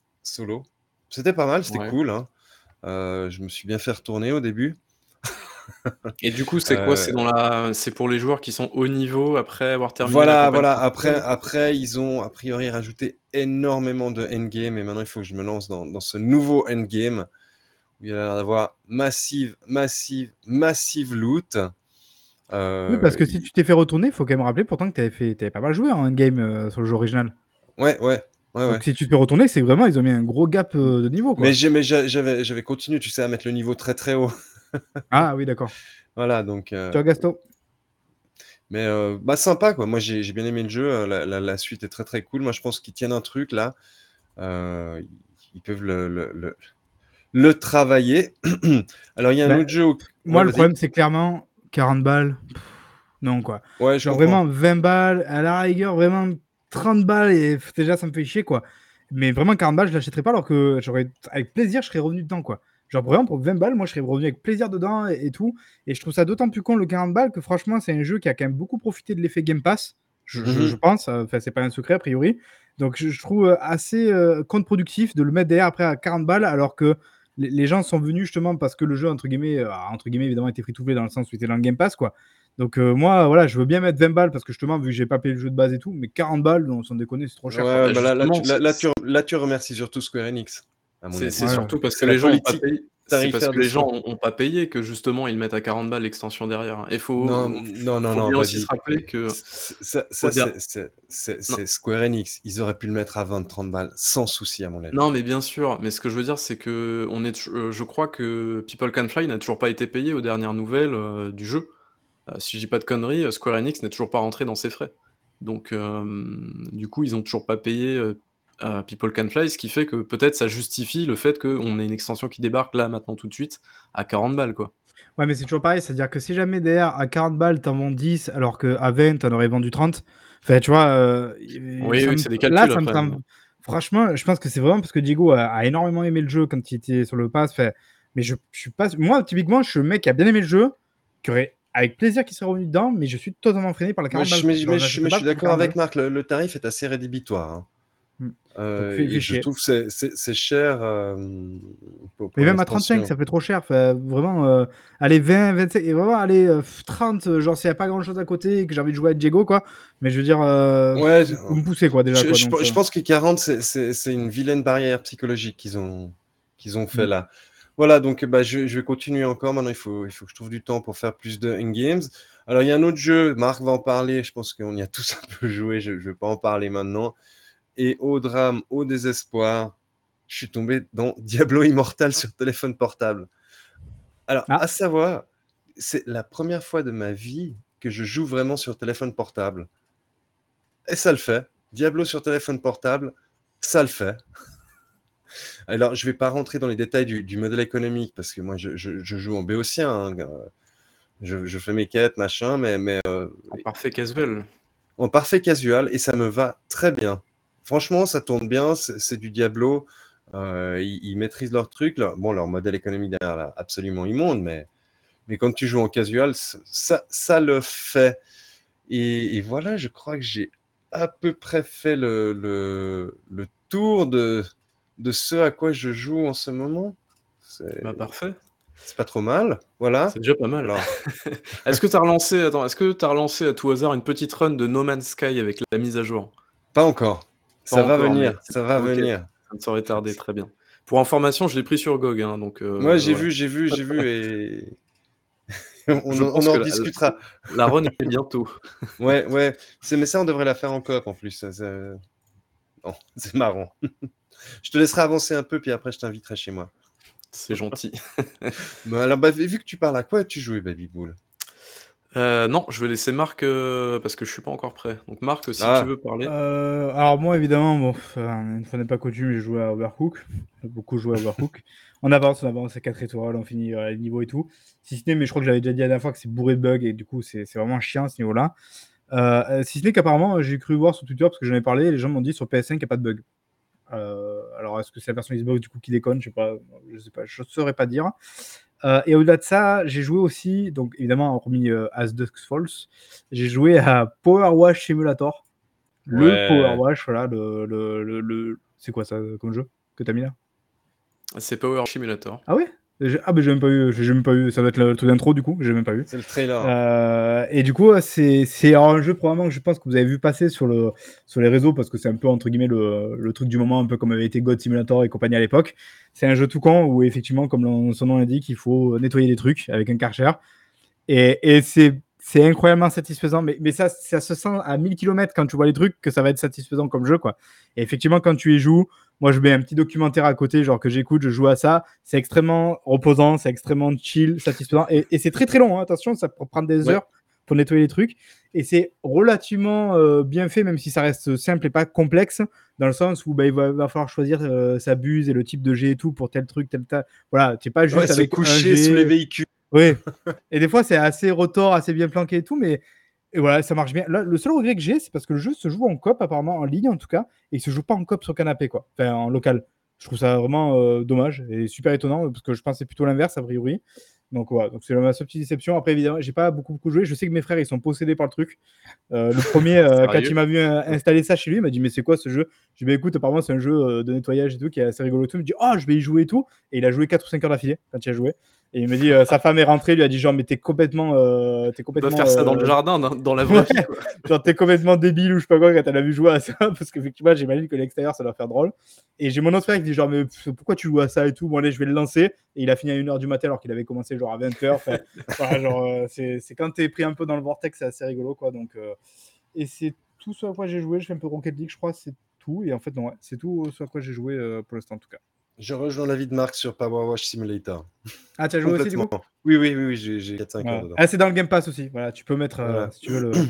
solo. C'était pas mal, c'était Ouais. cool, hein. Je me suis bien fait retourner au début. Et du coup, c'est quoi? Euh, C'est pour les joueurs qui sont haut niveau après avoir terminé la Voilà, campagne voilà. principale? Après, ils ont a priori rajouté énormément de endgame et maintenant il faut que je me lance dans ce nouveau endgame où il y a l'air d'avoir massive loot. Oui, parce que si Il- tu t'es fait retourner, il faut quand même rappeler pourtant que t'avais pas mal joué en endgame sur le jeu original. Ouais. Donc si tu te fais retourner, c'est vraiment, ils ont mis un gros gap de niveau, Mais quoi. j'avais continué, tu sais, à mettre le niveau très haut. Ah oui, d'accord. Voilà, donc. Tu vois, Gasto? Mais bah sympa quoi. Moi j'ai bien aimé le jeu. La suite est très cool. Moi je pense qu'ils tiennent un truc là. Euh, ils peuvent le travailler. Alors il y a un Ben, autre jeu. Ouais, moi, le vas-y. problème, c'est clairement 40 balles. Non, quoi. Ouais, je Genre comprends. vraiment 20 balles, à la rigueur, vraiment 30 balles, et déjà, ça me fait chier, quoi. Mais vraiment, 40 balles, je l'achèterais pas, alors que avec plaisir, je serais revenu dedans, quoi. Genre vraiment, pour 20 balles, moi, je serais revenu avec plaisir dedans et tout. Et je trouve ça d'autant plus con, le 40 balles, que franchement, c'est un jeu qui a quand même beaucoup profité de l'effet Game Pass. Je Mhm. pense, enfin, c'est pas un secret, a priori. Donc, je trouve assez contre-productif de le mettre derrière après à 40 balles, alors que les gens sont venus justement parce que le jeu, entre guillemets, évidemment, était free-to-play dans le sens où il était dans le Game Pass, quoi. Donc moi, voilà, je veux bien mettre 20 balles parce que justement, vu que j'ai pas payé le jeu de base et tout, mais 40 balles, non, sans déconner, c'est trop cher, quoi. Ouais, Bah, bah justement, là, tu remercies surtout Square Enix, à mon c'est avis. Ouais. surtout parce C'est que la les gens ont pas politique payé. C'est parce tarifaire que de les gens Square. ont pas payé que justement ils mettent à 40 balles l'extension derrière. Et faut Non, bien aussi se vas-y. rappeler que Ça, faut dire. Non, c'est Square Enix. Ils auraient pu le mettre à 20-30 balles, sans souci, à mon avis. non, mais bien sûr. Mais ce que je veux dire, c'est que je crois que People Can Fly n'a toujours pas été payé aux dernières nouvelles du jeu. Si je dis pas de conneries, Square Enix n'est toujours pas rentré dans ses frais. Donc, du coup, ils ont toujours pas payé People Can Fly, ce qui fait que peut-être ça justifie le fait qu'on ait une extension qui débarque là, maintenant, tout de suite, à 40 balles, quoi. Ouais, mais c'est toujours pareil, c'est-à-dire que si jamais derrière, à 40 balles, t'en vends 10, alors qu'à 20, t'en aurais vendu 30, enfin, tu vois, Oui, oui, c'est des là, calculs ça me après. semble. Franchement, je pense que c'est vraiment parce que Diego a énormément aimé le jeu quand il était sur le pass. Fait, mais je suis pas. Moi, typiquement, je suis le mec qui a bien aimé le jeu, qui aurait avec plaisir qui serait revenu dedans, mais je suis totalement freiné par la 40 balles, quoi. Genre, je Mais n'achèterais je pas suis pour d'accord 40 avec balles. Marc, le tarif est assez rédhibitoire, hein. Mm. Donc, fait Et je chier. trouve que c'est cher Mais pour même à 35, l'extension. ça fait trop cher. Enfin, vraiment, allez, 20, 25, et vraiment, allez, 30, genre, s'il n'y a pas grand chose à côté et que j'ai envie de jouer à Diego, quoi. Mais je veux dire, Ouais, faut me pousser, quoi, déjà, quoi. Donc, je pense que 40, c'est une vilaine barrière psychologique qu'ils ont fait là. Voilà, donc bah, je vais continuer encore. Maintenant, il faut que je trouve du temps pour faire plus de endgames. Alors, il y a un autre jeu, Marc va en parler. Je pense qu'on y a tous un peu joué. Je ne vais pas en parler maintenant. Et au drame, au désespoir, je suis tombé dans Diablo Immortal sur téléphone portable. Alors, à ah, savoir, c'est la première fois de ma vie que je joue vraiment sur téléphone portable. Et ça le fait. Diablo sur téléphone portable, ça le fait. Alors, je ne vais pas rentrer dans les détails du modèle économique parce que moi, je joue en béotien, hein. Je fais mes quêtes, machin, mais En parfait casual. en parfait casual et ça me va très bien. Franchement, ça tourne bien, c'est du Diablo. Ils maîtrisent leur truc. Bon, leur modèle économique derrière, là, absolument immonde, mais quand tu joues en casual, ça le fait. Et voilà, je crois que j'ai à peu près fait le tour de ce à quoi je joue en ce moment. Bah, parfait. C'est pas trop mal, voilà. C'est déjà pas mal. Alors, Est-ce que tu as relancé à tout hasard une petite run de No Man's Sky avec la mise à jour? pas encore. Pas Ça va encore, mais venir, ça va OK, venir. ça ne saurait tarder, très bien. Pour information, je l'ai pris sur GOG, hein, donc Moi, voilà. j'ai vu et Je on pense en que rediscutera. la run est bientôt. Ouais. Mais ça, on devrait la faire en coop en plus. Non, c'est marrant. Je te laisserai avancer un peu, puis après, je t'inviterai chez moi. C'est gentil. Mais alors, bah, vu que tu parles, à quoi as-tu joué, Baby Bull? Non, je vais laisser Marc, parce que je suis pas encore prêt. Donc Marc, si tu Ah, veux parler. alors moi, évidemment, bon, une fois n'est pas coutume, j'ai joué à Overcook. J'ai beaucoup joué à Overcook. On avance à 4 étoiles, on finit les niveaux et tout. Si ce n'est, mais je crois que j'avais déjà dit la dernière fois que c'est bourré de bugs et du coup, c'est vraiment chiant à ce niveau-là. Si ce n'est qu'apparemment, j'ai cru voir sur Twitter, parce que j'en ai parlé, les gens m'ont dit sur PS5 qu'il n'y a pas de bug. Alors, est-ce que c'est la version Xbox du coup qui déconne? Je sais pas, je saurais pas dire. Et au-delà de ça, j'ai joué aussi, donc évidemment, hormis As Dusk Falls, j'ai joué à Power Wash Simulator. Le Power ouais. Wash, voilà, c'est quoi ça comme jeu que t'as mis là? C'est Power Simulator. Ah ouais? Mais j'ai même pas eu. Ça doit être le truc d'intro du coup. J'ai même pas eu. C'est le trailer. Et du coup, c'est un jeu probablement que je pense que vous avez vu passer sur les réseaux parce que c'est un peu entre guillemets le truc du moment, un peu comme avait été God Simulator et compagnie à l'époque. C'est un jeu tout con où effectivement, comme son nom l'indique, il faut nettoyer des trucs avec un Karcher. Et c'est incroyablement satisfaisant, mais ça se sent à 1000 km quand tu vois les trucs que ça va être satisfaisant comme jeu, quoi. Et effectivement, quand tu y joues, moi je mets un petit documentaire à côté, genre que j'écoute, je joue à ça. C'est extrêmement reposant, c'est extrêmement chill, satisfaisant. Et c'est très très long, hein. Attention, ça peut prendre des heures pour nettoyer les trucs. Et c'est relativement bien fait, même si ça reste simple et pas complexe, dans le sens où il va falloir choisir sa buse et le type de jet et tout pour tel truc, tel tas. Voilà, tu n'es pas juste Se avec un coucher jet. sous les véhicules. Oui. Et des fois, c'est assez retors, assez bien planqué et tout, mais et voilà, ça marche bien. Là, le seul regret que j'ai, c'est parce que le jeu se joue en coop, apparemment, en ligne en tout cas, et il se joue pas en coop sur canapé, quoi. Enfin, en local. Je trouve ça vraiment dommage et super étonnant, parce que je pensais plutôt l'inverse, a priori. Donc voilà, donc c'est ma seule petite déception. Après, évidemment, j'ai pas beaucoup joué. Je sais que mes frères, ils sont possédés par le truc. Le premier, quand il m'a vu installer ça chez lui, il m'a dit mais c'est quoi ce jeu? Je lui ai dit écoute, apparemment c'est un jeu de nettoyage et tout qui est assez rigolo et tout. Il me dit oh je vais y jouer et tout. Et il a joué 4 ou 5 heures d'affilée quand il a joué. Et il me dit sa femme est rentrée, lui a dit genre mais t'es complètement On doit faire ça dans le jardin, dans la vraie vie, quoi. genre t'es complètement débile ou je sais pas quoi quand elle a vu jouer à ça, parce qu'effectivement j'imagine que l'extérieur ça doit faire drôle. Et j'ai mon autre frère qui dit genre mais pourquoi tu joues à ça et tout. Bon allez je vais le lancer. Et il a fini à 1h du matin alors qu'il avait commencé genre à 20h. Enfin, voilà, genre c'est quand t'es pris un peu dans le vortex, c'est assez rigolo quoi. Donc et c'est tout ce à quoi j'ai joué. Je fais un peu Rocket League, je crois, c'est tout. Et en fait non, ouais, c'est tout ce à quoi j'ai joué pour l'instant en tout cas. Je rejoins l'avis de Marc sur Power Wash Simulator. Ah, tu as joué aussi du coup? Oui, j'ai 4-5 heures dedans. Ah, c'est dans le Game Pass aussi. Voilà, tu peux mettre si tu veux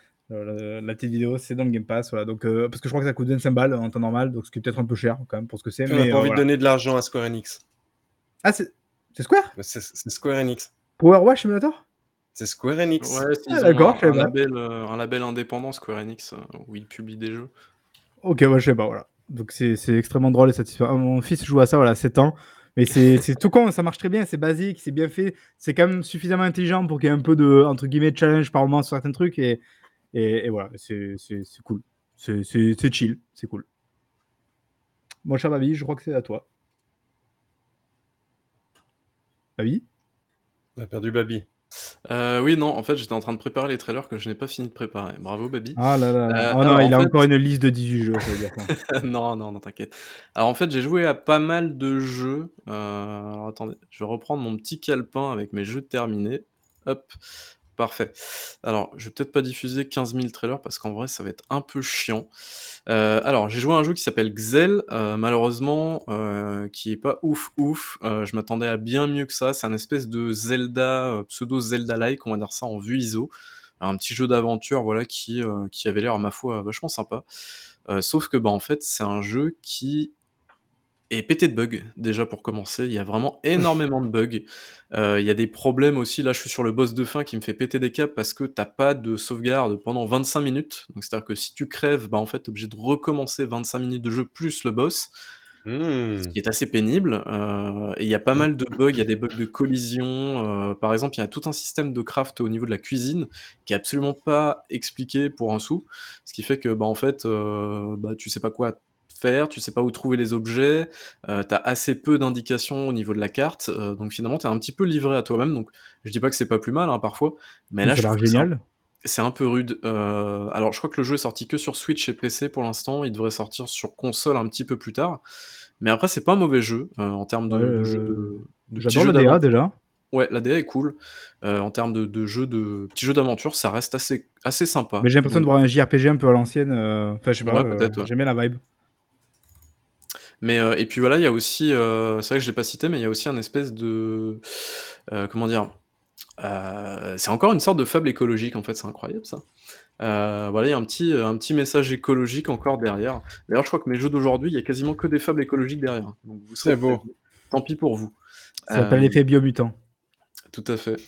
la petite vidéo, c'est dans le Game Pass. Voilà, donc, parce que je crois que ça coûte 25 balles en temps normal, donc ce qui est peut-être un peu cher quand même pour ce que c'est. On n'a pas envie de donner de l'argent à Square Enix. Ah, c'est Square? C'est Square Enix. Power Wash Simulator? C'est Square Enix. Ouais, d'accord, un label indépendant Square Enix où ils publient des jeux. Ok, ouais, je sais pas, voilà. Donc c'est extrêmement drôle et satisfaisant. Mon fils joue à ça, voilà, 7 ans. Mais c'est tout con, ça marche très bien, c'est basique, c'est bien fait. C'est quand même suffisamment intelligent pour qu'il y ait un peu de, entre guillemets, challenge par moment sur certains trucs. Et voilà, c'est cool. C'est chill, c'est cool. Mon cher Babi, je crois que c'est à toi. Babi? On a perdu Babi. Oui, non, en fait, j'étais en train de préparer les trailers que je n'ai pas fini de préparer. Bravo, Babi. Ah là là. Oh non, il a encore une liste de 18 jeux, ça veut dire ça. Non, t'inquiète. Alors en fait, j'ai joué à pas mal de jeux. Alors attendez, je vais reprendre mon petit calepin avec mes jeux terminés. Hop, parfait. Alors, je vais peut-être pas diffuser 15 000 trailers parce qu'en vrai, ça va être un peu chiant. Alors, j'ai joué à un jeu qui s'appelle Xel, malheureusement, qui est pas ouf. Je m'attendais à bien mieux que ça. C'est un espèce de Zelda, pseudo Zelda-like, on va dire ça, en vue ISO. Un petit jeu d'aventure, voilà, qui avait l'air, à ma foi, vachement sympa. Sauf que, en fait, c'est un jeu qui est pété de bugs, déjà pour commencer. Il y a vraiment énormément de bugs. Il y a des problèmes aussi. Là, je suis sur le boss de fin qui me fait péter des câbles parce que t'as pas de sauvegarde pendant 25 minutes. Donc, c'est-à-dire que si tu crèves, en fait, t'es obligé de recommencer 25 minutes de jeu plus le boss. Ce qui est assez pénible. Et il y a pas mal de bugs. Il y a des bugs de collision. Par exemple, il y a tout un système de craft au niveau de la cuisine qui est absolument pas expliqué pour un sou. Ce qui fait que, en fait, tu sais pas quoi faire, tu sais pas où trouver les objets, t'as assez peu d'indications au niveau de la carte, donc finalement t'es un petit peu livré à toi-même. Donc je dis pas que c'est pas plus mal, hein, parfois, mais là je trouve que génial. c'est un peu rude. Alors je crois que le jeu est sorti que sur Switch et PC pour l'instant, il devrait sortir sur console un petit peu plus tard, mais après c'est pas un mauvais jeu en termes de jeu de j'adore la DA déjà. Ouais, la DA est cool. En termes de petits jeux d'aventure, ça reste assez sympa. Mais j'ai l'impression de voir un JRPG un peu à l'ancienne. Enfin, je sais pas, peut-être, ouais. J'aime bien la vibe. Mais et puis voilà, il y a aussi, c'est vrai que je l'ai pas cité, mais il y a aussi un espèce de, comment dire? C'est encore une sorte de fable écologique, en fait, c'est incroyable ça. Voilà, il y a un petit message écologique encore derrière. D'ailleurs, je crois que mes jeux d'aujourd'hui, il y a quasiment que des fables écologiques derrière. Donc vous serez C'est beau. Tant pis pour vous. Ça s'appelle l'effet biomutant. Tout à fait.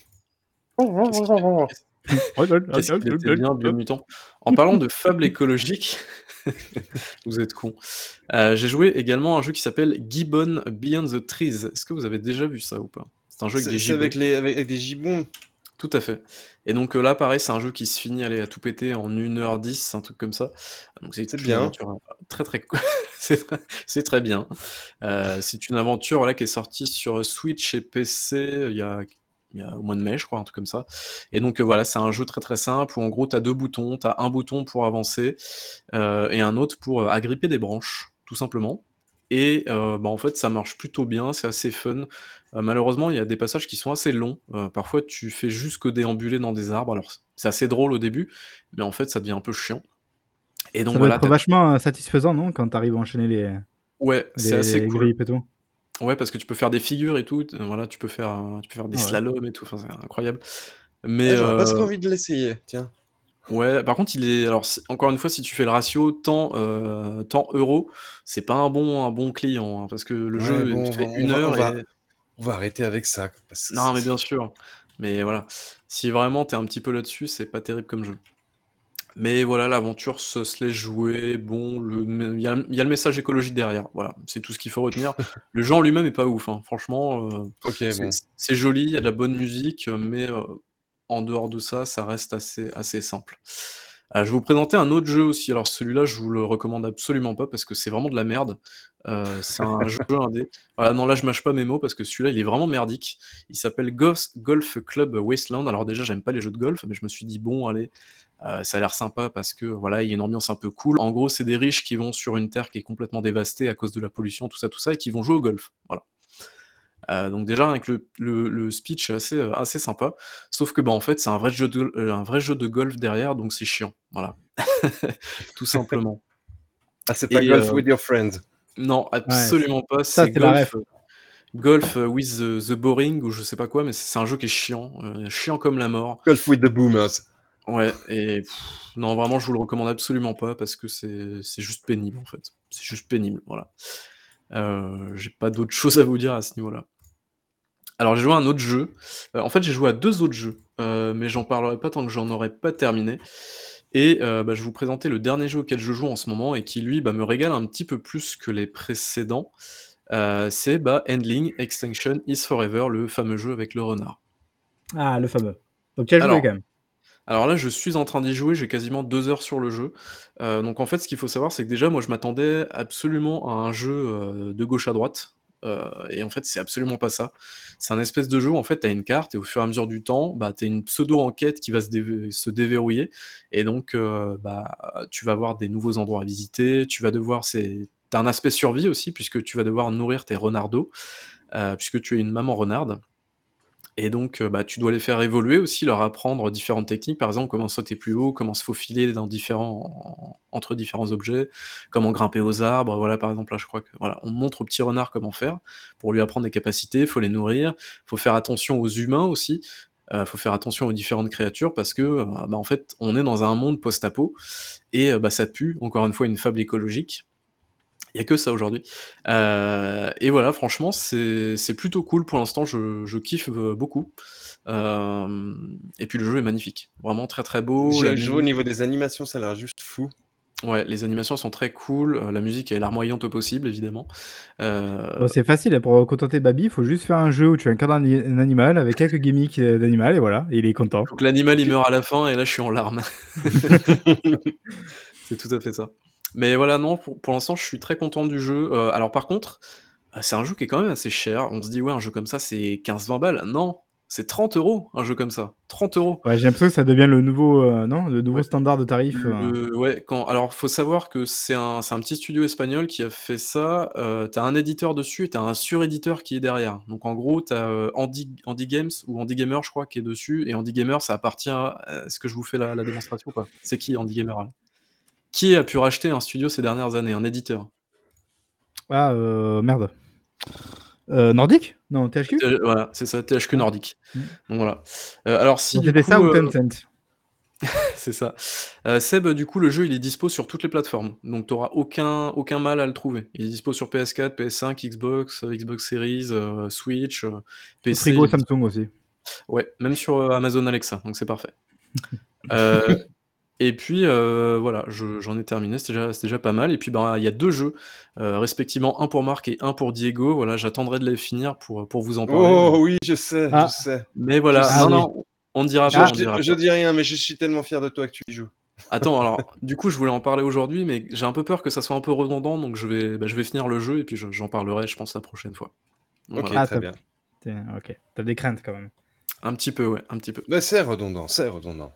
Qu'est-ce qu'il était bien, Biomutant. En parlant de fable écologique, vous êtes cons. J'ai joué également à un jeu qui s'appelle Gibbon Beyond the Trees. Est-ce que vous avez déjà vu ça ou pas? C'est un jeu avec des gibbons. Avec des gibbons. Tout à fait. Et donc là, pareil, c'est un jeu qui se finit à tout péter en 1h10, un truc comme ça. Donc c'est bien. Très très cool. C'est très bien. C'est une aventure voilà, qui est sortie sur Switch et PC il y a au mois de mai, je crois, un truc comme ça. Et donc voilà, c'est un jeu très très simple où en gros tu as 2 boutons. Tu as un bouton pour avancer et un autre pour agripper des branches, tout simplement. Et en fait, ça marche plutôt bien, c'est assez fun. Malheureusement, il y a des passages qui sont assez longs. Parfois, tu fais juste que déambuler dans des arbres. Alors, c'est assez drôle au début, mais en fait, ça devient un peu chiant. Et donc Ça doit voilà, être vachement satisfaisant, non? Quand tu arrives à enchaîner ouais, c'est assez les cool. grippes et tout. Ouais, parce que tu peux faire des figures et tout, voilà, tu peux faire des Ah ouais. slaloms et tout, enfin, c'est incroyable. Mais Ah, j'aurais presque envie de l'essayer, tiens. ouais, par contre, alors encore une fois, si tu fais le ratio temps euro, c'est pas un bon client, hein, parce que le Ouais, jeu bon, fait on 1 va, on heure va, et on va arrêter avec ça. Parce que non, mais bien sûr. Mais voilà, si vraiment tu es un petit peu là-dessus, c'est pas terrible comme jeu. Mais voilà, l'aventure se laisse jouer. Bon, il y a le message écologique derrière. Voilà, c'est tout ce qu'il faut retenir. Le jeu en lui-même est pas ouf, hein. Franchement, Ok, bon. c'est joli, il y a de la bonne musique, mais en dehors de ça, ça reste assez simple. Je vais vous présenter un autre jeu aussi. Alors celui-là, je vous le recommande absolument pas parce que c'est vraiment de la merde. C'est un jeu indé. Voilà, non, là, je mâche pas mes mots parce que celui-là, il est vraiment merdique. Il s'appelle Golf Club Wasteland. Alors déjà, j'aime pas les jeux de golf, mais je me suis dit, bon, allez, ça a l'air sympa parce que voilà, il y a une ambiance un peu cool. En gros, c'est des riches qui vont sur une terre qui est complètement dévastée à cause de la pollution, tout ça, et qui vont jouer au golf. Voilà. Donc déjà, avec le speech est assez sympa. Sauf que en fait, c'est un vrai jeu de golf derrière, donc c'est chiant. Voilà. Tout simplement. Ah, c'est pas Et Golf with your friends. non, Ouais, absolument pas. ça, C'est c'est la ref. Golf with the Boring ou je sais pas quoi, mais c'est un jeu qui est chiant comme la mort. Golf with the boomers. Ouais, et non, vraiment, je vous le recommande absolument pas parce que c'est juste pénible en fait. C'est juste pénible, voilà. J'ai pas d'autre chose à vous dire à ce niveau-là. Alors j'ai joué à un autre jeu. En fait, j'ai joué à 2 autres jeux, mais j'en parlerai pas tant que j'en aurai pas terminé. Et je vais vous présenter le dernier jeu auquel je joue en ce moment et qui lui, me régale un petit peu plus que les précédents. C'est Endling Extinction is Forever, le fameux jeu avec le renard. Ah, le fameux. Donc tu as joué quand même. Alors là, je suis en train d'y jouer, j'ai quasiment 2 heures sur le jeu. Donc en fait, ce qu'il faut savoir, c'est que déjà, moi, je m'attendais absolument à un jeu, de gauche à droite, et en fait, c'est absolument pas ça. C'est un espèce de jeu où en fait, tu as une carte et au fur et à mesure du temps, tu as une pseudo-enquête qui va se déverrouiller et donc tu vas avoir des nouveaux endroits à visiter, tu vas devoir tu as un aspect survie aussi puisque tu vas devoir nourrir tes renardeaux, puisque tu es une maman renarde. Et donc, tu dois les faire évoluer aussi, leur apprendre différentes techniques, par exemple, comment sauter plus haut, comment se faufiler entre différents objets, comment grimper aux arbres. Voilà, par exemple, là, je crois que voilà, on montre au petit renard comment faire pour lui apprendre des capacités, il faut les nourrir, faut faire attention aux humains aussi, faut faire attention aux différentes créatures parce que, en fait, on est dans un monde post-apo et ça pue, encore une fois, une fable écologique. Il y a que ça aujourd'hui. Et voilà, franchement, c'est plutôt cool pour l'instant, je kiffe, beaucoup. Et puis le jeu est magnifique. Vraiment très, très beau, la Je vois au musique niveau des animations, ça a l'air juste fou. ouais, les animations sont très cool, la musique est larmoyante au possible, évidemment. Bon, c'est facile, pour contenter Baby, il faut juste faire un jeu où tu incarnes un animal avec quelques gimmicks d'animal et voilà, il est content. Faut que l'animal, il meurt à la fin et là, je suis en larmes. C'est tout à fait ça. Mais voilà, non, pour l'instant, je suis très content du jeu. Alors par contre, c'est un jeu qui est quand même assez cher. On se dit: «Ouais, un jeu comme ça, c'est 15-20 balles». Non, c'est 30 €, un jeu comme ça. 30 €. Ouais, j'ai l'impression que ça devient le nouveau, non? Le nouveau Ouais. standard de tarif. Ouais, alors faut savoir que c'est un petit studio espagnol qui a fait ça, tu un éditeur dessus et tu un suréditeur qui est derrière. Donc en gros, tu as, Andy Games ou Andy Gamer je crois qui est dessus et Andy Gamer ça appartient à est-ce que je vous fais la démonstration ou pas? C'est qui Andy Gamer là? Qui a pu racheter un studio ces dernières années? Un éditeur. Ah, merde. Nordique? Non, THQ? Voilà, c'est ça, THQ Ouais. Nordic. Mmh. Donc voilà. Alors si Donc du c'était ça coup, ou Tencent? c'est ça. Seb, du coup, le jeu, il est dispo sur toutes les plateformes, donc tu auras aucun mal à le trouver. Il est dispo sur PS4, PS5, Xbox, Xbox Series, Switch, Au PC, frigo il est Samsung aussi. ouais, même sur, Amazon Alexa, donc c'est parfait. Heu et puis, voilà, j'en ai terminé, c'est déjà pas mal et puis, il y a 2 jeux, respectivement un pour Marc et un pour Diego. Voilà, j'attendrai de les finir pour vous en parler, Oh oui, je sais, je Ah. sais. mais Je voilà. sais. Ah Non, oui. non, on ne dira Je, pas, Ah. on je ne dira dis- je pas. dis rien, mais je suis tellement fier de toi que tu y joues. Attends, alors, du coup, je voulais en parler aujourd'hui, mais j'ai un peu peur que ça soit un peu redondant, donc je vais finir le jeu et puis j'en parlerai, je pense, la prochaine fois. Donc Ok, voilà. Ah, très bien. Ok. T'as des craintes quand même. Un petit peu, ouais, un petit peu. Bah, c'est redondant, c'est redondant.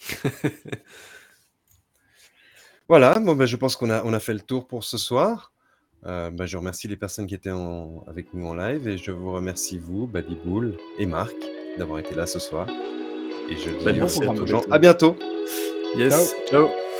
Voilà, bon, bah, je pense on a fait le tour pour ce soir. Bah, je remercie les personnes qui étaient avec nous en live et je vous remercie, vous, Badiboul et Marc, d'avoir été là ce soir. Et je Bah, dis merci à aux toi, gens Gaëtan. à bientôt. Yes, Ciao. ciao.